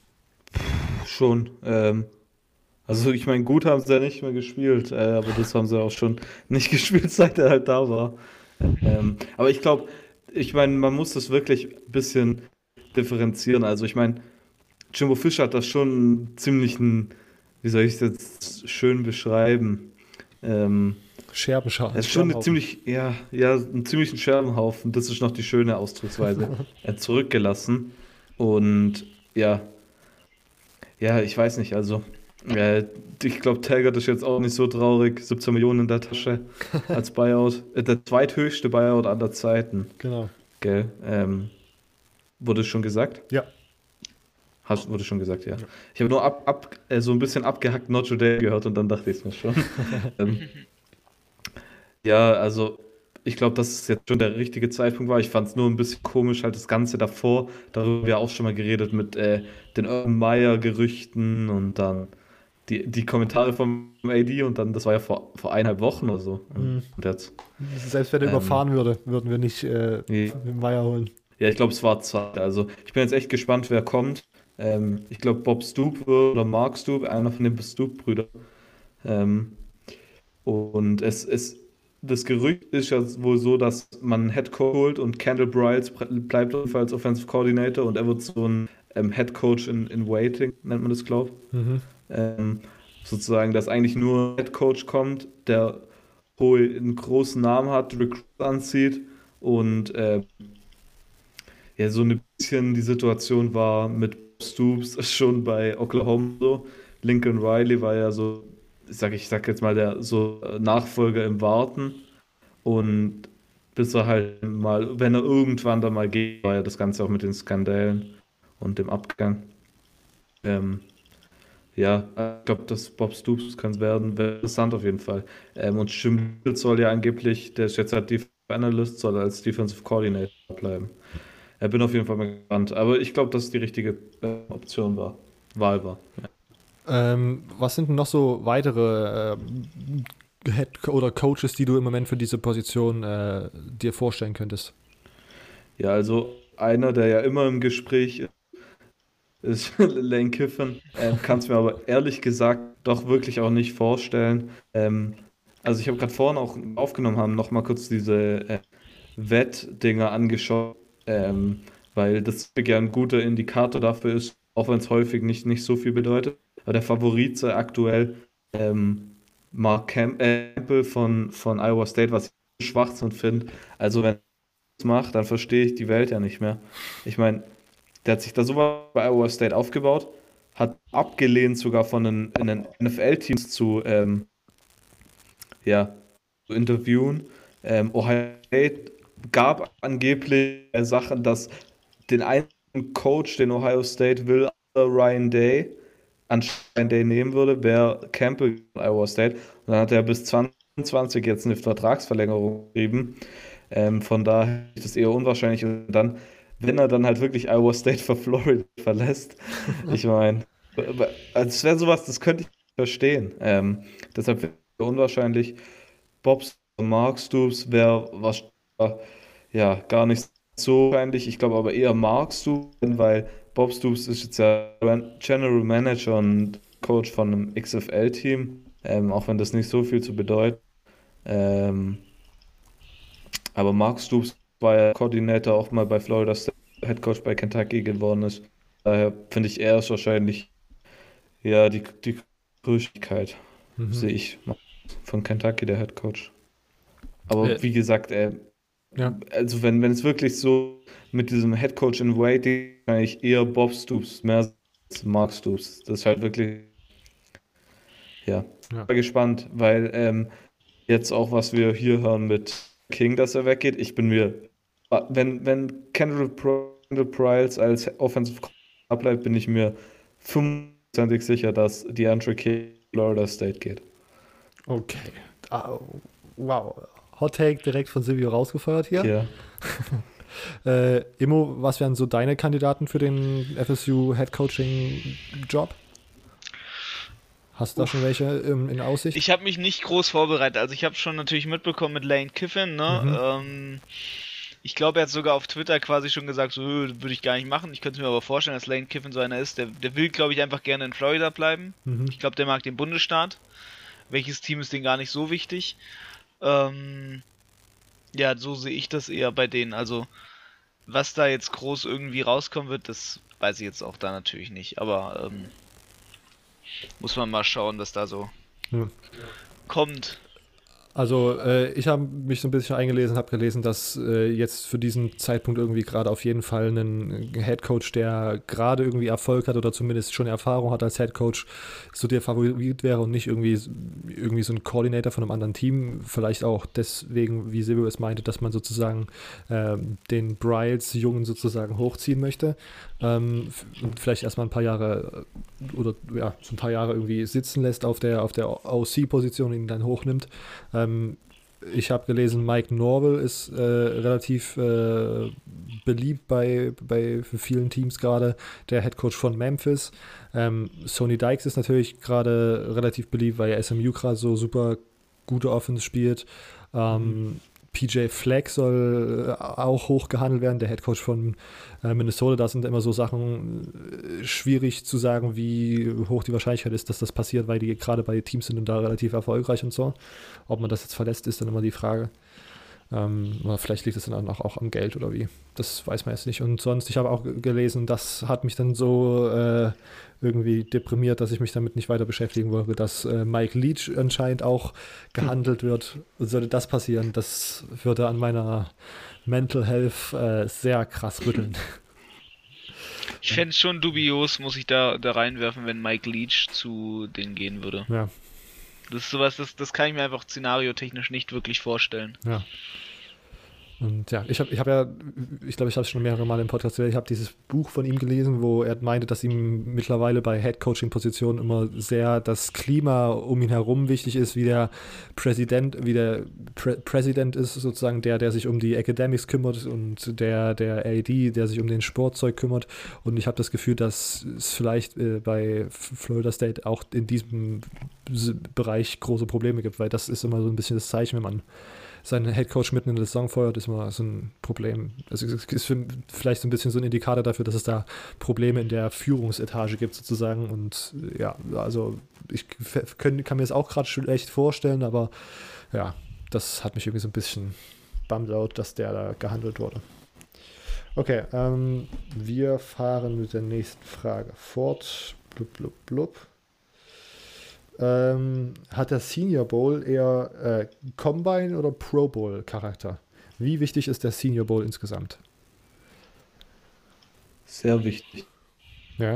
Schon. Ähm, also ich meine, gut haben sie ja nicht mehr gespielt, äh, aber das haben sie auch schon nicht gespielt, seit er halt da war. Ähm, aber ich glaube, ich meine, man muss das wirklich ein bisschen differenzieren. Also ich meine, Jimbo Fisher hat das schon ziemlich ein, wie soll ich es jetzt schön beschreiben? Ähm, Scherbenschar. er ist schon eine ziemlich, ja, ja, einen ziemlichen Scherbenhaufen, das ist noch die schöne Ausdrucksweise, äh, zurückgelassen. Und ja, ja, ich weiß nicht, also äh, ich glaube, Taggart ist jetzt auch nicht so traurig, siebzehn Millionen in der Tasche als Buyout. Äh, der zweithöchste Buyout aller Zeiten, Genau. gell? Ähm, wurde schon gesagt? Ja. Hast, wurde schon gesagt, ja. Ich habe nur ab, ab, äh, so ein bisschen abgehackt Notre Dame gehört und dann dachte ich es mir schon. ähm, ja, also ich glaube, dass es jetzt schon der richtige Zeitpunkt war. Ich fand es nur ein bisschen komisch, halt das Ganze davor. Darüber haben wir auch schon mal geredet mit äh, den Urban Meyer-Gerüchten und dann die, die Kommentare vom A D und dann, das war ja vor, vor eineinhalb Wochen oder so. Mhm. Und jetzt, Selbst wenn er Ähm, überfahren würde, würden wir nicht äh, Nee. den Meier holen. ja, ich glaube, es war Zeit. Also ich bin jetzt echt gespannt, wer kommt. Ähm, ich glaube, Bob Stoop oder Mark Stoop, einer von den Stoop-Brüdern. Ähm, und es, es, das Gerücht ist ja wohl so, dass man einen Head Coach holt und Kendall Briles bleibt auf jeden Fall als Offensive Coordinator und er wird so ein ähm, Head Coach in, in Waiting, nennt man das, glaube ich. Mhm. Ähm, sozusagen, dass eigentlich nur ein Head Coach kommt, der wohl einen großen Namen hat, Recruit anzieht und äh, ja, so ein bisschen die Situation war mit Stoops schon bei Oklahoma so. Lincoln Riley war ja so, ich sag, ich sag jetzt mal, der so Nachfolger im Warten. Und bis er halt mal, wenn er irgendwann da mal geht, war ja das Ganze auch mit den Skandalen und dem Abgang. Ähm, ja, ich glaube, das Bob Stoops kann es werden. Wäre interessant auf jeden Fall. Ähm, und Jim Hill soll ja angeblich, der ist jetzt halt Defensive Analyst, soll als Defensive Coordinator bleiben. Ich bin auf jeden Fall mal gespannt. Aber ich glaube, dass es die richtige äh, Option war. Wahl war. Ja. Ähm, was sind denn noch so weitere äh, Head oder Coaches, die du im Moment für diese Position äh, dir vorstellen könntest? Ja, also einer, der ja immer im Gespräch ist, ist Lane Kiffin. Ähm, kann es mir aber ehrlich gesagt doch wirklich auch nicht vorstellen. Ähm, also ich habe gerade vorhin auch aufgenommen haben, noch mal kurz diese äh, Wettdinger angeschaut, ähm, weil das ja ein guter Indikator dafür ist, auch wenn es häufig nicht, nicht so viel bedeutet. Aber der Favorit sei aktuell ähm, Mark Campbell von, von Iowa State, was ich Schwachsinn finde. Also wenn er das macht, dann verstehe ich die Welt ja nicht mehr. Ich meine, der hat sich da sowas bei Iowa State aufgebaut, hat abgelehnt sogar von den, in den N F L-Teams zu, ähm, ja, zu interviewen. Ähm, Ohio State gab angeblich äh, Sachen, dass den einzigen Coach, den Ohio State will, Ryan Day, anscheinend Day nehmen würde, wäre Campbell von Iowa State. Und dann hat er bis zwanzig zwanzig jetzt eine Vertragsverlängerung gegeben. Ähm, von daher ist das eher unwahrscheinlich. Und dann, wenn er dann halt wirklich Iowa State für Florida verlässt, ich meine, also es wäre sowas, das könnte ich verstehen. Ähm, deshalb wäre es unwahrscheinlich. Bob Mark Stoops wäre was, ja, gar nicht so wahrscheinlich. Ich glaube aber eher Mark Stoops, weil Bob Stoops ist jetzt ja General Manager und Coach von einem X F L-Team, ähm, auch wenn das nicht so viel zu bedeuten. Ähm, aber Mark Stoops war ja Koordinator auch mal bei Florida State, Head Coach bei Kentucky geworden ist. Daher finde ich, er ist wahrscheinlich ja die, die Größigkeit, Mhm. sehe ich, von Kentucky, der Head Coach. Aber Äh, wie gesagt, äh, ja. also wenn, wenn es wirklich so mit diesem Head Coach in Waiting, eigentlich eher Bob Stoops, mehr als Mark Stoops. Das ist halt wirklich, ja, Ja. bin gespannt, weil ähm, jetzt auch, was wir hier hören mit King, dass er weggeht, ich bin mir, wenn, wenn Kendall Pryles als Offensive Coordinator bleibt, bin ich mir fünfundzwanzig sicher, dass DeAndre King Florida State geht. Okay. Ah, wow. Hot Take direkt von Silvio rausgefeuert hier. Ja. Äh, Immo, was wären so deine Kandidaten für den F S U Head Coaching Job? Hast du da Uff. schon welche ähm, in Aussicht? Ich habe mich nicht groß vorbereitet. Also ich habe schon natürlich mitbekommen mit Lane Kiffin, ne? Mhm. Ähm, ich glaube, er hat sogar auf Twitter quasi schon gesagt, so "Äh, würde ich gar nicht machen. Ich könnte mir aber vorstellen, dass Lane Kiffin so einer ist, der, der will, glaube ich, einfach gerne in Florida bleiben. Mhm. Ich glaube, der mag den Bundesstaat. Welches Team ist denen gar nicht so wichtig? Ähm, ja, so sehe ich das eher bei denen. Also, was da jetzt groß irgendwie rauskommen wird, das weiß ich jetzt auch da natürlich nicht. Aber ähm, muss man mal schauen, was da so Ja. kommt. Also äh, ich habe mich so ein bisschen eingelesen, habe gelesen, dass äh, jetzt für diesen Zeitpunkt irgendwie gerade auf jeden Fall ein Headcoach, der gerade irgendwie Erfolg hat oder zumindest schon Erfahrung hat als Headcoach, so der Favorit wäre und nicht irgendwie, irgendwie so ein Coordinator von einem anderen Team. Vielleicht auch deswegen, wie Silvio es meinte, dass man sozusagen äh, den Bryles-Jungen sozusagen hochziehen möchte. Ähm, und vielleicht erstmal ein paar Jahre oder ja, so ein paar Jahre irgendwie sitzen lässt auf der, auf der O C-Position und ihn dann hochnimmt. Ähm, ich habe gelesen, Mike Norvell ist äh, relativ äh, beliebt bei, bei für vielen Teams gerade, der Headcoach von Memphis. Ähm, Sonny Dykes ist natürlich gerade relativ beliebt, weil er S M U gerade so super gute Offense spielt. Ähm, mhm. P J Fleck soll auch hoch gehandelt werden, der Headcoach von äh, Minnesota. Da sind immer so Sachen äh, schwierig zu sagen, wie hoch die Wahrscheinlichkeit ist, dass das passiert, weil die gerade bei Teams sind und da relativ erfolgreich und so. Ob man das jetzt verlässt, ist dann immer die Frage. Ähm, aber vielleicht liegt es dann auch, auch am Geld oder wie. Das weiß man jetzt nicht. Und sonst, ich habe auch gelesen, das hat mich dann so äh, irgendwie deprimiert, dass ich mich damit nicht weiter beschäftigen wollte, dass äh, Mike Leach anscheinend auch gehandelt wird. Und sollte das passieren, das würde an meiner Mental Health äh, sehr krass rütteln. Ich fände es schon dubios, muss ich da, da reinwerfen, wenn Mike Leach zu denen gehen würde. Ja, Das ist sowas, das, das kann ich mir einfach szenariotechnisch nicht wirklich vorstellen. ja. Und ja, ich habe ich hab ja, ich glaube, ich habe es schon mehrere Mal im Podcast gesagt, ich habe dieses Buch von ihm gelesen, wo er meinte, dass ihm mittlerweile bei Head-Coaching-Positionen immer sehr das Klima um ihn herum wichtig ist, wie der Präsident, wie der Pre Präsident ist sozusagen, der, der sich um die Academics kümmert und der, der A D, der sich um den Sportzeug kümmert. Und ich habe das Gefühl, dass es vielleicht äh, bei Florida State auch in diesem Bereich große Probleme gibt, weil das ist immer so ein bisschen das Zeichen, wenn man seinen Headcoach mitten in der Saison feuert, ist immer so ein Problem. Also es ist für, vielleicht so ein bisschen so ein Indikator dafür, dass es da Probleme in der Führungsetage gibt sozusagen. Und ja, also ich können, kann mir das auch gerade schlecht vorstellen, aber ja, das hat mich irgendwie so ein bisschen bummed out, dass der da gehandelt wurde. Okay, ähm, wir fahren mit der nächsten Frage fort. Blub, blub, blub. Ähm, hat der Senior Bowl eher äh, Combine oder Pro Bowl Charakter? Wie wichtig ist der Senior Bowl insgesamt? Sehr wichtig. Ja.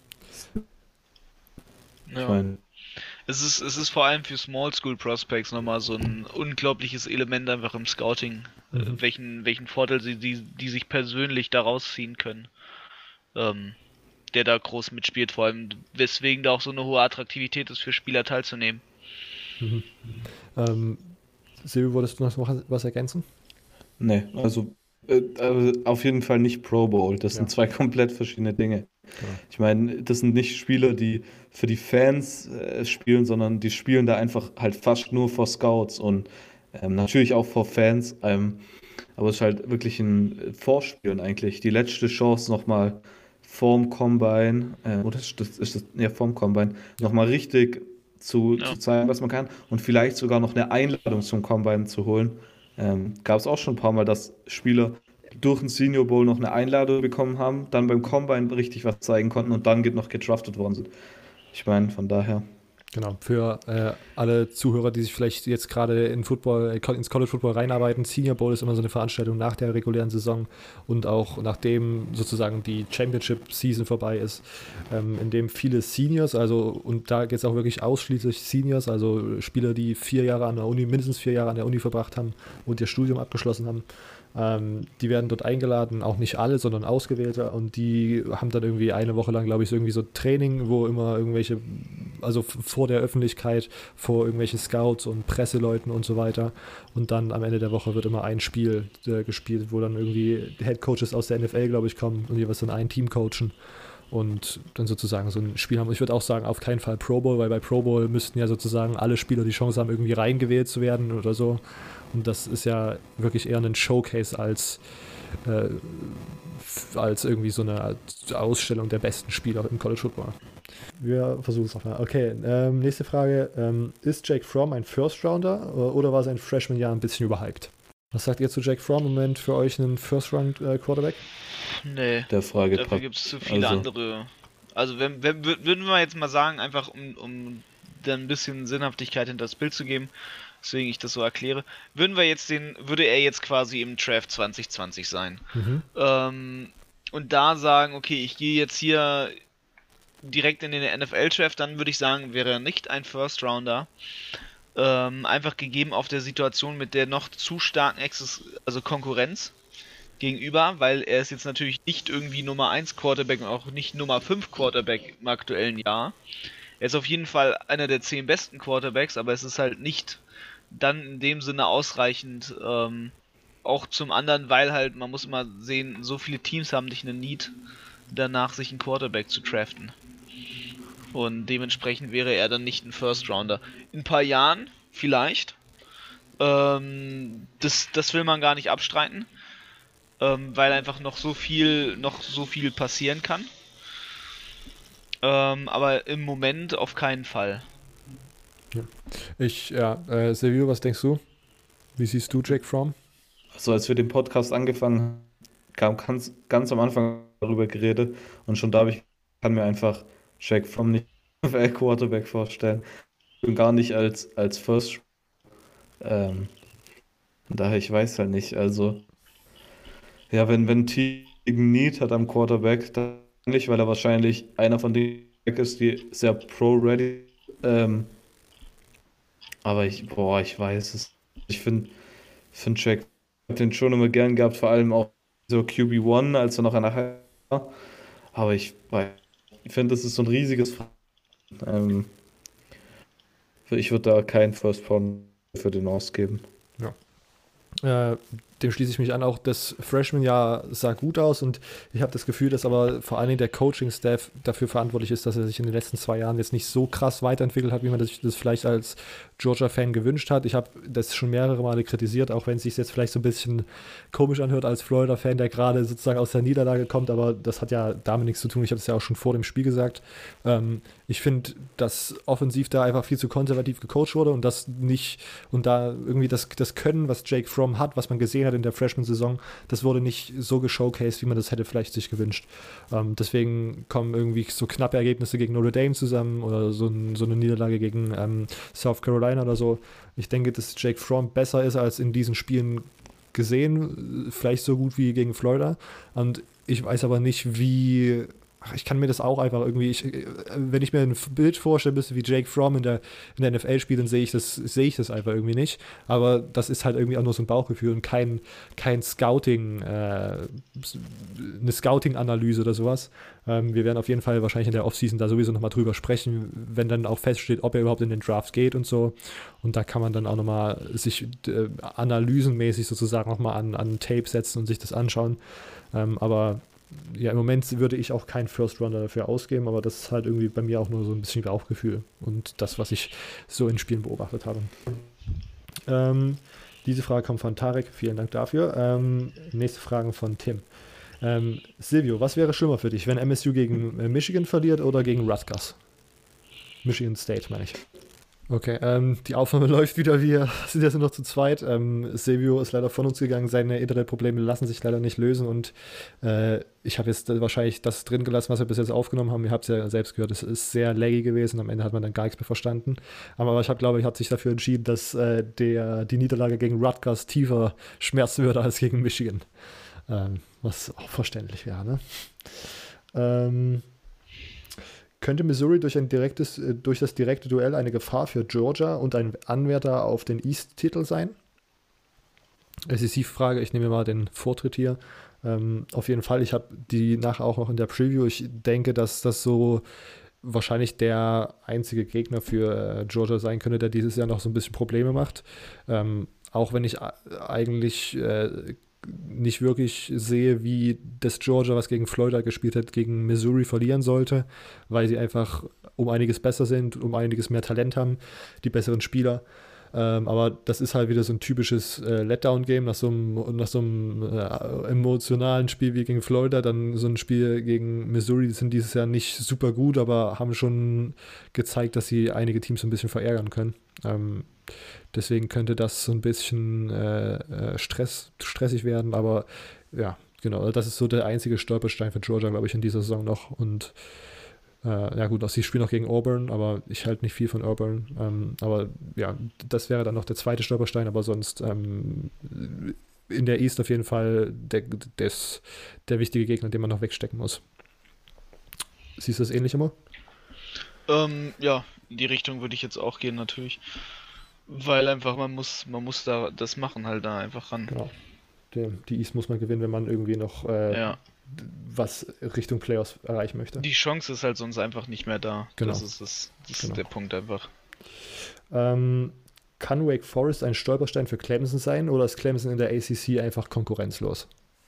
Ich Ja. meine, Es ist, es ist vor allem für Small School Prospects nochmal so ein unglaubliches Element einfach im Scouting, Mhm. äh, welchen, welchen Vorteil sie, die, die sich persönlich daraus ziehen können, ähm, der da groß mitspielt, vor allem weswegen da auch so eine hohe Attraktivität ist für Spieler teilzunehmen. Mhm. Ähm, Silvio, wolltest du noch was ergänzen? nee, also äh, also auf jeden Fall nicht Pro Bowl. Das Ja. sind zwei komplett verschiedene Dinge. Genau. Ich meine, das sind nicht Spieler, die für die Fans äh, spielen, sondern die spielen da einfach halt fast nur vor Scouts und ähm, natürlich auch vor Fans. Ähm, aber es ist halt wirklich ein äh, Vorspielen eigentlich. Die letzte Chance nochmal vorm Combine, äh, oder ist das, ist das, ja, vorm Combine, nochmal richtig zu, Ja. zu zeigen, was man kann und vielleicht sogar noch eine Einladung zum Combine zu holen. Ähm, gab es auch schon ein paar Mal, dass Spieler durch den Senior Bowl noch eine Einladung bekommen haben, dann beim Combine richtig was zeigen konnten und dann geht noch gedraftet worden sind. Ich meine, von daher. Genau, für äh, alle Zuhörer, die sich vielleicht jetzt gerade in Football, äh, ins College Football reinarbeiten, Senior Bowl ist immer so eine Veranstaltung nach der regulären Saison und auch nachdem sozusagen die Championship Season vorbei ist, ähm, in dem viele Seniors, also und da geht es auch wirklich ausschließlich Seniors, also Spieler, die vier Jahre an der Uni, mindestens vier Jahre an der Uni verbracht haben und ihr Studium abgeschlossen haben. Ähm, die werden dort eingeladen, auch nicht alle, sondern Ausgewählte und die haben dann irgendwie eine Woche lang, glaube ich, so irgendwie so Training, wo immer irgendwelche, also f- vor der Öffentlichkeit, vor irgendwelchen Scouts und Presseleuten und so weiter und dann am Ende der Woche wird immer ein Spiel äh, gespielt, wo dann irgendwie Headcoaches aus der N F L, glaube ich, kommen und jeweils dann ein Team coachen und dann sozusagen so ein Spiel haben. Ich würde auch sagen, auf keinen Fall Pro Bowl, weil bei Pro Bowl müssten ja sozusagen alle Spieler die Chance haben, irgendwie reingewählt zu werden oder so. Und das ist ja wirklich eher ein Showcase als, äh, f- als irgendwie so eine Ausstellung der besten Spieler im College Football. Wir versuchen es nochmal. Okay, ähm, nächste Frage. Ähm, ist Jake Fromm ein First Rounder oder, oder war sein Freshman-Jahr ein bisschen überhyped? Was sagt ihr zu Jake Fromm? Im Moment für euch ein First-Round-Quarterback? Nee, Der Frage dafür gibt es zu viele also, andere. Also wenn, wenn, wür- würden wir jetzt mal sagen, einfach um, um da ein bisschen Sinnhaftigkeit hinter das Bild zu geben, deswegen ich das so erkläre, würden wir jetzt den, würde er jetzt quasi im Draft zwanzig zwanzig sein. Mhm. Ähm, und da sagen, okay, ich gehe jetzt hier direkt in den N F L-Draft, dann würde ich sagen, wäre er nicht ein First Rounder. Ähm, einfach gegeben auf der Situation mit der noch zu starken Exis, also Konkurrenz gegenüber, weil er ist jetzt natürlich nicht irgendwie Nummer eins Quarterback und auch nicht Nummer fünf Quarterback im aktuellen Jahr. Er ist auf jeden Fall einer der zehn besten Quarterbacks, aber es ist halt nicht dann in dem Sinne ausreichend. Ähm, auch zum anderen, weil halt, man muss immer sehen, so viele Teams haben nicht eine Need danach, sich einen Quarterback zu draften. Und dementsprechend wäre er dann nicht ein First Rounder. In ein paar Jahren vielleicht. Ähm, das, das will man gar nicht abstreiten. Ähm, weil einfach noch so viel, noch so viel passieren kann. Ähm, aber im Moment auf keinen Fall. Ich, ja, äh, Silvio, was denkst du? Wie siehst du Jake Fromm? also als wir den Podcast angefangen haben, kam ganz, ganz am Anfang darüber geredet und schon da habe ich, kann mir einfach Jake Fromm nicht als Quarterback vorstellen und gar nicht als, als First. Ähm, daher, ich weiß halt nicht. Also, ja, wenn, wenn ein Team Need hat am Quarterback, dann nicht, weil er wahrscheinlich einer von denen ist, die sehr pro-ready. Ähm, aber ich, boah, ich weiß es. Ich finde, find Jack, ich hab den schon immer gern gehabt, vor allem auch so Q B eins, als er noch ein Nachher war. Aber ich, ich finde, das ist so ein riesiges. Ähm, ich würde da keinen First Round für den ausgeben. Ja. Äh, dem schließe ich mich an. Auch das Freshman-Jahr sah gut aus und ich habe das Gefühl, dass aber vor allen Dingen der Coaching-Staff dafür verantwortlich ist, dass er sich in den letzten zwei Jahren jetzt nicht so krass weiterentwickelt hat, wie man sich das vielleicht als Georgia-Fan gewünscht hat. Ich habe das schon mehrere Male kritisiert, auch wenn es sich jetzt vielleicht so ein bisschen komisch anhört als Florida-Fan, der gerade sozusagen aus der Niederlage kommt, aber das hat ja damit nichts zu tun. Ich habe es ja auch schon vor dem Spiel gesagt. Ähm, ich finde, dass offensiv da einfach viel zu konservativ gecoacht wurde und das nicht, und da irgendwie das, das Können, was Jake Fromm hat, was man gesehen hat in der Freshman-Saison, das wurde nicht so geshowcased, wie man das hätte vielleicht sich gewünscht. Ähm, deswegen kommen irgendwie so knappe Ergebnisse gegen Notre Dame zusammen oder so, ein, so eine Niederlage gegen ähm, South Carolina oder so. Ich denke, dass Jake Fromm besser ist als in diesen Spielen gesehen, vielleicht so gut wie gegen Florida. Und ich weiß aber nicht, wie. Ach, ich kann mir das auch einfach irgendwie, ich, wenn ich mir ein Bild vorstellen müsste, wie Jake Fromm in der, in der N F L spielt, dann sehe ich das, sehe ich das einfach irgendwie nicht. Aber das ist halt irgendwie auch nur so ein Bauchgefühl und kein, kein Scouting, äh, eine Scouting-Analyse oder sowas. Ähm, wir werden auf jeden Fall wahrscheinlich in der Offseason da sowieso nochmal drüber sprechen, wenn dann auch feststeht, ob er überhaupt in den Draft geht und so. Und da kann man dann auch nochmal sich äh, analysenmäßig sozusagen nochmal an, an Tape setzen und sich das anschauen. Ähm, aber ja, im Moment würde ich auch keinen First Rounder dafür ausgeben, aber das ist halt irgendwie bei mir auch nur so ein bisschen Bauchgefühl und das, was ich so in Spielen beobachtet habe. Ähm, diese Frage kommt von Tarek, vielen Dank dafür. Ähm, nächste Frage von Tim. Ähm, Silvio, was wäre schlimmer für dich, wenn M S U gegen äh, Michigan verliert oder gegen Rutgers? Michigan State, meine ich. Okay, ähm, die Aufnahme läuft wieder, wir sind jetzt nur noch zu zweit. Ähm, Silvio ist leider von uns gegangen, seine Internetprobleme lassen sich leider nicht lösen und äh, ich habe jetzt wahrscheinlich das drin gelassen, was wir bis jetzt aufgenommen haben. Ihr habt es ja selbst gehört, es ist sehr laggy gewesen, am Ende hat man dann gar nichts mehr verstanden. Aber ich habe, glaube ich, hat sich dafür entschieden, dass äh, der, die Niederlage gegen Rutgers tiefer schmerzen würde als gegen Michigan. Ähm, was auch verständlich wäre, ne? Ähm... Könnte Missouri durch, ein direktes, durch das direkte Duell eine Gefahr für Georgia und ein Anwärter auf den East-Titel sein? Es ist die Frage, ich nehme mal den Vortritt hier. Ähm, auf jeden Fall, ich habe die nachher auch noch in der Preview. Ich denke, dass das so wahrscheinlich der einzige Gegner für äh, Georgia sein könnte, der dieses Jahr noch so ein bisschen Probleme macht. Ähm, auch wenn ich eigentlich äh, nicht wirklich sehe, wie das Georgia, was gegen Florida gespielt hat, gegen Missouri verlieren sollte, weil sie einfach um einiges besser sind, um einiges mehr Talent haben, die besseren Spieler. Ähm, aber das ist halt wieder so ein typisches äh, Letdown-Game nach so einem, nach so einem äh, emotionalen Spiel wie gegen Florida, dann so ein Spiel gegen Missouri, die sind dieses Jahr nicht super gut, aber haben schon gezeigt, dass sie einige Teams so ein bisschen verärgern können. Ähm, deswegen könnte das so ein bisschen äh, Stress, stressig werden, aber ja, genau, das ist so der einzige Stolperstein für Georgia, glaube ich, in dieser Saison noch und Äh, ja gut, auch sie spielen noch gegen Auburn, aber ich halte nicht viel von Auburn. Ähm, aber ja, das wäre dann noch der zweite Stolperstein, aber sonst ähm, in der East auf jeden Fall der, des, der wichtige Gegner, den man noch wegstecken muss. Siehst du das ähnlich immer? Ähm, ja, in die Richtung würde ich jetzt auch gehen natürlich. Weil einfach man muss, man muss da das machen halt da einfach ran. Genau. Die, die East muss man gewinnen, wenn man irgendwie noch äh, Ja. was Richtung Playoffs erreichen möchte. Die Chance ist halt sonst einfach nicht mehr da. Genau. Das ist, das, das Genau. ist der Punkt einfach. Ähm, kann Wake Forest ein Stolperstein für Clemson sein oder ist Clemson in der A C C einfach konkurrenzlos?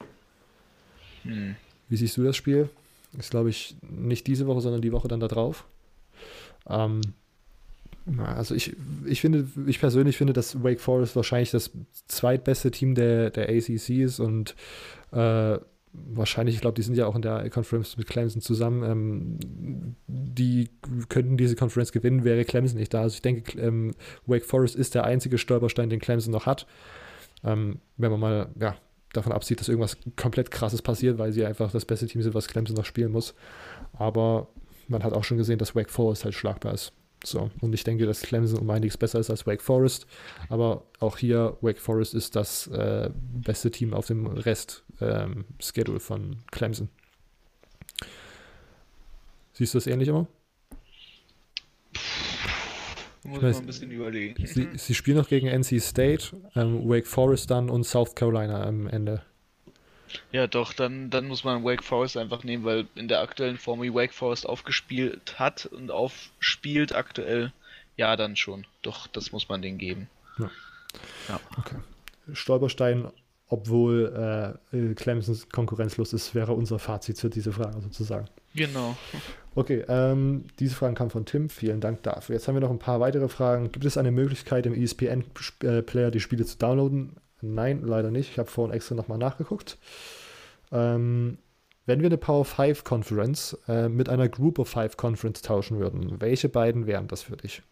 Hm. Wie siehst du das Spiel? Ist, glaube ich, nicht diese Woche, sondern die Woche dann da drauf. Ähm, also ich, ich finde, ich persönlich finde, dass Wake Forest wahrscheinlich das zweitbeste Team der, der A C C ist und äh, wahrscheinlich, ich glaube, die sind ja auch in der Conference mit Clemson zusammen. Ähm, die könnten diese Conference gewinnen, wäre Clemson nicht da. Also ich denke, ähm, Wake Forest ist der einzige Stolperstein, den Clemson noch hat. Ähm, wenn man mal ja, davon absieht, dass irgendwas komplett Krasses passiert, weil sie einfach das beste Team sind, was Clemson noch spielen muss. Aber man hat auch schon gesehen, dass Wake Forest halt schlagbar ist. So, und ich denke, dass Clemson um einiges besser ist als Wake Forest, aber auch hier, Wake Forest ist das äh, beste Team auf dem Rest ähm, Schedule von Clemson. Siehst du das ähnlich immer? Muss Ich man weiß, ein bisschen überlegen. Sie, sie spielen noch gegen N C State, ähm, Wake Forest dann und South Carolina am Ende. Ja, doch, dann, dann muss man Wake Forest einfach nehmen, weil in der aktuellen Form, wie Wake Forest aufgespielt hat und aufspielt aktuell, ja, dann schon. Doch, das muss man denen geben. Ja. Ja. Okay. Stolperstein, obwohl äh, Clemsons konkurrenzlos ist, wäre unser Fazit zu dieser Frage sozusagen. Genau. Okay, ähm, diese Fragen kamen von Tim, vielen Dank dafür. Jetzt haben wir noch ein paar weitere Fragen. Gibt es eine Möglichkeit, im E S P N-Player die Spiele zu downloaden? Nein, leider nicht. Ich habe vorhin extra nochmal nachgeguckt. Ähm, wenn wir eine Power fünf Conference äh, mit einer Group of Five Conference tauschen würden, welche beiden wären das für dich?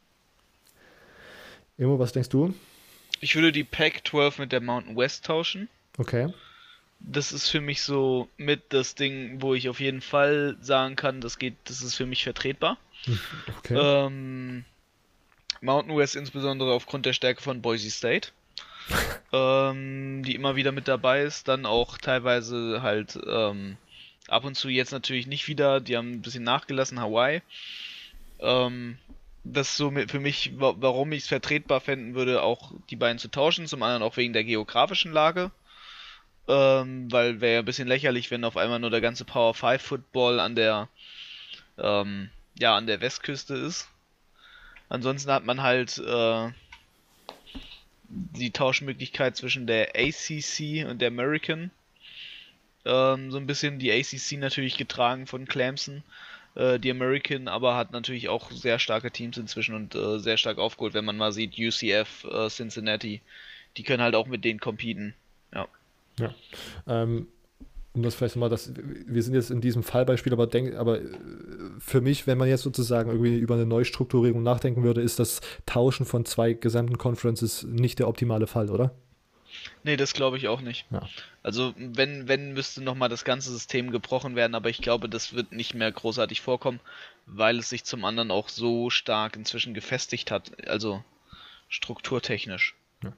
Immo, was denkst du? Ich würde die Pac zwölf mit der Mountain West tauschen. Okay. Das ist für mich so mit das Ding, wo ich auf jeden Fall sagen kann, das geht, das ist für mich vertretbar. Okay. Ähm, Mountain West insbesondere aufgrund der Stärke von Boise State, ähm, die immer wieder mit dabei ist, dann auch teilweise halt ähm, ab und zu jetzt natürlich nicht wieder, die haben ein bisschen nachgelassen, Hawaii. Ähm, das ist so mit, für mich, wa- warum ich es vertretbar fänden würde, auch die beiden zu tauschen, zum anderen auch wegen der geografischen Lage. Ähm, weil wäre ja ein bisschen lächerlich, wenn auf einmal nur der ganze Power fünf Football an der ähm, ja, an der Westküste ist. Ansonsten hat man halt äh, die Tauschmöglichkeit zwischen der A C C und der American. Ähm, so ein bisschen die A C C natürlich getragen von Clemson. Äh, die American aber hat natürlich auch sehr starke Teams inzwischen und äh, sehr stark aufgeholt, wenn man mal sieht, U C F, äh, Cincinnati, die können halt auch mit denen competen. Ja. Ja. Ähm, um das vielleicht mal, das, wir sind jetzt in diesem Fallbeispiel, aber, denk, aber äh, für mich, wenn man jetzt sozusagen irgendwie über eine Neustrukturierung nachdenken würde, ist das Tauschen von zwei gesamten Conferences nicht der optimale Fall, oder? Nee, das glaube ich auch nicht. Ja. Also wenn, wenn müsste nochmal das ganze System gebrochen werden, aber ich glaube, das wird nicht mehr großartig vorkommen, weil es sich zum anderen auch so stark inzwischen gefestigt hat, also strukturtechnisch. Ja,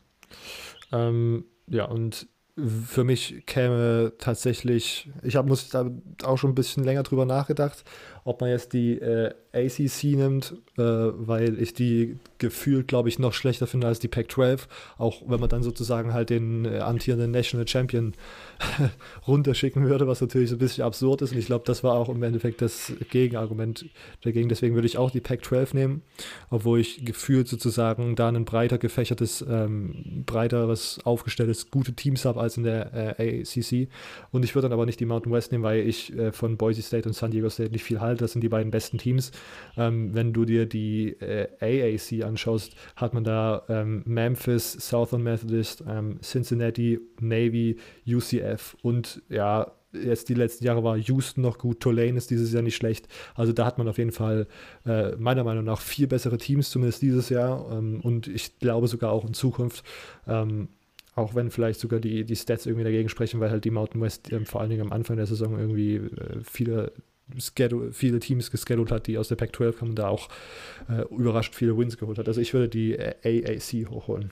ähm, ja und für mich käme tatsächlich, ich habe muss da auch schon ein bisschen länger drüber nachgedacht, ob man jetzt die äh, A C C nimmt, äh, weil ich die gefühlt, glaube ich, noch schlechter finde als die Pac zwölf, auch wenn man dann sozusagen halt den äh, amtierenden National Champion runterschicken würde, was natürlich so ein bisschen absurd ist und ich glaube, das war auch im Endeffekt das Gegenargument dagegen, deswegen würde ich auch die Pac zwölf nehmen, obwohl ich gefühlt sozusagen da ein breiter gefächertes, ähm, breiteres aufgestelltes, gute Teams habe als in der äh, A C C und ich würde dann aber nicht die Mountain West nehmen, weil ich äh, von Boise State und San Diego State nicht viel halte, das sind die beiden besten Teams. Ähm, wenn du dir die äh, A A C anschaust, hat man da ähm, Memphis, Southern Methodist, ähm, Cincinnati, Navy, U C F und ja, jetzt die letzten Jahre war Houston noch gut, Tulane ist dieses Jahr nicht schlecht. Also da hat man auf jeden Fall äh, meiner Meinung nach vier bessere Teams, zumindest dieses Jahr ähm, und ich glaube sogar auch in Zukunft. Ähm, auch wenn vielleicht sogar die, die Stats irgendwie dagegen sprechen, weil halt die Mountain West ähm, vor allen Dingen am Anfang der Saison irgendwie äh, viele, Schedule, viele Teams gescheduled hat, die aus der Pac zwölf kamen und da auch äh, überrascht viele Wins geholt hat. Also ich würde die äh, A A C hochholen.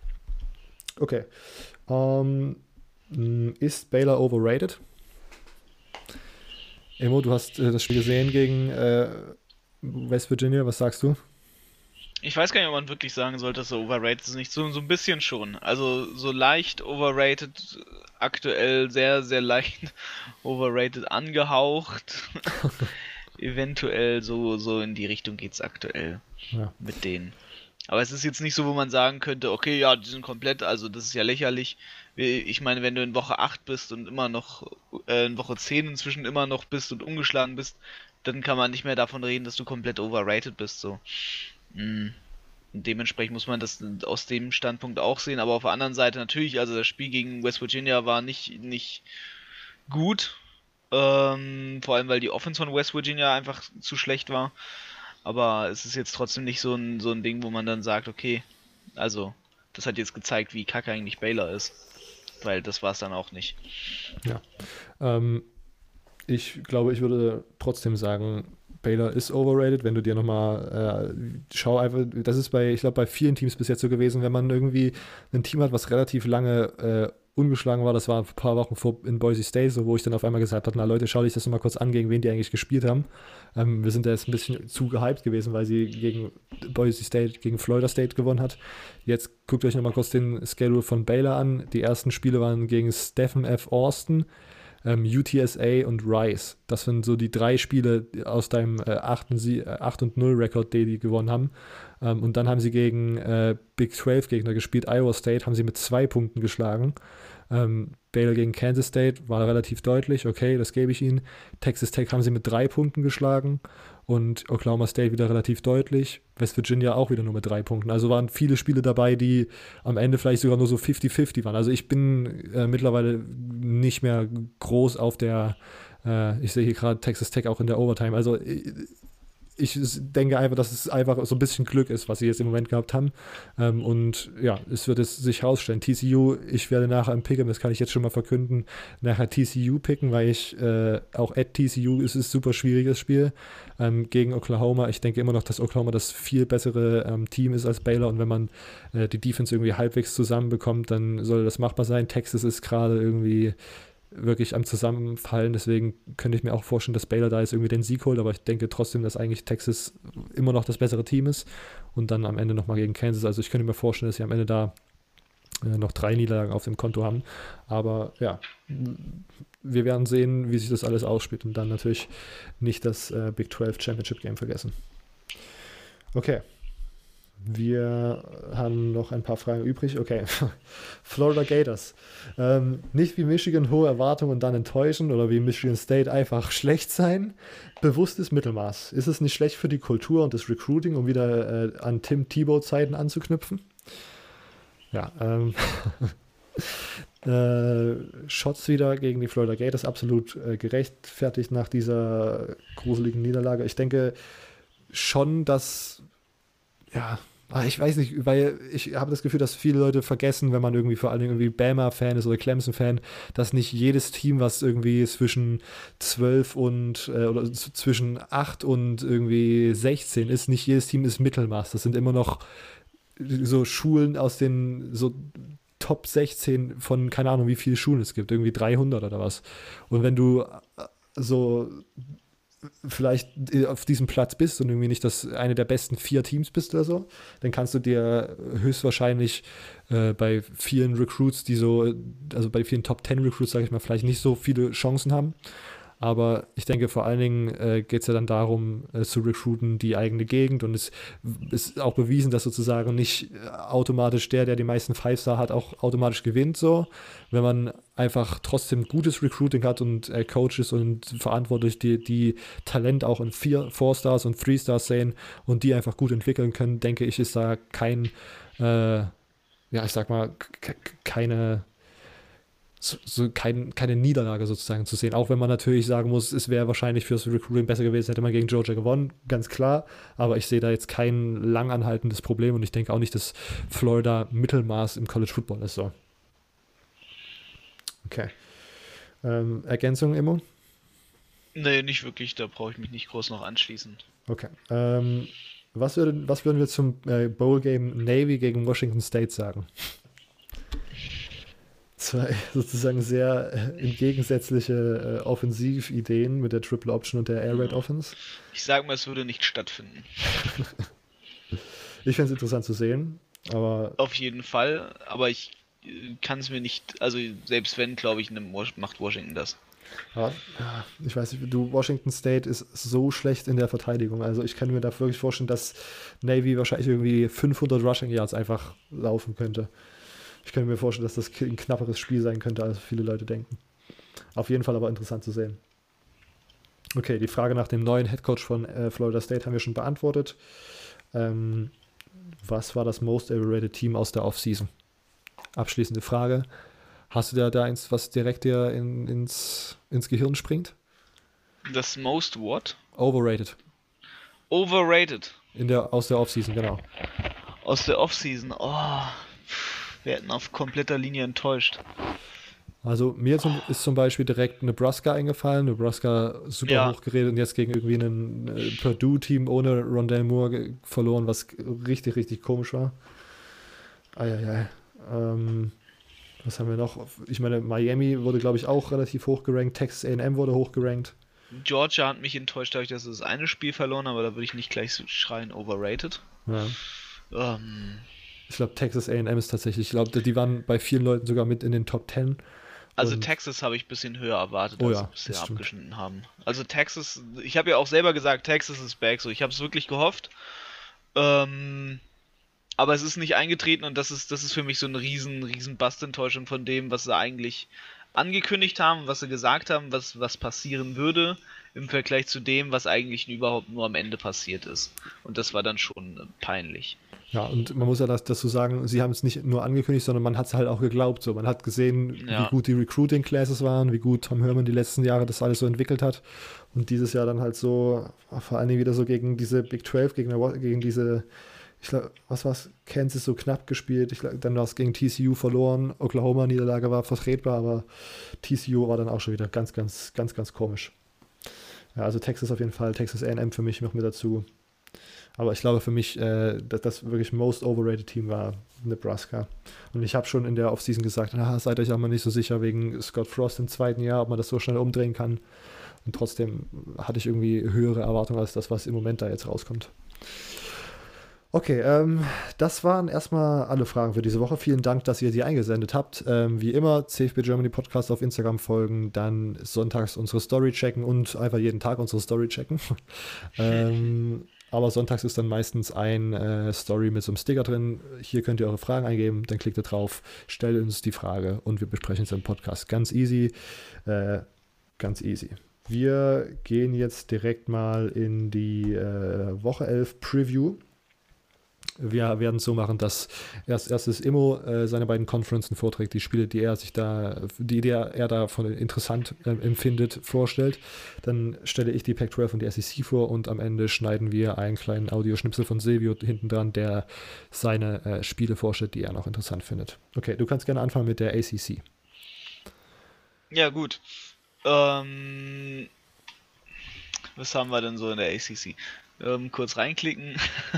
Okay. Ähm, ist Baylor overrated? Emo, du hast äh, das Spiel gesehen gegen äh, West Virginia, was sagst du? Ich weiß gar nicht, ob man wirklich sagen sollte, dass er overrated ist. Nicht so, so ein bisschen schon. Also so leicht overrated, aktuell sehr, sehr leicht overrated angehaucht. Eventuell so, so in die Richtung geht's aktuell Ja. mit denen. Aber es ist jetzt nicht so, wo man sagen könnte, okay, ja, die sind komplett, also das ist ja lächerlich. Ich meine, wenn du in Woche acht bist und immer noch, äh, in Woche zehn inzwischen immer noch bist und ungeschlagen bist, dann kann man nicht mehr davon reden, dass du komplett overrated bist, so. Und dementsprechend muss man das aus dem Standpunkt auch sehen, aber auf der anderen Seite natürlich, also das Spiel gegen West Virginia war nicht, nicht gut, ähm, vor allem weil die Offense von West Virginia einfach zu schlecht war, aber es ist jetzt trotzdem nicht so ein, so ein Ding, wo man dann sagt, okay, also das hat jetzt gezeigt, wie kacke eigentlich Baylor ist, weil das war es dann auch nicht. Ja, ähm, ich glaube, ich würde trotzdem sagen, Baylor ist overrated, wenn du dir nochmal äh, schau einfach, das ist bei, ich glaube, bei vielen Teams bis jetzt so gewesen, wenn man irgendwie ein Team hat, was relativ lange äh, ungeschlagen war, das war ein paar Wochen vor in Boise State, so, wo ich dann auf einmal gesagt habe, na Leute, schau dich das mal kurz an, gegen wen die eigentlich gespielt haben. Ähm, wir sind da jetzt ein bisschen zu gehypt gewesen, weil sie gegen Boise State, gegen Florida State gewonnen hat. Jetzt guckt euch nochmal kurz den Schedule von Baylor an. Die ersten Spiele waren gegen Stephen F. Austin, ähm, U T S A und Rice. Das sind so die drei Spiele aus deinem äh, acht und null Rekord, die die gewonnen haben. Ähm, und dann haben sie gegen äh, Big zwölf Gegner gespielt. Iowa State haben sie mit zwei Punkten geschlagen. Ähm, Baylor gegen Kansas State war relativ deutlich, okay, das gebe ich ihnen. Texas Tech haben sie mit drei Punkten geschlagen und Oklahoma State wieder relativ deutlich. West Virginia auch wieder nur mit drei Punkten. Also waren viele Spiele dabei, die am Ende vielleicht sogar nur so fünfzig fünfzig waren. Also ich bin äh, mittlerweile nicht mehr groß auf der, äh, ich sehe hier gerade Texas Tech auch in der Overtime. Also ich, ich denke einfach, dass es einfach so ein bisschen Glück ist, was sie jetzt im Moment gehabt haben. Ähm, und ja, es wird es sich herausstellen. T C U, ich werde nachher im Picken, das kann ich jetzt schon mal verkünden, nachher T C U picken, weil ich äh, auch at T C U ist es ein super schwieriges Spiel ähm, gegen Oklahoma. Ich denke immer noch, dass Oklahoma das viel bessere ähm, Team ist als Baylor und wenn man äh, die Defense irgendwie halbwegs zusammenbekommt, dann soll das machbar sein. Texas ist gerade irgendwie wirklich am Zusammenfallen, deswegen könnte ich mir auch vorstellen, dass Baylor da jetzt irgendwie den Sieg holt, aber ich denke trotzdem, dass eigentlich Texas immer noch das bessere Team ist und dann am Ende nochmal gegen Kansas, also ich könnte mir vorstellen, dass sie am Ende da äh, noch drei Niederlagen auf dem Konto haben, aber ja, wir werden sehen, wie sich das alles ausspielt und dann natürlich nicht das äh, Big zwölf Championship Game vergessen. Okay. Wir haben noch ein paar Fragen übrig. Okay, Florida Gators. Ähm, nicht wie Michigan hohe Erwartungen und dann enttäuschen oder wie Michigan State einfach schlecht sein. Bewusstes Mittelmaß. Ist es nicht schlecht für die Kultur und das Recruiting, um wieder äh, an Tim Tebow-Zeiten anzuknüpfen? Ja, ähm, äh, Shots wieder gegen die Florida Gators, absolut äh, gerechtfertigt nach dieser gruseligen Niederlage. Ich denke schon, dass ja, ich weiß nicht, weil ich habe das Gefühl, dass viele Leute vergessen, wenn man irgendwie vor allem irgendwie Bama-Fan ist oder Clemson-Fan, dass nicht jedes Team, was irgendwie zwischen zwölf und äh, oder z- zwischen acht und irgendwie sechzehn ist, nicht jedes Team ist Mittelmaß. Das sind immer noch so Schulen aus den so Top sechzehn von, keine Ahnung, wie viele Schulen es gibt, irgendwie dreihundert oder was. Und wenn du so vielleicht auf diesem Platz bist und irgendwie nicht das eine der besten vier Teams bist oder so, dann kannst du dir höchstwahrscheinlich äh, bei vielen Recruits, die so, also bei vielen Top zehn Recruits, sage ich mal, vielleicht nicht so viele Chancen haben. Aber ich denke, vor allen Dingen äh, geht es ja dann darum, äh, zu recruiten die eigene Gegend und es ist auch bewiesen, dass sozusagen nicht äh, automatisch der, der die meisten Five-Star hat, auch automatisch gewinnt so. Wenn man einfach trotzdem gutes Recruiting hat und äh, Coaches und verantwortlich die, die Talent auch in vier, Four-Stars und Three-Stars sehen und die einfach gut entwickeln können, denke ich, ist da kein, äh, ja, ich sag mal, k- keine So, so kein, keine Niederlage sozusagen zu sehen. Auch wenn man natürlich sagen muss, es wäre wahrscheinlich fürs Recruiting besser gewesen, hätte man gegen Georgia gewonnen, ganz klar. Aber ich sehe da jetzt kein langanhaltendes Problem und ich denke auch nicht, dass Florida Mittelmaß im College Football ist. So. Okay. Ähm, Ergänzung, Immo? Nee, nicht wirklich, da brauche ich mich nicht groß noch anschließen. Okay. Ähm, was, würde, was würden wir zum äh, Bowl-Game Navy gegen Washington State sagen? Zwei sozusagen sehr äh, entgegensätzliche äh, Offensivideen mit der Triple Option und der Air Raid Offense. Ich sage mal, es würde nicht stattfinden. Ich finde es interessant zu sehen, aber Auf jeden Fall, aber ich äh, kann es mir nicht, also selbst wenn, glaube ich, ne, macht Washington das. ja, ich weiß nicht, du, Washington State ist so schlecht in der Verteidigung, also ich kann mir da wirklich vorstellen, dass Navy wahrscheinlich irgendwie fünfhundert Rushing Yards einfach laufen könnte. Ich könnte mir vorstellen, dass das ein knapperes Spiel sein könnte, als viele Leute denken. Auf jeden Fall aber interessant zu sehen. Okay, die Frage nach dem neuen Headcoach von äh, Florida State haben wir schon beantwortet. Ähm, was war das most overrated Team aus der Offseason? Abschließende Frage. Hast du da, da eins, was direkt dir in, ins, ins Gehirn springt? Das most what? Overrated. Overrated. In der, aus der Offseason, genau. Aus der Offseason. Oh, wir hätten auf kompletter Linie enttäuscht. Also mir zum, ist zum Beispiel direkt Nebraska eingefallen. Nebraska super Ja. hochgeredet und jetzt gegen irgendwie ein äh, Purdue-Team ohne Rondale Moore ge- verloren, was richtig, richtig komisch war. Eieiei. Ähm, Was haben wir noch? Ich meine, Miami wurde, glaube ich, auch relativ hoch gerankt. Texas A und M wurde hoch gerankt. Georgia hat mich enttäuscht, dadurch, dass sie das eine Spiel verloren, aber da würde ich nicht gleich so schreien, overrated. Ja. Ähm, Ich glaube, Texas A und M ist tatsächlich, ich glaube, die waren bei vielen Leuten sogar mit in den Top Ten. also Und- Texas habe ich ein bisschen höher erwartet, Oh als ja, sie bisher das stimmt. abgeschnitten haben. Also Texas, ich habe ja auch selber gesagt, Texas ist back, so ich habe es wirklich gehofft. Ähm, aber es ist nicht eingetreten und das ist, das ist für mich so eine riesen, riesen Bust-Enttäuschung von dem, was sie eigentlich angekündigt haben, was sie gesagt haben, was, was passieren würde, im Vergleich zu dem, was eigentlich überhaupt nur am Ende passiert ist. Und das war dann schon äh, peinlich. Ja, und man muss ja das, dazu sagen, sie haben es nicht nur angekündigt, sondern man hat es halt auch geglaubt. So, man hat gesehen, Ja. wie gut die Recruiting-Classes waren, wie gut Tom Herman die letzten Jahre das alles so entwickelt hat. Und dieses Jahr dann halt so, vor allen Dingen wieder so gegen diese Big zwölf, gegen, gegen diese, ich glaube, was war's, Kansas so knapp gespielt. Ich glaub, dann war es gegen T C U verloren. Oklahoma-Niederlage war vertretbar, aber T C U war dann auch schon wieder ganz, ganz, ganz, ganz komisch. Ja, also Texas auf jeden Fall, Texas A und M für mich noch mit dazu. Aber ich glaube für mich, äh, dass das wirklich most overrated Team war Nebraska. Und ich habe schon in der Offseason gesagt, ah, seid euch auch mal nicht so sicher wegen Scott Frost im zweiten Jahr, ob man das so schnell umdrehen kann. Und trotzdem hatte ich irgendwie höhere Erwartungen als das, was im Moment da jetzt rauskommt. Okay, ähm, das waren erstmal alle Fragen für diese Woche. Vielen Dank, dass ihr die eingesendet habt. Ähm, wie immer, C F B Germany Podcast auf Instagram folgen, dann sonntags unsere Story checken und einfach jeden Tag unsere Story checken. ähm, aber sonntags ist dann meistens ein äh, Story mit so einem Sticker drin. Hier könnt ihr eure Fragen eingeben, dann klickt ihr drauf, stellt uns die Frage und wir besprechen es im Podcast. Ganz easy, äh, ganz easy. Wir gehen jetzt direkt mal in die äh, Woche elf Preview. Wir werden es so machen, dass erst erstes Immo äh, seine beiden Conferences vorträgt, die Spiele, die er sich da, die der, er da von interessant äh, empfindet, vorstellt. Dann stelle ich die Pac zwölf und die S E C vor und am Ende schneiden wir einen kleinen Audioschnipsel von Silvio hinten dran, der seine äh, Spiele vorstellt, die er noch interessant findet. Okay, du kannst gerne anfangen mit der A C C. Ja, gut. Ähm, was haben wir denn so in der A C C? Ähm, kurz reinklicken.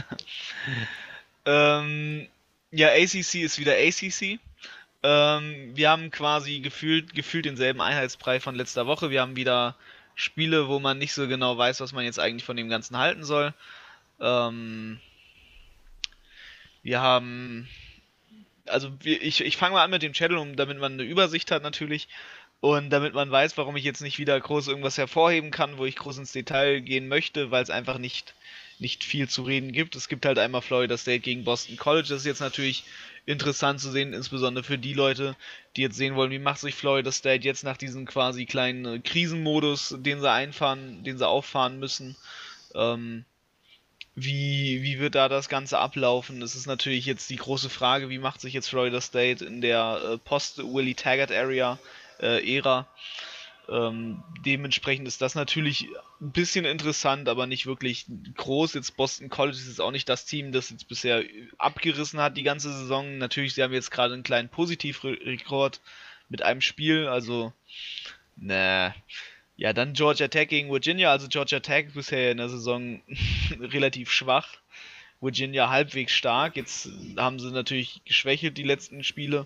ähm, ja, A C C ist wieder A C C. Ähm, wir haben quasi gefühlt, gefühlt denselben Einheitsbrei von letzter Woche. Wir haben wieder Spiele, wo man nicht so genau weiß, was man jetzt eigentlich von dem Ganzen halten soll. Ähm, wir haben, also wir, ich, ich fange mal an mit dem Channel, um, damit man eine Übersicht hat natürlich. Und damit man weiß, warum ich jetzt nicht wieder groß irgendwas hervorheben kann, wo ich groß ins Detail gehen möchte, weil es einfach nicht, nicht viel zu reden gibt. Es gibt halt einmal Florida State gegen Boston College. Das ist jetzt natürlich interessant zu sehen, insbesondere für die Leute, die jetzt sehen wollen, wie macht sich Florida State jetzt nach diesem quasi kleinen äh, Krisenmodus, den sie einfahren, den sie auffahren müssen. Ähm, wie, wie wird da das Ganze ablaufen? Das ist natürlich jetzt die große Frage, wie macht sich jetzt Florida State in der äh, Post-Willie Taggart-Area Äh, Ära. Ähm, dementsprechend ist das natürlich ein bisschen interessant, aber nicht wirklich groß. Jetzt Boston College ist jetzt auch nicht das Team, das jetzt bisher abgerissen hat die ganze Saison. Natürlich, sie haben jetzt gerade einen kleinen Positivrekord mit einem Spiel, also ne. Ja, dann Georgia Tech gegen Virginia. Also Georgia Tech bisher in der Saison relativ schwach. Virginia halbwegs stark. Jetzt haben sie natürlich geschwächelt die letzten Spiele.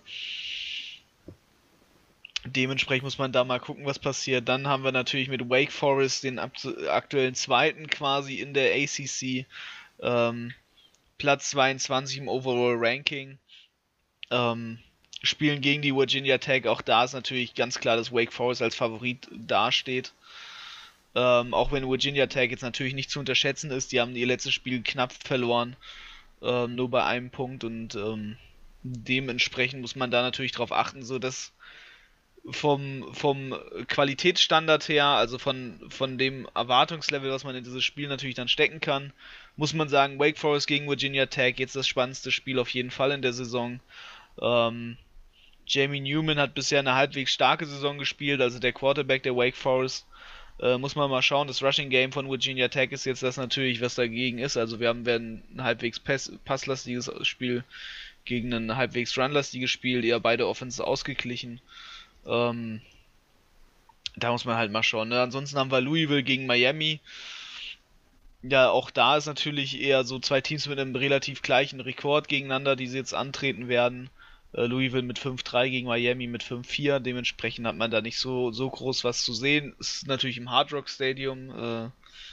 Dementsprechend muss man da mal gucken, was passiert. Dann haben wir natürlich mit Wake Forest den aktuellen zweiten quasi in der A C C. Ähm, Platz zweiundzwanzig im Overall Ranking. Ähm, spielen gegen die Virginia Tech. Auch da ist natürlich ganz klar, dass Wake Forest als Favorit dasteht. Ähm, auch wenn Virginia Tech jetzt natürlich nicht zu unterschätzen ist. Die haben ihr letztes Spiel knapp verloren. Ähm, nur bei einem Punkt. Und ähm, dementsprechend muss man da natürlich drauf achten, so dass vom, vom Qualitätsstandard her, also von, von dem Erwartungslevel, was man in dieses Spiel natürlich dann stecken kann, muss man sagen, Wake Forest gegen Virginia Tech, jetzt das spannendste Spiel auf jeden Fall in der Saison. Ähm, Jamie Newman hat bisher eine halbwegs starke Saison gespielt, also der Quarterback der Wake Forest. Äh, muss man mal schauen, das Rushing Game von Virginia Tech ist jetzt das natürlich, was dagegen ist. Also wir haben werden ein halbwegs pass passlastiges Spiel gegen ein halbwegs runlastiges Spiel, eher beide Offenses ausgeglichen. Ähm, da muss man halt mal schauen. Ne? Ansonsten haben wir Louisville gegen Miami. Ja, auch da ist natürlich eher so zwei Teams mit einem relativ gleichen Rekord gegeneinander, die sie jetzt antreten werden. Äh, Louisville mit fünf drei gegen Miami mit fünf vier. Dementsprechend hat man da nicht so, so groß was zu sehen. Ist natürlich im Hard Rock Stadium, äh,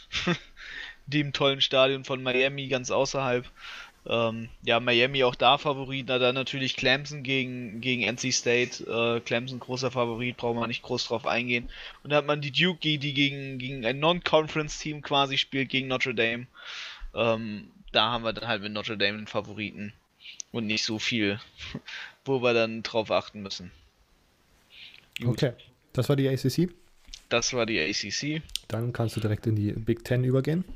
dem tollen Stadion von Miami, ganz außerhalb. Ähm, ja, Miami auch da Favorit, na dann natürlich Clemson gegen, gegen N C State. Äh, Clemson großer Favorit, braucht man nicht groß drauf eingehen. Und dann hat man die Duke, die gegen, gegen ein Non-Conference-Team quasi spielt, gegen Notre Dame. Ähm, da haben wir dann halt mit Notre Dame den Favoriten und nicht so viel, wo wir dann drauf achten müssen. Gut. Okay, das war die A C C? Das war die A C C. Dann kannst du direkt in die Big Ten übergehen.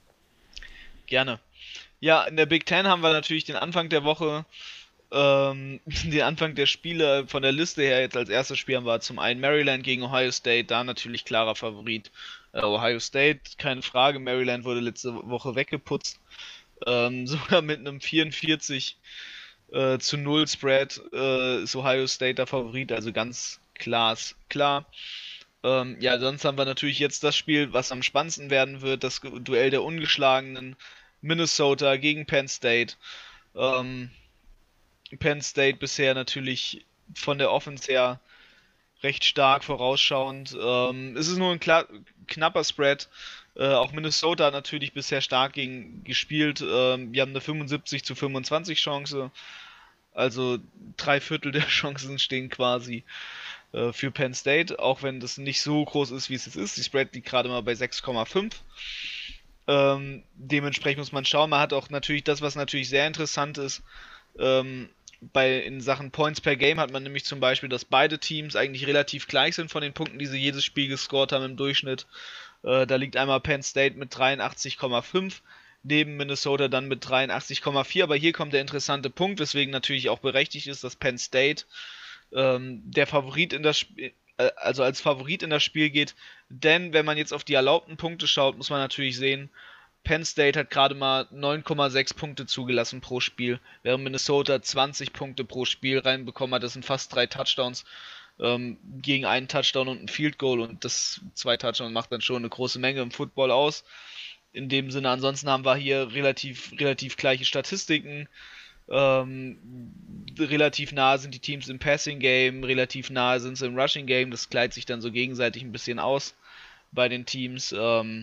Gerne. Ja, in der Big Ten haben wir natürlich den Anfang der Woche, ähm, den Anfang der Spiele von der Liste her. Jetzt als erstes Spiel haben wir zum einen Maryland gegen Ohio State, da natürlich klarer Favorit. Äh, Ohio State, keine Frage, Maryland wurde letzte Woche weggeputzt. Ähm, sogar mit einem vierundvierzig äh, zu null Spread äh, ist Ohio State der Favorit, also ganz klar, klar. Ähm, ja, sonst haben wir natürlich jetzt das Spiel, was am spannendsten werden wird, das Duell der Ungeschlagenen. Minnesota gegen Penn State. Ähm, Penn State bisher natürlich von der Offense her recht stark vorausschauend. Ähm, es ist nur ein kla- knapper Spread. Äh, auch Minnesota hat natürlich bisher stark gegen gespielt. Ähm, wir haben eine fünfundsiebzig zu fünfundzwanzig Chance. Also drei Viertel der Chancen stehen quasi äh, für Penn State, auch wenn das nicht so groß ist, wie es jetzt ist. Die Spread liegt gerade mal bei sechs Komma fünf. Ähm, dementsprechend muss man schauen. Man hat auch natürlich das, was natürlich sehr interessant ist. Ähm, bei, in Sachen Points per Game hat man nämlich zum Beispiel, dass beide Teams eigentlich relativ gleich sind von den Punkten, die sie jedes Spiel gescored haben im Durchschnitt. Äh, da liegt einmal Penn State mit dreiundachtzig Komma fünf, neben Minnesota dann mit dreiundachtzig Komma vier. Aber hier kommt der interessante Punkt, weswegen natürlich auch berechtigt ist, dass Penn State ähm, der Favorit in das Spiel, also als Favorit in das Spiel geht, denn wenn man jetzt auf die erlaubten Punkte schaut, muss man natürlich sehen, Penn State hat gerade mal neun Komma sechs Punkte zugelassen pro Spiel, während Minnesota zwanzig Punkte pro Spiel reinbekommen hat. Das sind fast drei Touchdowns ähm, gegen einen Touchdown und ein Field Goal, und das zwei Touchdowns macht dann schon eine große Menge im Football aus. In dem Sinne, ansonsten haben wir hier relativ, relativ gleiche Statistiken. Ähm, relativ nahe sind die Teams im Passing Game, relativ nahe sind sie im Rushing Game. Das gleicht sich dann so gegenseitig ein bisschen aus bei den Teams. Ähm,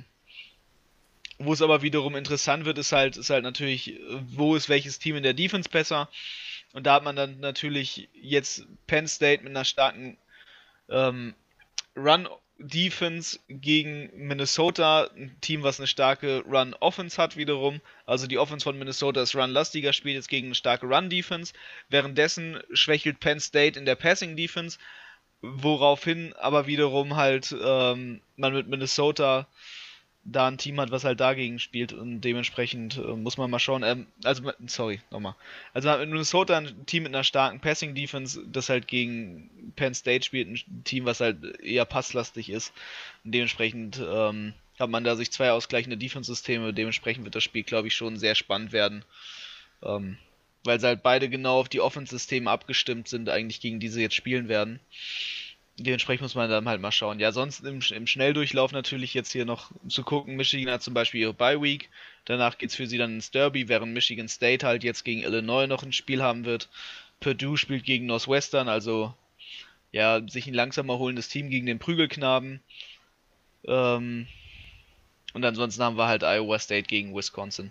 wo es aber wiederum interessant wird, ist halt, ist halt natürlich, wo ist welches Team in der Defense besser. Und da hat man dann natürlich jetzt Penn State mit einer starken ähm, Run Defense gegen Minnesota, ein Team, was eine starke Run-Offense hat wiederum. Also die Offense von Minnesota ist run-lastiger, spielt jetzt gegen eine starke Run-Defense. Währenddessen schwächelt Penn State in der Passing-Defense, woraufhin aber wiederum halt ähm, man mit Minnesota da ein Team hat, was halt dagegen spielt, und dementsprechend äh, muss man mal schauen, ähm, also, sorry, nochmal. Also man hat mit Minnesota ein Team mit einer starken Passing-Defense, das halt gegen Penn State spielt, ein Team, was halt eher passlastig ist. Und dementsprechend ähm, hat man da sich zwei ausgleichende Defense-Systeme, dementsprechend wird das Spiel, glaube ich, schon sehr spannend werden. Ähm, weil sie halt beide genau auf die Offense-Systeme abgestimmt sind, eigentlich gegen die sie jetzt spielen werden. Dementsprechend muss man dann halt mal schauen. Ja, sonst im, im Schnelldurchlauf natürlich jetzt hier noch zu gucken. Michigan hat zum Beispiel ihre Bye Week. Danach geht's für sie dann ins Derby, während Michigan State halt jetzt gegen Illinois noch ein Spiel haben wird. Purdue spielt gegen Northwestern, also ja, sich ein langsam erholendes Team gegen den Prügelknaben. Ähm, und ansonsten haben wir halt Iowa State gegen Wisconsin.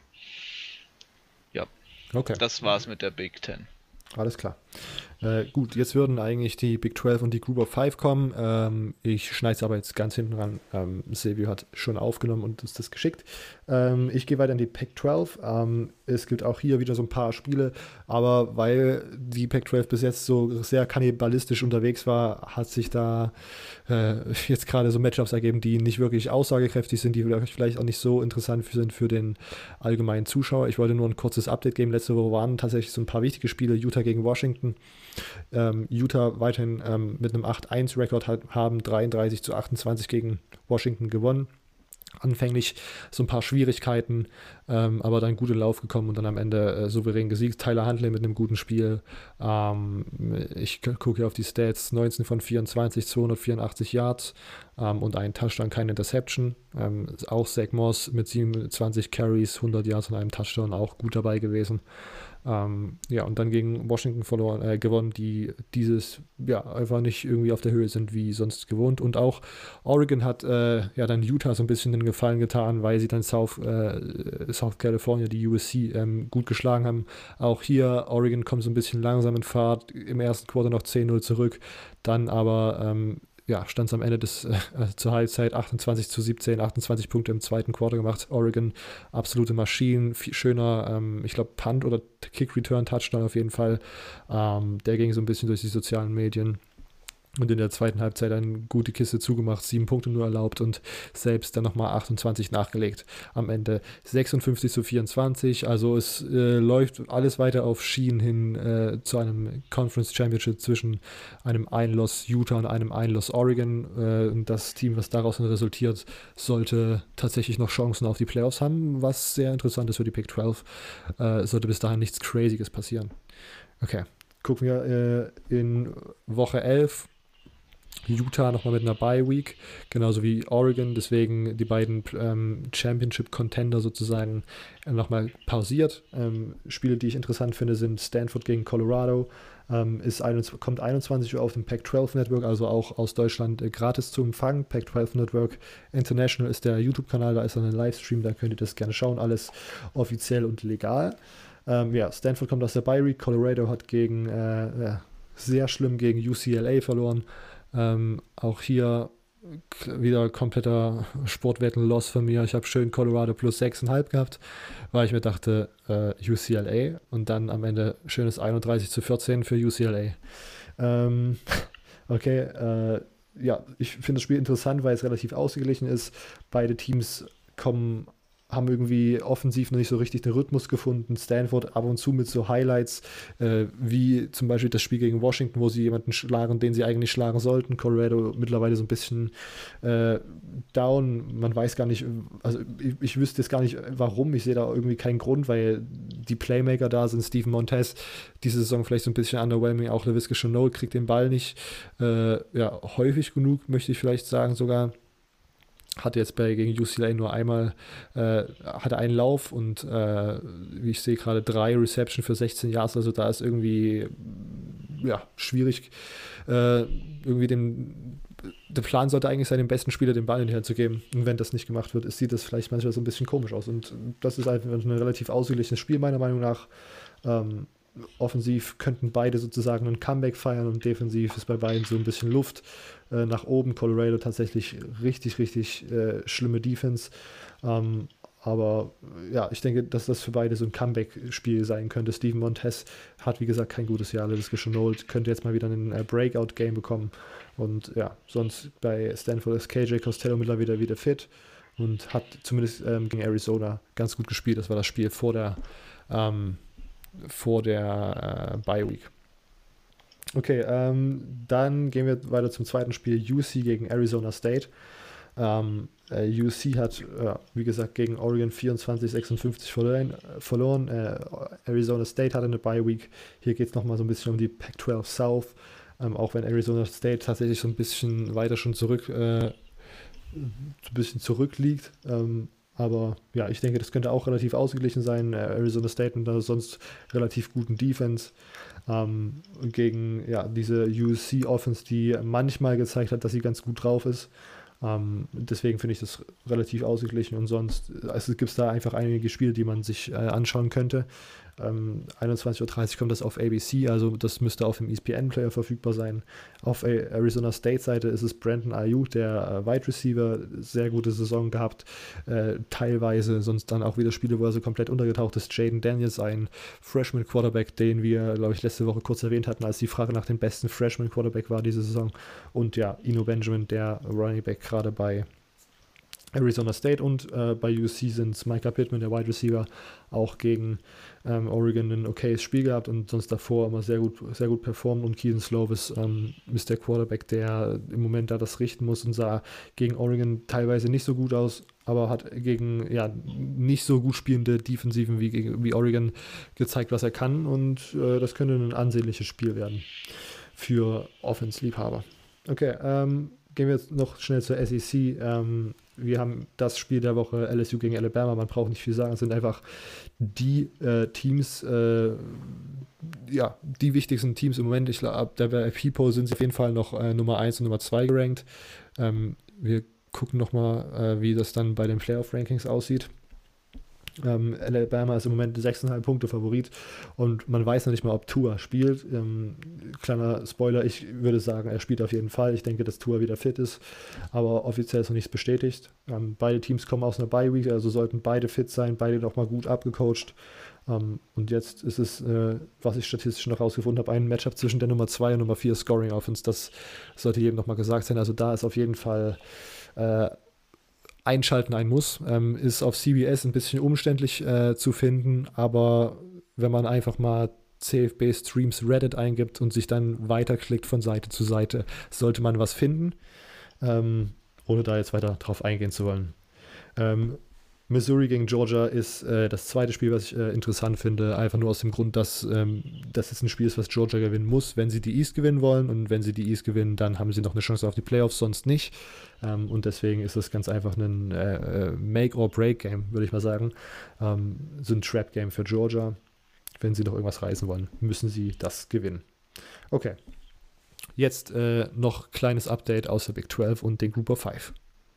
Ja, okay. Das war's mit der Big Ten. Alles klar. Äh, gut, jetzt würden eigentlich die Big zwölf und die Group of Five kommen. Ähm, ich schneide es aber jetzt ganz hinten ran. Ähm, Silvio hat schon aufgenommen und uns das geschickt. Ähm, ich gehe weiter in die Pac zwölf. Ähm, es gibt auch hier wieder so ein paar Spiele, aber weil die Pac zwölf bis jetzt so sehr kannibalistisch unterwegs war, hat sich da äh, jetzt gerade so Matchups ergeben, die nicht wirklich aussagekräftig sind, die vielleicht auch nicht so interessant sind für den allgemeinen Zuschauer. Ich wollte nur ein kurzes Update geben. Letzte Woche waren tatsächlich so ein paar wichtige Spiele. Utah gegen Washington. Ähm, Utah weiterhin ähm, mit einem acht eins Rekord hat, haben dreiunddreißig zu achtundzwanzig gegen Washington gewonnen. Anfänglich so ein paar Schwierigkeiten, ähm, aber dann gut in Lauf gekommen und dann am Ende äh, souverän gesiegt. Tyler Huntley mit einem guten Spiel. Ähm, ich gucke hier auf die Stats: neunzehn von vierundzwanzig, zweihundertvierundachtzig Yards ähm, und ein Touchdown, keine Interception. Ähm, auch Zach Moss mit siebenundzwanzig Carries, hundert Yards und einem Touchdown auch gut dabei gewesen. Ähm, ja, und dann gegen Washington verloren, äh, gewonnen, die dieses ja einfach nicht irgendwie auf der Höhe sind wie sonst gewohnt. Und auch Oregon hat äh, ja dann Utah so ein bisschen den Gefallen getan, weil sie dann South, äh, South California, die U S C, ähm, gut geschlagen haben. Auch hier, Oregon kommt so ein bisschen langsam in Fahrt, im ersten Quarter noch zehn null zurück, dann aber ähm, ja, stand es am Ende des, äh, zur Halbzeit achtundzwanzig zu siebzehn, achtundzwanzig Punkte im zweiten Quarter gemacht. Oregon, absolute Maschinen, viel schöner, ähm, ich glaube, Punt oder Kick-Return-Touchdown auf jeden Fall. Ähm, der ging so ein bisschen durch die sozialen Medien. Und in der zweiten Halbzeit eine gute Kiste zugemacht, sieben Punkte nur erlaubt und selbst dann nochmal achtundzwanzig nachgelegt. Am Ende sechsundfünfzig zu vierundzwanzig. Also es äh, läuft alles weiter auf Schienen hin äh, zu einem Conference Championship zwischen einem Ein-Loss Utah und einem Ein-Loss Oregon. Äh, und das Team, was daraus resultiert, sollte tatsächlich noch Chancen auf die Playoffs haben, was sehr interessant ist für die Big zwölf. Äh, sollte bis dahin nichts Crazyes passieren. Okay, gucken wir äh, in Woche elf. Utah nochmal mit einer Bye-Week, genauso wie Oregon, deswegen die beiden ähm, Championship-Contender sozusagen äh, nochmal pausiert. Ähm, Spiele, die ich interessant finde, sind Stanford gegen Colorado, ähm, ist einundzwanzig, kommt einundzwanzig Uhr auf dem Pac zwölf Network, also auch aus Deutschland äh, gratis zu empfangen. Pac zwölf Network International ist der YouTube-Kanal, da ist dann ein Livestream, da könnt ihr das gerne schauen, alles offiziell und legal. Ähm, ja, Stanford kommt aus der Bye-Week, Colorado hat gegen, äh, ja, sehr schlimm gegen U C L A verloren. Ähm, auch hier wieder kompletter Sportwetten-Loss von mir. Ich habe schön Colorado plus sechs Komma fünf gehabt, weil ich mir dachte, äh, U C L A und dann am Ende schönes einunddreißig zu vierzehn für U C L A. Ähm, okay, äh, ja, ich finde das Spiel interessant, weil es relativ ausgeglichen ist. Beide Teams kommen haben irgendwie offensiv noch nicht so richtig den Rhythmus gefunden. Stanford ab und zu mit so Highlights, äh, wie zum Beispiel das Spiel gegen Washington, wo sie jemanden schlagen, den sie eigentlich schlagen sollten. Colorado mittlerweile so ein bisschen äh, down. Man weiß gar nicht, also ich, ich wüsste jetzt gar nicht, warum. Ich sehe da irgendwie keinen Grund, weil die Playmaker da sind. Steven Montez, diese Saison vielleicht so ein bisschen underwhelming. Auch Laviska Shenault kriegt den Ball nicht äh, ja, häufig genug, möchte ich vielleicht sagen sogar. Hatte jetzt bei gegen U C L A nur einmal, äh, hatte einen Lauf und äh, wie ich sehe gerade drei Reception für sechzehn Yards, also da ist irgendwie ja, schwierig, äh, irgendwie den, der Plan sollte eigentlich sein, dem besten Spieler den Ball in die Hand zu geben, und wenn das nicht gemacht wird, ist, sieht das vielleicht manchmal so ein bisschen komisch aus, und das ist einfach ein relativ ausgeglichenes Spiel meiner Meinung nach. Ähm, Offensiv könnten beide sozusagen ein Comeback feiern und defensiv ist bei beiden so ein bisschen Luft äh, nach oben. Colorado tatsächlich richtig, richtig äh, schlimme Defense. Ähm, aber ja, ich denke, dass das für beide so ein Comeback-Spiel sein könnte. Steven Montez hat, wie gesagt, kein gutes Jahr. Laviska Shenault könnte jetzt mal wieder ein äh, Breakout-Game bekommen. Und ja, sonst bei Stanford ist K J Costello mittlerweile wieder fit und hat zumindest ähm, gegen Arizona ganz gut gespielt. Das war das Spiel vor der ähm, vor der äh, Bye-Week. Okay, ähm, dann gehen wir weiter zum zweiten Spiel, U C gegen Arizona State. Ähm, äh, U C hat, äh, wie gesagt, gegen Oregon vierundzwanzig sechsundfünfzig verloren. Äh, verloren. Äh, Arizona State hatte eine Bye-Week. Hier geht es nochmal so ein bisschen um die Pac zwölf South, ähm, auch wenn Arizona State tatsächlich so ein bisschen weiter schon zurück, äh, ein bisschen zurückliegt. Ähm, Aber ja, ich denke, das könnte auch relativ ausgeglichen sein. Arizona State mit einer sonst relativ guten Defense ähm, gegen ja, diese U S C-Offense, die manchmal gezeigt hat, dass sie ganz gut drauf ist. Ähm, deswegen finde ich das relativ ausgeglichen, und sonst also gibt es da einfach einige Spiele, die man sich äh, anschauen könnte. Ähm, einundzwanzig Uhr dreißig kommt das auf A B C, also das müsste auf dem E S P N-Player verfügbar sein. Auf Arizona State-Seite ist es Brandon Ayuk, der äh, Wide Receiver, sehr gute Saison gehabt, äh, teilweise, sonst dann auch wieder Spiele, wo er so komplett untergetaucht ist. Jaden Daniels, ein Freshman-Quarterback, den wir, glaube ich, letzte Woche kurz erwähnt hatten, als die Frage nach dem besten Freshman-Quarterback war diese Saison. Und ja, Eno Benjamin, der Running Back gerade bei Arizona State, und äh, bei U C sind es Micah Pittman, der Wide Receiver, auch gegen ähm, Oregon ein okayes Spiel gehabt und sonst davor immer sehr gut, sehr gut performt, und Keaton Slovis ähm, ist der Quarterback, der im Moment da das richten muss, und sah gegen Oregon teilweise nicht so gut aus, aber hat gegen ja nicht so gut spielende Defensiven wie, gegen, wie Oregon gezeigt, was er kann, und äh, das könnte ein ansehnliches Spiel werden für Offense-Liebhaber. Okay, ähm, gehen wir jetzt noch schnell zur S E C. Ähm, wir haben das Spiel der Woche, L S U gegen Alabama. Man braucht nicht viel sagen. Es sind einfach die äh, Teams, äh, ja, die wichtigsten Teams im Moment. Ich glaube, ab der V I P-Poll sind sie auf jeden Fall noch äh, Nummer eins und Nummer zwei gerankt. Ähm, wir gucken nochmal, äh, wie das dann bei den Playoff-Rankings aussieht. Ähm, Alabama ist im Moment sechs Komma fünf Punkte Favorit und man weiß noch nicht mal, ob Tua spielt. Ähm, kleiner Spoiler, ich würde sagen, er spielt auf jeden Fall. Ich denke, dass Tua wieder fit ist, aber offiziell ist noch nichts bestätigt. Ähm, beide Teams kommen aus einer Bye-Week, also sollten beide fit sein, beide noch mal gut abgecoacht. Ähm, und jetzt ist es, äh, was ich statistisch noch rausgefunden habe, ein Matchup zwischen der Nummer zwei und Nummer vier Scoring Offense. Das sollte jedem noch mal gesagt sein. Also da ist auf jeden Fall äh, einschalten ein Muss. Ähm, ist auf C B S ein bisschen umständlich äh, zu finden, aber wenn man einfach mal C F B Streams Reddit eingibt und sich dann weiterklickt von Seite zu Seite, sollte man was finden, ähm, ohne da jetzt weiter drauf eingehen zu wollen. Ähm, Missouri gegen Georgia ist äh, das zweite Spiel, was ich äh, interessant finde, einfach nur aus dem Grund, dass ähm, das jetzt ein Spiel ist, was Georgia gewinnen muss, wenn sie die East gewinnen wollen, und wenn sie die East gewinnen, dann haben sie noch eine Chance auf die Playoffs, sonst nicht. Ähm, und deswegen ist es ganz einfach ein äh, Make-or-Break-Game, würde ich mal sagen. Ähm, so ein Trap-Game für Georgia. Wenn sie noch irgendwas reißen wollen, müssen sie das gewinnen. Okay. Jetzt äh, noch kleines Update aus der Big zwölf und den Group of Five.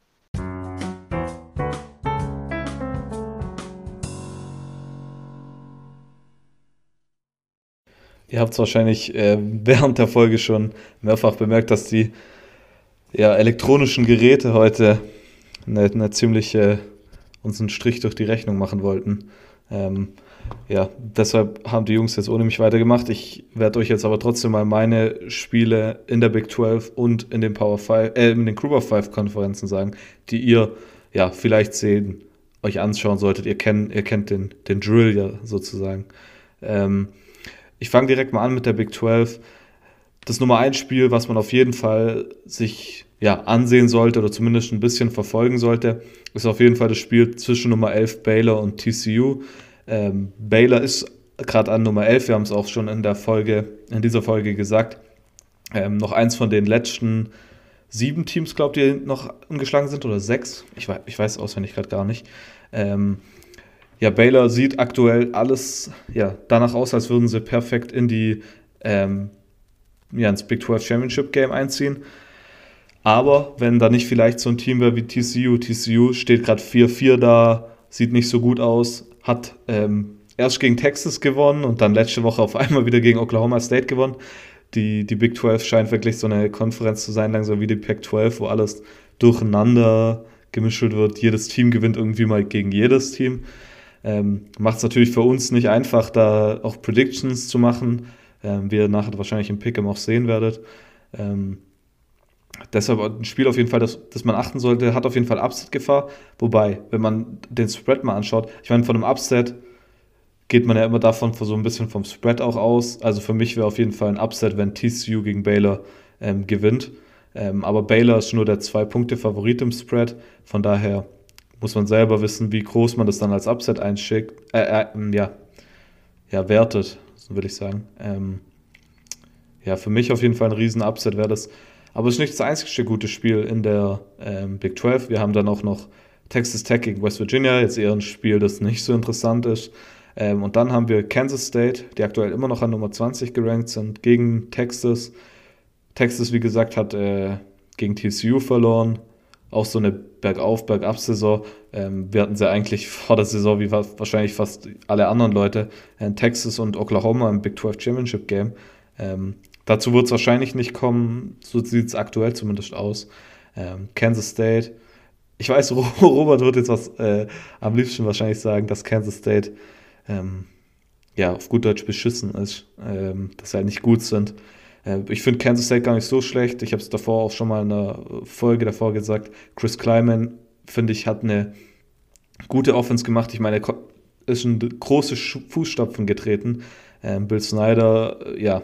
Ihr habt es wahrscheinlich äh, während der Folge schon mehrfach bemerkt, dass die ja, elektronischen Geräte heute eine, eine ziemliche, uns einen Strich durch die Rechnung machen wollten. Ähm, ja, deshalb haben die Jungs jetzt ohne mich weitergemacht. Ich werde euch jetzt aber trotzdem mal meine Spiele in der Big zwölf und in den Power Five, äh, in den Group of Five Konferenzen sagen, die ihr ja vielleicht sehen, euch anschauen solltet. Ihr kennt, ihr kennt den, den Drill ja sozusagen. Ähm, Ich fange direkt mal an mit der Big zwölf. Das Nummer eins Spiel, was man auf jeden Fall sich ja, ansehen sollte oder zumindest ein bisschen verfolgen sollte, ist auf jeden Fall das Spiel zwischen Nummer elf Baylor und T C U. Ähm, Baylor ist gerade an Nummer elf, wir haben es auch schon in der Folge, in dieser Folge gesagt, ähm, noch eins von den letzten sieben Teams, glaubt ihr, noch ungeschlagen sind oder sechs? Ich weiß, ich weiß auswendig gerade gar nicht. Ähm, Ja, Baylor sieht aktuell alles ja, danach aus, als würden sie perfekt in die ähm, ja, ins Big zwölf Championship Game einziehen. Aber wenn da nicht vielleicht so ein Team wäre wie T C U, T C U steht gerade vier vier da, sieht nicht so gut aus, hat ähm, erst gegen Texas gewonnen und dann letzte Woche auf einmal wieder gegen Oklahoma State gewonnen. Die, die Big zwölf scheint wirklich so eine Konferenz zu sein, langsam wie die Pac zwölf, wo alles durcheinander gemischt wird. Jedes Team gewinnt irgendwie mal gegen jedes Team. Ähm, macht es natürlich für uns nicht einfach, da auch Predictions zu machen, ähm, wie ihr nachher wahrscheinlich im Pick'em auch sehen werdet. Ähm, deshalb ein Spiel auf jeden Fall, das, das man achten sollte, hat auf jeden Fall Upset-Gefahr. Wobei, wenn man den Spread mal anschaut, ich meine, von einem Upset geht man ja immer davon so ein bisschen vom Spread auch aus. Also für mich wäre auf jeden Fall ein Upset, wenn T C U gegen Baylor ähm, gewinnt. Ähm, aber Baylor ist nur der zwei-Punkte-Favorit im Spread, von daher muss man selber wissen, wie groß man das dann als Upset einschickt, äh, äh, ja, ja, wertet, so würde ich sagen. Ähm, ja, für mich auf jeden Fall ein riesen Upset wäre das. Aber es ist nicht das einzige gute Spiel in der ähm, Big zwölf. Wir haben dann auch noch Texas Tech gegen West Virginia, jetzt eher ein Spiel, das nicht so interessant ist. Ähm, und dann haben wir Kansas State, die aktuell immer noch an Nummer zwanzig gerankt sind, gegen Texas. Texas, wie gesagt, hat äh, gegen T C U verloren. Auch so eine Bergauf-, Bergab-Saison. Ähm, wir hatten sie eigentlich vor der Saison, wie wahrscheinlich fast alle anderen Leute, in Texas und Oklahoma im Big zwölf Championship Game. Ähm, dazu wird es wahrscheinlich nicht kommen, so sieht es aktuell zumindest aus. Ähm, Kansas State, ich weiß, Robert wird jetzt was äh, am liebsten wahrscheinlich sagen, dass Kansas State ähm, ja, auf gut Deutsch beschissen ist, ähm, dass sie halt nicht gut sind. Ich finde Kansas State gar nicht so schlecht. Ich habe es davor auch schon mal in einer Folge davor gesagt. Chris Kleiman, finde ich, hat eine gute Offense gemacht. Ich meine, er ist in große Fußstapfen getreten. Ähm, Bill Snyder, äh, ja,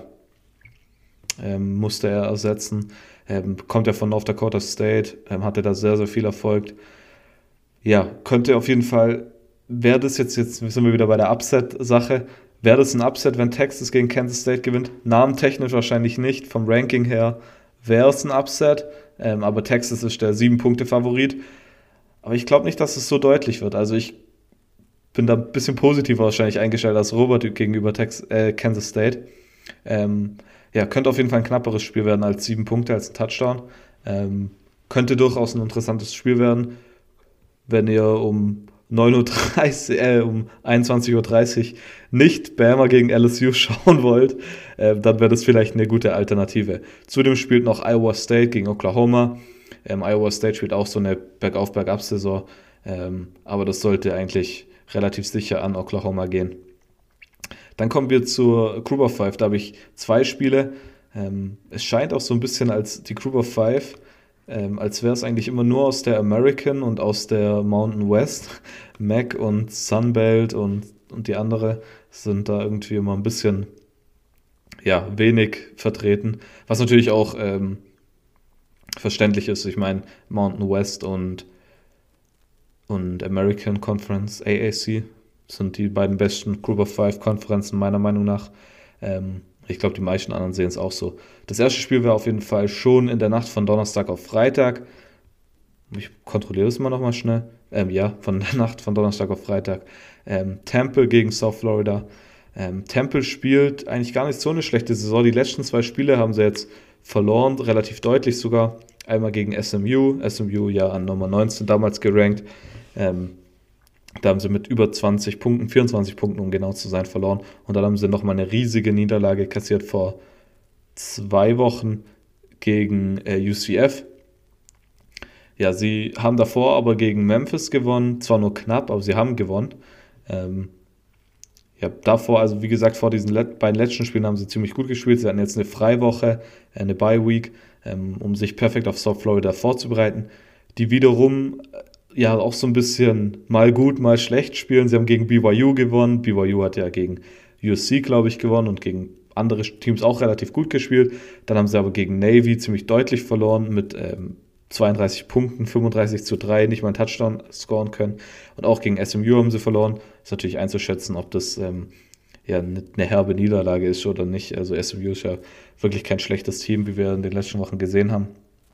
ähm, musste er ersetzen. Ähm, kommt ja von North Dakota State, ähm, hatte da sehr, sehr viel Erfolg. Ja, könnte auf jeden Fall, wäre das jetzt, jetzt sind wir wieder bei der Upset-Sache, wäre das ein Upset, wenn Texas gegen Kansas State gewinnt? Namentechnisch wahrscheinlich nicht, vom Ranking her wäre es ein Upset, ähm, aber Texas ist der sieben-Punkte-Favorit. Aber ich glaube nicht, dass es so deutlich wird. Also ich bin da ein bisschen positiver wahrscheinlich eingestellt als Robert gegenüber Tex- äh, Kansas State. Ähm, ja, könnte auf jeden Fall ein knapperes Spiel werden als sieben Punkte, als ein Touchdown. Ähm, könnte durchaus ein interessantes Spiel werden, wenn ihr um neun Uhr dreißig, äh, um einundzwanzig Uhr dreißig nicht Bama gegen L S U schauen wollt, äh, dann wäre das vielleicht eine gute Alternative. Zudem spielt noch Iowa State gegen Oklahoma. Ähm, Iowa State spielt auch so eine Bergauf-Bergab-Saison, ähm, aber das sollte eigentlich relativ sicher an Oklahoma gehen. Dann kommen wir zur Group of Five, da habe ich zwei Spiele. Ähm, es scheint auch so ein bisschen als die Group of Five, ähm, als wäre es eigentlich immer nur aus der American und aus der Mountain West. M A C und Sunbelt und, und die andere sind da irgendwie immer ein bisschen ja, wenig vertreten, was natürlich auch ähm, verständlich ist. Ich meine, Mountain West und, und American Conference, A A C, sind die beiden besten Group of Five Konferenzen meiner Meinung nach. Ähm, ich glaube, die meisten anderen sehen es auch so. Das erste Spiel wäre auf jeden Fall schon in der Nacht von Donnerstag auf Freitag. Ich kontrolliere das mal nochmal schnell. Ähm, ja, von der Nacht von Donnerstag auf Freitag. Ähm, Temple gegen South Florida. Ähm, Temple spielt eigentlich gar nicht so eine schlechte Saison. Die letzten zwei Spiele haben sie jetzt verloren, relativ deutlich sogar. Einmal gegen S M U. S M U ja an Nummer neunzehn damals gerankt. Ähm, da haben sie mit über zwanzig Punkten, vierundzwanzig Punkten, um genau zu sein, verloren. Und dann haben sie nochmal eine riesige Niederlage kassiert vor zwei Wochen gegen äh, U C F. Ja, sie haben davor aber gegen Memphis gewonnen. Zwar nur knapp, aber sie haben gewonnen. Ähm, ja, davor, also wie gesagt, vor diesen let- beiden letzten Spielen haben sie ziemlich gut gespielt. Sie hatten jetzt eine Freiwoche, eine Bye-Week, ähm, um sich perfekt auf South Florida vorzubereiten. Die wiederum äh, ja auch so ein bisschen mal gut, mal schlecht spielen. Sie haben gegen B Y U gewonnen. B Y U hat ja gegen U S C, glaube ich, gewonnen und gegen andere Teams auch relativ gut gespielt. Dann haben sie aber gegen Navy ziemlich deutlich verloren mit ähm, zweiunddreißig Punkten, fünfunddreißig zu drei, nicht mal einen Touchdown scoren können. Und auch gegen S M U haben sie verloren. Ist natürlich einzuschätzen, ob das ähm, ja eine herbe Niederlage ist oder nicht. Also S M U ist ja wirklich kein schlechtes Team, wie wir in den letzten Wochen gesehen haben.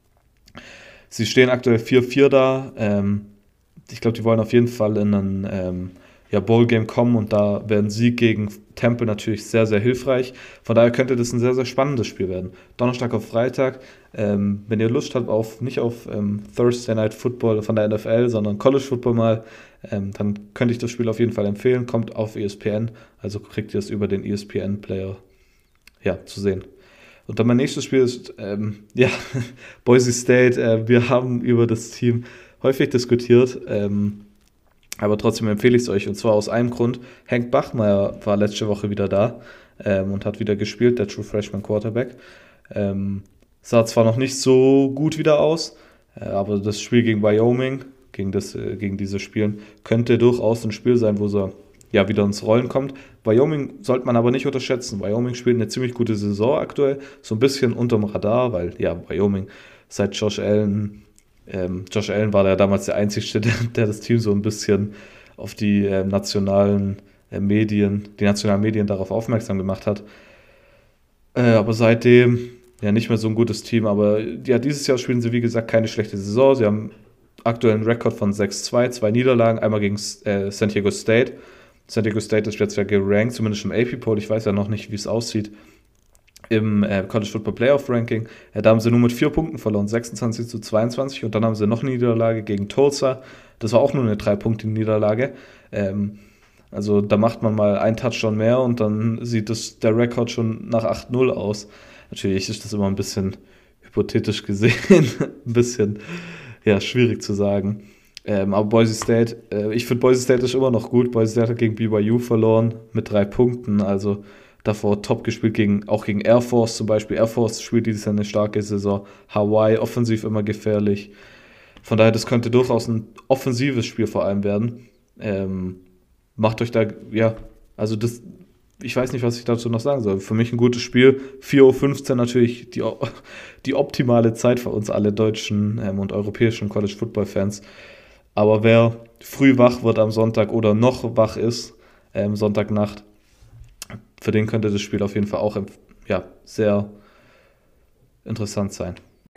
Sie stehen aktuell vier vier da. Ähm, ich glaube, die wollen auf jeden Fall in ein ähm, ja, Bowl-Game kommen und da wäre ein Sieg gegen Temple natürlich sehr, sehr hilfreich. Von daher könnte das ein sehr, sehr spannendes Spiel werden. Donnerstag auf Freitag. Ähm, wenn ihr Lust habt auf nicht auf ähm, Thursday Night Football von der N F L, sondern College Football mal, ähm, dann könnte ich das Spiel auf jeden Fall empfehlen. Kommt auf E S P N, also kriegt ihr es über den E S P N-Player ja, zu sehen. Und dann mein nächstes Spiel ist, ähm, ja, Boise State. Äh, wir haben über das Team häufig diskutiert, ähm, aber trotzdem empfehle ich es euch. Und zwar aus einem Grund. Hank Bachmeier war letzte Woche wieder da ähm, und hat wieder gespielt, der True Freshman Quarterback. Ähm, sah zwar noch nicht so gut wieder aus, äh, aber das Spiel gegen Wyoming, gegen, das, äh, gegen diese Spielen, könnte durchaus ein Spiel sein, wo sie ja wieder ins Rollen kommt. Wyoming sollte man aber nicht unterschätzen. Wyoming spielt eine ziemlich gute Saison aktuell, so ein bisschen unterm Radar, weil ja, Wyoming seit Josh Allen, ähm, Josh Allen war ja damals der Einzige, der, der das Team so ein bisschen auf die äh, nationalen äh, Medien, die nationalen Medien darauf aufmerksam gemacht hat. Äh, aber seitdem ja nicht mehr so ein gutes Team, aber ja, dieses Jahr spielen sie wie gesagt keine schlechte Saison. Sie haben aktuell einen Rekord von sechs zwei, zwei Niederlagen, einmal gegen äh, San Diego State. San Diego State ist jetzt ja gerankt, zumindest im A P-Poll. Ich weiß ja noch nicht, wie es aussieht im äh, College Football Playoff Ranking. Äh, da haben sie nur mit vier Punkten verloren, sechsundzwanzig zu zweiundzwanzig. Und dann haben sie noch eine Niederlage gegen Tulsa. Das war auch nur eine drei Punkte Niederlage. Ähm, also da macht man mal einen Touchdown mehr und dann sieht das, der Rekord schon nach acht null aus. Natürlich ist das immer ein bisschen hypothetisch gesehen, ein bisschen ja, schwierig zu sagen. Ähm, aber Boise State, äh, ich finde Boise State ist immer noch gut. Boise State hat gegen B Y U verloren mit drei Punkten, also davor top gespielt, gegen, auch gegen Air Force zum Beispiel. Air Force spielt dieses Jahr eine starke Saison. Hawaii offensiv immer gefährlich. Von daher, das könnte durchaus ein offensives Spiel vor allem werden. Ähm, macht euch da, ja, also das, ich weiß nicht, was ich dazu noch sagen soll. Für mich ein gutes Spiel. vier Uhr fünfzehn natürlich die, die optimale Zeit für uns alle deutschen ähm, und europäischen College-Football-Fans. Aber wer früh wach wird am Sonntag oder noch wach ist, ähm, Sonntagnacht, für den könnte das Spiel auf jeden Fall auch ja, sehr interessant sein.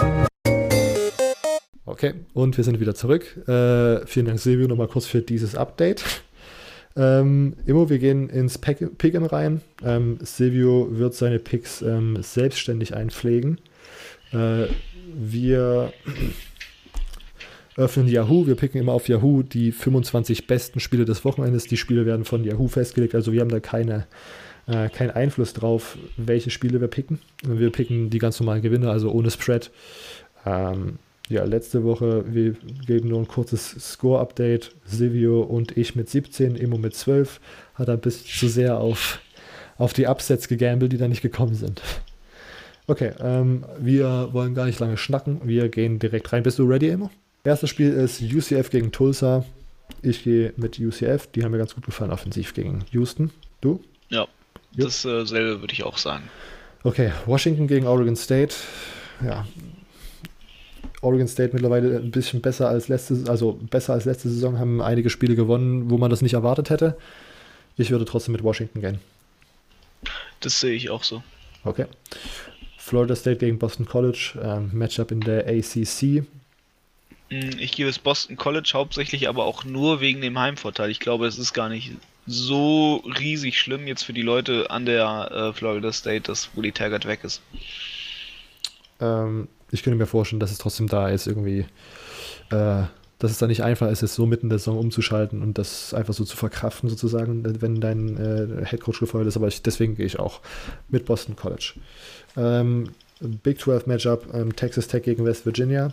Okay, und wir sind wieder zurück. Äh, vielen Dank, Silvio, nochmal kurz für dieses Update. Ähm, Immo, wir gehen ins Pick'em rein. Ähm, Silvio wird seine Picks ähm, selbstständig einpflegen. Äh, wir öffnen Yahoo. Wir picken immer auf Yahoo die fünfundzwanzig besten Spiele des Wochenendes. Die Spiele werden von Yahoo festgelegt, also wir haben da keine, äh, keinen Einfluss drauf, welche Spiele wir picken. Wir picken die ganz normalen Gewinner, also ohne Spread. Ähm, Ja, letzte Woche, wir geben nur ein kurzes Score-Update. Silvio und ich mit siebzehn, Immo mit zwölf. Hat ein bisschen zu sehr auf, auf die Upsets gegambelt, die da nicht gekommen sind. Okay, ähm, wir wollen gar nicht lange schnacken. Wir gehen direkt rein. Bist du ready, Immo? Erstes Spiel ist U C F gegen Tulsa. Ich gehe mit U C F. Die haben mir ganz gut gefallen, offensiv gegen Houston. Du? Ja, dasselbe äh, würde ich auch sagen. Okay, Washington gegen Oregon State. Ja, Oregon State mittlerweile ein bisschen besser als letzte, also besser als letzte Saison, haben einige Spiele gewonnen, wo man das nicht erwartet hätte. Ich würde trotzdem mit Washington gehen. Das sehe ich auch so. Okay. Florida State gegen Boston College, ähm, Matchup in der A C C. Ich gebe es Boston College hauptsächlich, aber auch nur wegen dem Heimvorteil. Ich glaube, es ist gar nicht so riesig schlimm jetzt für die Leute an der äh, Florida State, dass Willie Taggart weg ist. Ähm, ich könnte mir vorstellen, dass es trotzdem da ist, irgendwie, äh, dass es da nicht einfach ist, es so mitten in der Saison umzuschalten und das einfach so zu verkraften, sozusagen, wenn dein äh, Headcoach gefeuert ist. Aber ich, deswegen gehe ich auch mit Boston College. Ähm, Big zwölf Matchup, ähm, Texas Tech gegen West Virginia.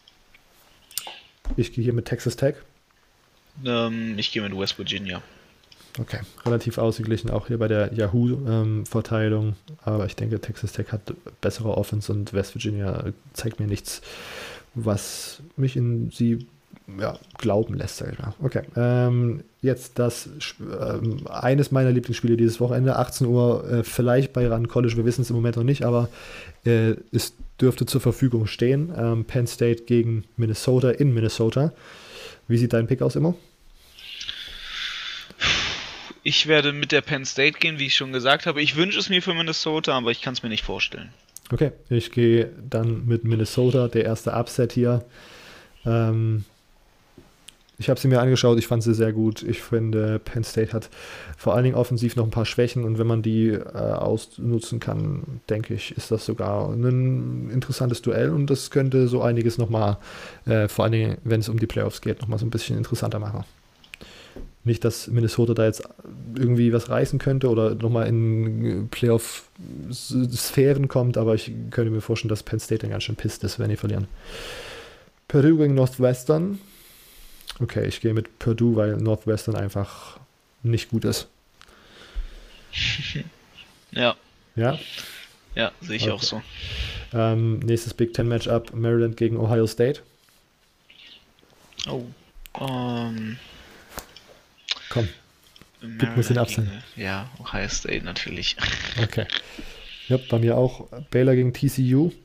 Ich gehe hier mit Texas Tech. Ähm, ich gehe mit West Virginia. Okay, relativ ausgeglichen auch hier bei der Yahoo-Verteilung, ähm, aber ich denke, Texas Tech hat bessere Offense und West Virginia zeigt mir nichts, was mich in sie ja, glauben lässt. Sag ich mal. Okay, ähm, jetzt das ähm, eines meiner Lieblingsspiele dieses Wochenende, achtzehn Uhr, äh, vielleicht bei Run College, wir wissen es im Moment noch nicht, aber äh, es dürfte zur Verfügung stehen. Ähm, Penn State gegen Minnesota in Minnesota. Wie sieht dein Pick aus, Immo? Ich werde mit der Penn State gehen, wie ich schon gesagt habe. Ich wünsche es mir für Minnesota, aber ich kann es mir nicht vorstellen. Okay, ich gehe dann mit Minnesota, der erste Upset hier. Ähm, ich habe sie mir angeschaut, ich fand sie sehr gut. Ich finde, Penn State hat vor allen Dingen offensiv noch ein paar Schwächen und wenn man die äh, ausnutzen kann, denke ich, ist das sogar ein interessantes Duell und das könnte so einiges nochmal, äh, vor allen Dingen, wenn es um die Playoffs geht, nochmal so ein bisschen interessanter machen. Nicht, dass Minnesota da jetzt irgendwie was reißen könnte oder nochmal in Playoff-Sphären kommt, aber ich könnte mir vorstellen, dass Penn State dann ganz schön pisst ist, wenn die verlieren. Purdue gegen Northwestern. Okay, ich gehe mit Purdue, weil Northwestern einfach nicht gut ist. Ja. Ja? Ja, sehe ich okay. auch so. Ähm, nächstes Big Ten Matchup, Maryland gegen Ohio State. Oh. Ähm... Komm, gib uns den Abstand. Ja, Ohio State natürlich. Okay. Ja, bei mir auch Baylor gegen T C U.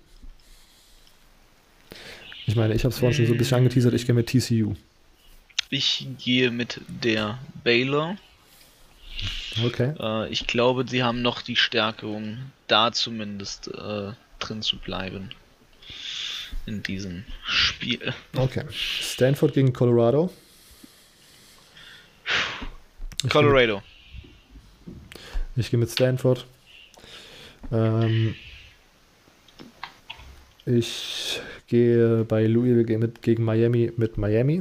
Ich meine, ich habe es vorhin schon so ein bisschen angeteasert, ich gehe mit T C U. Ich gehe mit der Baylor. Okay. Äh, ich glaube, sie haben noch die Stärkung, da zumindest äh, drin zu bleiben. In diesem Spiel. Okay. Stanford gegen Colorado. Ich Colorado. Gehe mit, ich gehe mit Stanford. Ähm, ich gehe bei Louisville mit, gegen Miami mit Miami.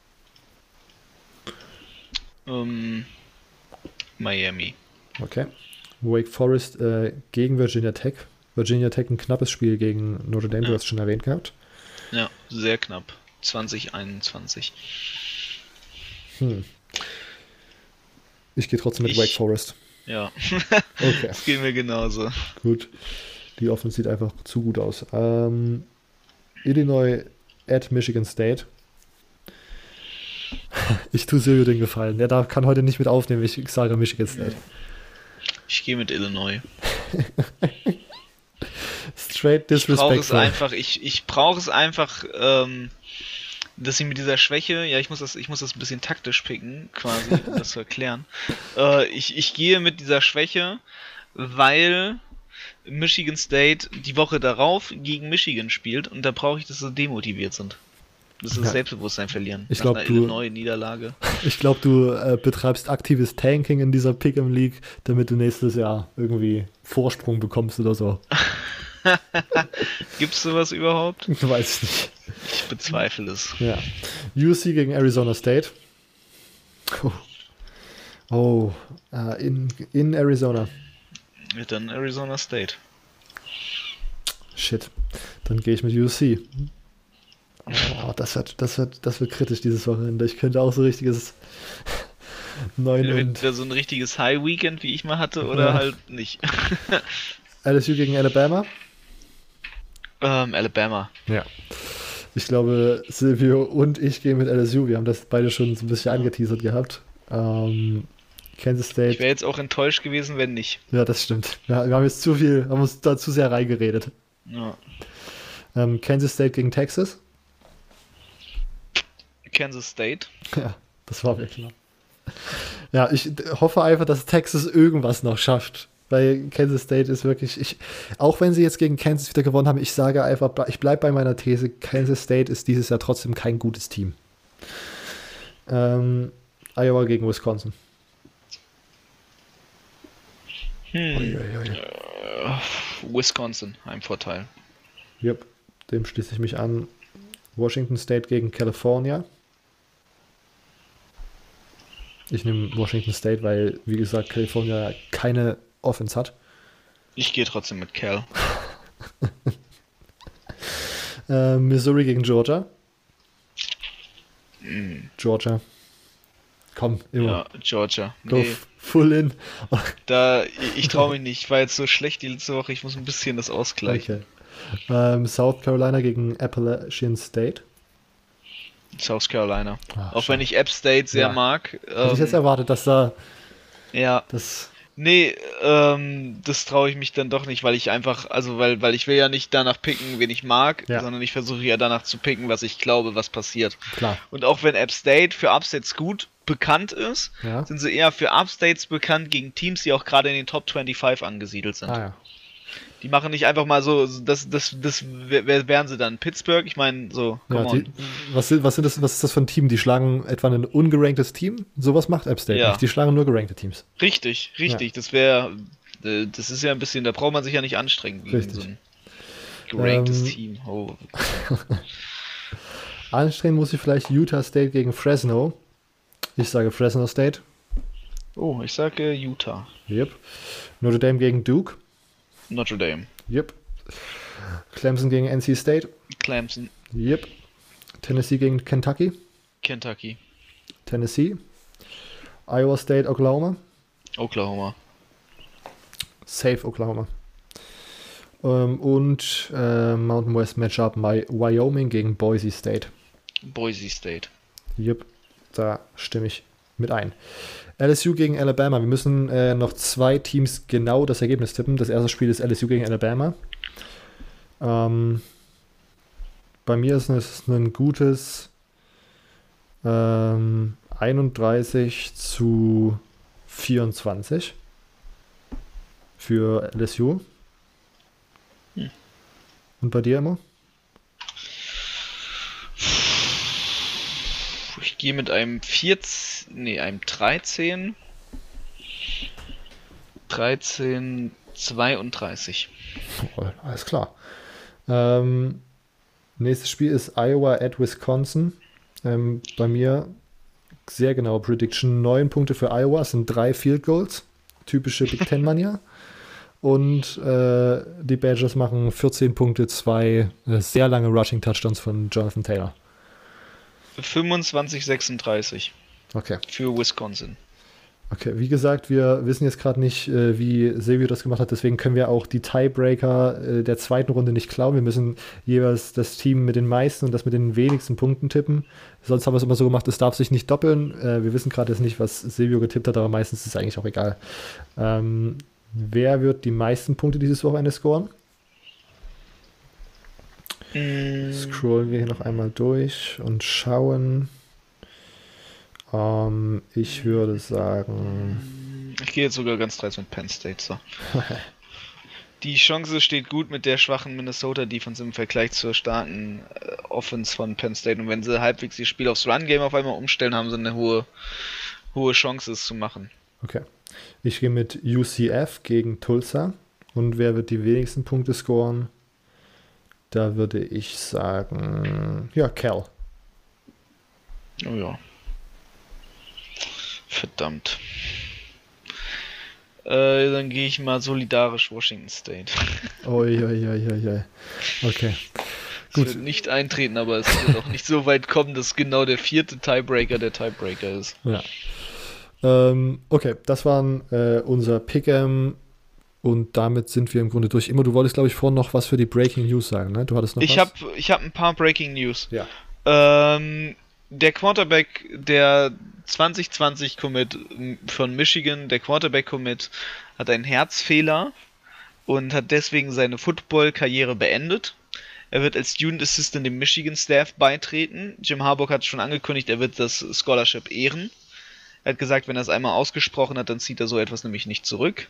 Um, Miami. Okay. Wake Forest äh, gegen Virginia Tech. Virginia Tech ein knappes Spiel gegen Notre Dame, ja. Du hast es schon erwähnt gehabt. Ja, sehr knapp. zwanzig einundzwanzig. Hm. Ich gehe trotzdem mit ich, Wake Forest. Ja. Okay. Das geht mir genauso. Gut. Die Offense sieht einfach zu gut aus. Ähm, Illinois at Michigan State. Ich tue Silvio den Gefallen. Der darf, kann heute nicht mit aufnehmen, ich sage Michigan State. Ich gehe mit Illinois. Straight disrespectful. Ich brauche es einfach, ich, ich brauche es einfach, ähm, dass ich mit dieser Schwäche, ja, ich muss das, ich muss das ein bisschen taktisch picken, quasi, um das zu erklären. Äh, ich, ich gehe mit dieser Schwäche, weil Michigan State die Woche darauf gegen Michigan spielt und da brauche ich, dass sie demotiviert sind. Das ist das Ja. Selbstbewusstsein verlieren. Ich nach glaub, einer du- Illinois-Niederlage. Ich glaube, du äh, betreibst aktives Tanking in dieser Pick'em League, damit du nächstes Jahr irgendwie Vorsprung bekommst oder so. Gibt's sowas überhaupt? Ich weiß nicht. Ich bezweifle es. Ja. U C gegen Arizona State. Oh, oh äh, in, in Arizona. Mit dann Arizona State. Shit. Dann gehe ich mit U C. Oh, das wird, das wird, das wird kritisch dieses Wochenende. Ich könnte auch so richtiges neun und Entweder so ein richtiges High-Weekend, wie ich mal hatte, oder Ja. halt nicht. L S U gegen Alabama. ähm, Alabama. Ja. Ich glaube, Silvio und ich gehen mit L S U. Wir haben das beide schon so ein bisschen angeteasert gehabt. Ähm, Kansas Ich State. wäre jetzt auch enttäuscht gewesen, wenn nicht. Ja, das stimmt. Ja, wir haben jetzt zu viel, haben uns da zu sehr reingeredet. Ja. Ähm, Kansas State gegen Texas. Kansas State. Ja, das war mir klar. Ja, ich d- hoffe einfach, dass Texas irgendwas noch schafft. Weil Kansas State ist wirklich, ich, auch wenn sie jetzt gegen Kansas wieder gewonnen haben, ich sage einfach, ble- ich bleibe bei meiner These, Kansas State ist dieses Jahr trotzdem kein gutes Team. Ähm, Iowa gegen Wisconsin. Hm. Uiuiui. Äh, Wisconsin, ein Vorteil. Yep, dem schließe ich mich an. Washington State gegen California. Ich nehme Washington State, weil, wie gesagt, California keine Offense hat. Ich gehe trotzdem mit Cal. Äh, Missouri gegen Georgia. Hm. Georgia. Komm, immer. Ja, Georgia. Go Nee, f- full in. da, ich, ich traue mich nicht. Ich war jetzt so schlecht die letzte Woche, ich muss ein bisschen das ausgleichen. Okay. Ähm, South Carolina gegen Appalachian State. South Carolina. Ah, Auch schade. wenn ich App State sehr Ja. mag. Hätte ich jetzt Ähm, erwartet, dass da ja, das. nee, ähm, das traue ich mich dann doch nicht, weil ich einfach, also weil, weil ich will ja nicht danach picken, wen ich mag, Ja. sondern ich versuche ja danach zu picken, was ich glaube, was passiert. Klar. Und auch wenn App State für Upsets gut bekannt ist, Ja. sind sie eher für Upstates bekannt gegen Teams, die auch gerade in den Top fünfundzwanzig angesiedelt sind. Ah ja. Die machen nicht einfach mal so, so das, das, das, wer wären sie dann? Pittsburgh? Ich meine, so, come ja on. die, was, sind, was, sind das, was ist das für ein Team? Die schlagen etwa ein ungeranktes Team? Sowas macht App State Ja. nicht. Die schlagen nur gerankte Teams. Richtig, richtig. Das wäre, äh, das ist ja ein bisschen, da braucht man sich ja nicht anstrengen gegen Richtig. so ein geranktes Ähm, Team. Oh. Anstrengen muss ich vielleicht Utah State gegen Fresno. Ich sage Fresno State. oh, ich sage Utah. Yep. Notre Dame gegen Duke. Notre Dame. Yep. Clemson gegen N C State. Clemson. Yep. Tennessee gegen Kentucky. Kentucky. Tennessee. Iowa State, Oklahoma. Oklahoma. Safe Oklahoma. Ähm, und äh, Mountain West Matchup My Wyoming gegen Boise State. Boise State. Yep. Da stimme ich mit ein. L S U gegen Alabama. Wir müssen äh, noch zwei Teams genau das Ergebnis tippen. Das erste Spiel ist L S U gegen Alabama. Ähm, bei mir ist es ein gutes ähm, einunddreißig zu vierundzwanzig für L S U. Hm. Und bei dir immer? Ich gehe mit einem vierzehn, nee, einem dreizehn. dreizehn, zweiunddreißig. Oh, alles klar. Ähm, nächstes Spiel ist Iowa at Wisconsin. Ähm, bei mir sehr genaue Prediction. Neun Punkte für Iowa, es sind drei Field Goals. Typische Big Ten-Manier. Und äh, die Badgers machen vierzehn Punkte, zwei äh, sehr lange Rushing-Touchdowns von Jonathan Taylor. fünfundzwanzig, sechsunddreißig Okay. für Wisconsin. Okay, wie gesagt, wir wissen jetzt gerade nicht, äh, wie Silvio das gemacht hat, deswegen können wir auch die Tiebreaker äh, der zweiten Runde nicht klauen. Wir müssen jeweils das Team mit den meisten und das mit den wenigsten Punkten tippen. Sonst haben wir es immer so gemacht, es darf sich nicht doppeln. Äh, wir wissen gerade jetzt nicht, was Silvio getippt hat, aber meistens ist es eigentlich auch egal. Ähm, wer wird die meisten Punkte dieses Wochenende scoren? Mm, Scrollen wir hier noch einmal durch und schauen. Ähm, ich würde sagen, Ich gehe jetzt sogar ganz dreist mit Penn State. So. Die Chance steht gut mit der schwachen Minnesota-Defense im Vergleich zur starken äh, Offense von Penn State. Und wenn sie halbwegs ihr Spiel aufs Run-Game auf einmal umstellen, haben sie eine hohe, hohe Chance, es zu machen. Okay. Ich gehe mit U C F gegen Tulsa. Und wer wird die wenigsten Punkte scoren? Da würde ich sagen, ja, Cal. Oh ja. Verdammt. Äh, dann gehe ich mal solidarisch Washington State. Oi, oi, oi, oi, oi. Okay. Es Gut. wird nicht eintreten, aber es wird auch nicht so weit kommen, dass genau der vierte Tiebreaker der Tiebreaker ist. Ja. Ähm, okay, das waren äh, unser Pick'em und damit sind wir im Grunde durch. Immer, du wolltest, glaube ich, vorhin noch was für die Breaking News sagen, ne? Du hattest noch Ich was? habe ich hab ein paar Breaking News. Ja. Ähm, der Quarterback, der zwanzig zwanzig Commit von Michigan, der Quarterback-Commit, hat einen Herzfehler und hat deswegen seine Football-Karriere beendet. Er wird als Student Assistant dem Michigan-Staff beitreten. Jim Harbaugh hat schon angekündigt, er wird das Scholarship ehren. Er hat gesagt, wenn er es einmal ausgesprochen hat, dann zieht er so etwas nämlich nicht zurück.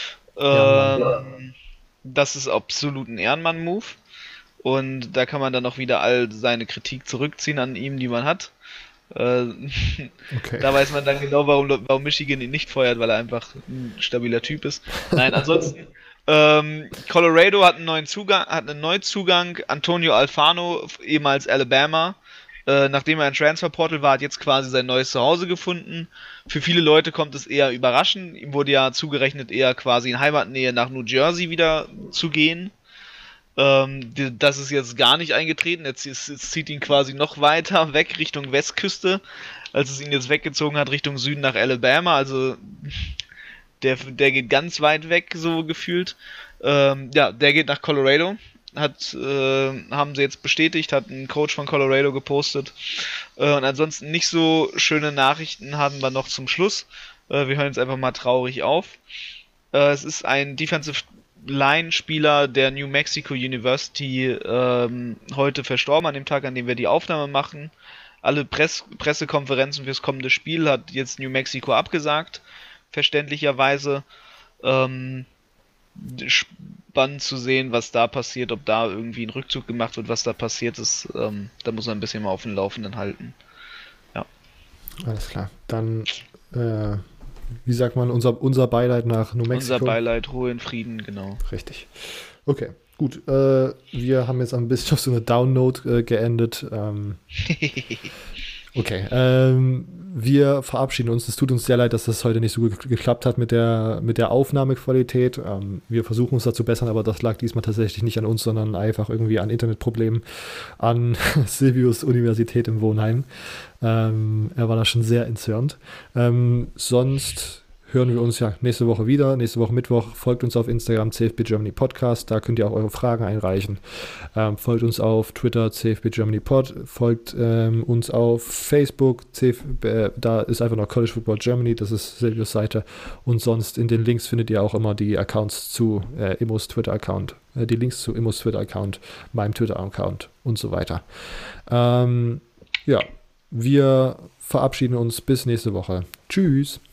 Ähm, das ist absolut ein Ehrenmann-Move. Und da kann man dann auch wieder all seine Kritik zurückziehen an ihm, die man hat. Äh, Okay. Da weiß man dann genau, warum, warum Michigan ihn nicht feuert, weil er einfach ein stabiler Typ ist. Nein, ansonsten, ähm, Colorado hat einen neuen Zugang, hat einen Neuzugang, Antonio Alfano, ehemals Alabama. Äh, nachdem er ein Transferportal war, hat jetzt quasi sein neues Zuhause gefunden. Für viele Leute kommt es eher überraschend. Ihm wurde ja zugerechnet, eher quasi in Heimatnähe nach New Jersey wieder zu gehen. Ähm, die- das ist jetzt gar nicht eingetreten. Jetzt, jetzt, jetzt zieht ihn quasi noch weiter weg Richtung Westküste, als es ihn jetzt weggezogen hat Richtung Süden nach Alabama. Also der, der geht ganz weit weg, so gefühlt. Ähm, ja, der geht nach Colorado. Hat, äh, haben sie jetzt bestätigt, hat ein Coach von Colorado gepostet. Äh, und ansonsten nicht so schöne Nachrichten haben wir noch zum Schluss. Äh, wir hören jetzt einfach mal traurig auf. Äh, es ist ein Defensive Line-Spieler der New Mexico University ähm, heute verstorben, an dem Tag, an dem wir die Aufnahme machen. Alle Press Pressekonferenzen fürs kommende Spiel hat jetzt New Mexico abgesagt, verständlicherweise. Ähm, spannend zu sehen, was da passiert, ob da irgendwie ein Rückzug gemacht wird, was da passiert ist. Ähm, da muss man ein bisschen mal auf dem Laufenden halten. Alles klar. Dann, äh, wie sagt man, unser, unser Beileid nach New Mexico. Unser Beileid, Ruhe in Frieden, genau. Richtig. Okay, gut. Äh, wir haben jetzt ein bisschen auf so eine Down-Note äh, geendet. Ähm, okay, ähm, wir verabschieden uns. Es tut uns sehr leid, dass das heute nicht so gut geklappt hat mit der, mit der Aufnahmequalität. Ähm, wir versuchen uns da zu bessern, aber das lag diesmal tatsächlich nicht an uns, sondern einfach irgendwie an Internetproblemen an Silvius Universität im Wohnheim. Ähm, er war da schon sehr entzürnt. Ähm, sonst hören wir uns ja nächste Woche wieder. Nächste Woche Mittwoch. Folgt uns auf Instagram, C F B Germany Podcast. Da könnt ihr auch eure Fragen einreichen. Ähm, folgt uns auf Twitter, C F B Germany Pod. Folgt ähm, uns auf Facebook. C F B, äh, da ist einfach noch College Football Germany. Das ist Silvius Seite. Und sonst in den Links findet ihr auch immer die Accounts zu äh, Immos Twitter-Account. Äh, die Links zu Immos Twitter-Account, meinem Twitter-Account und so weiter. Ähm, ja, wir verabschieden uns bis nächste Woche. Tschüss.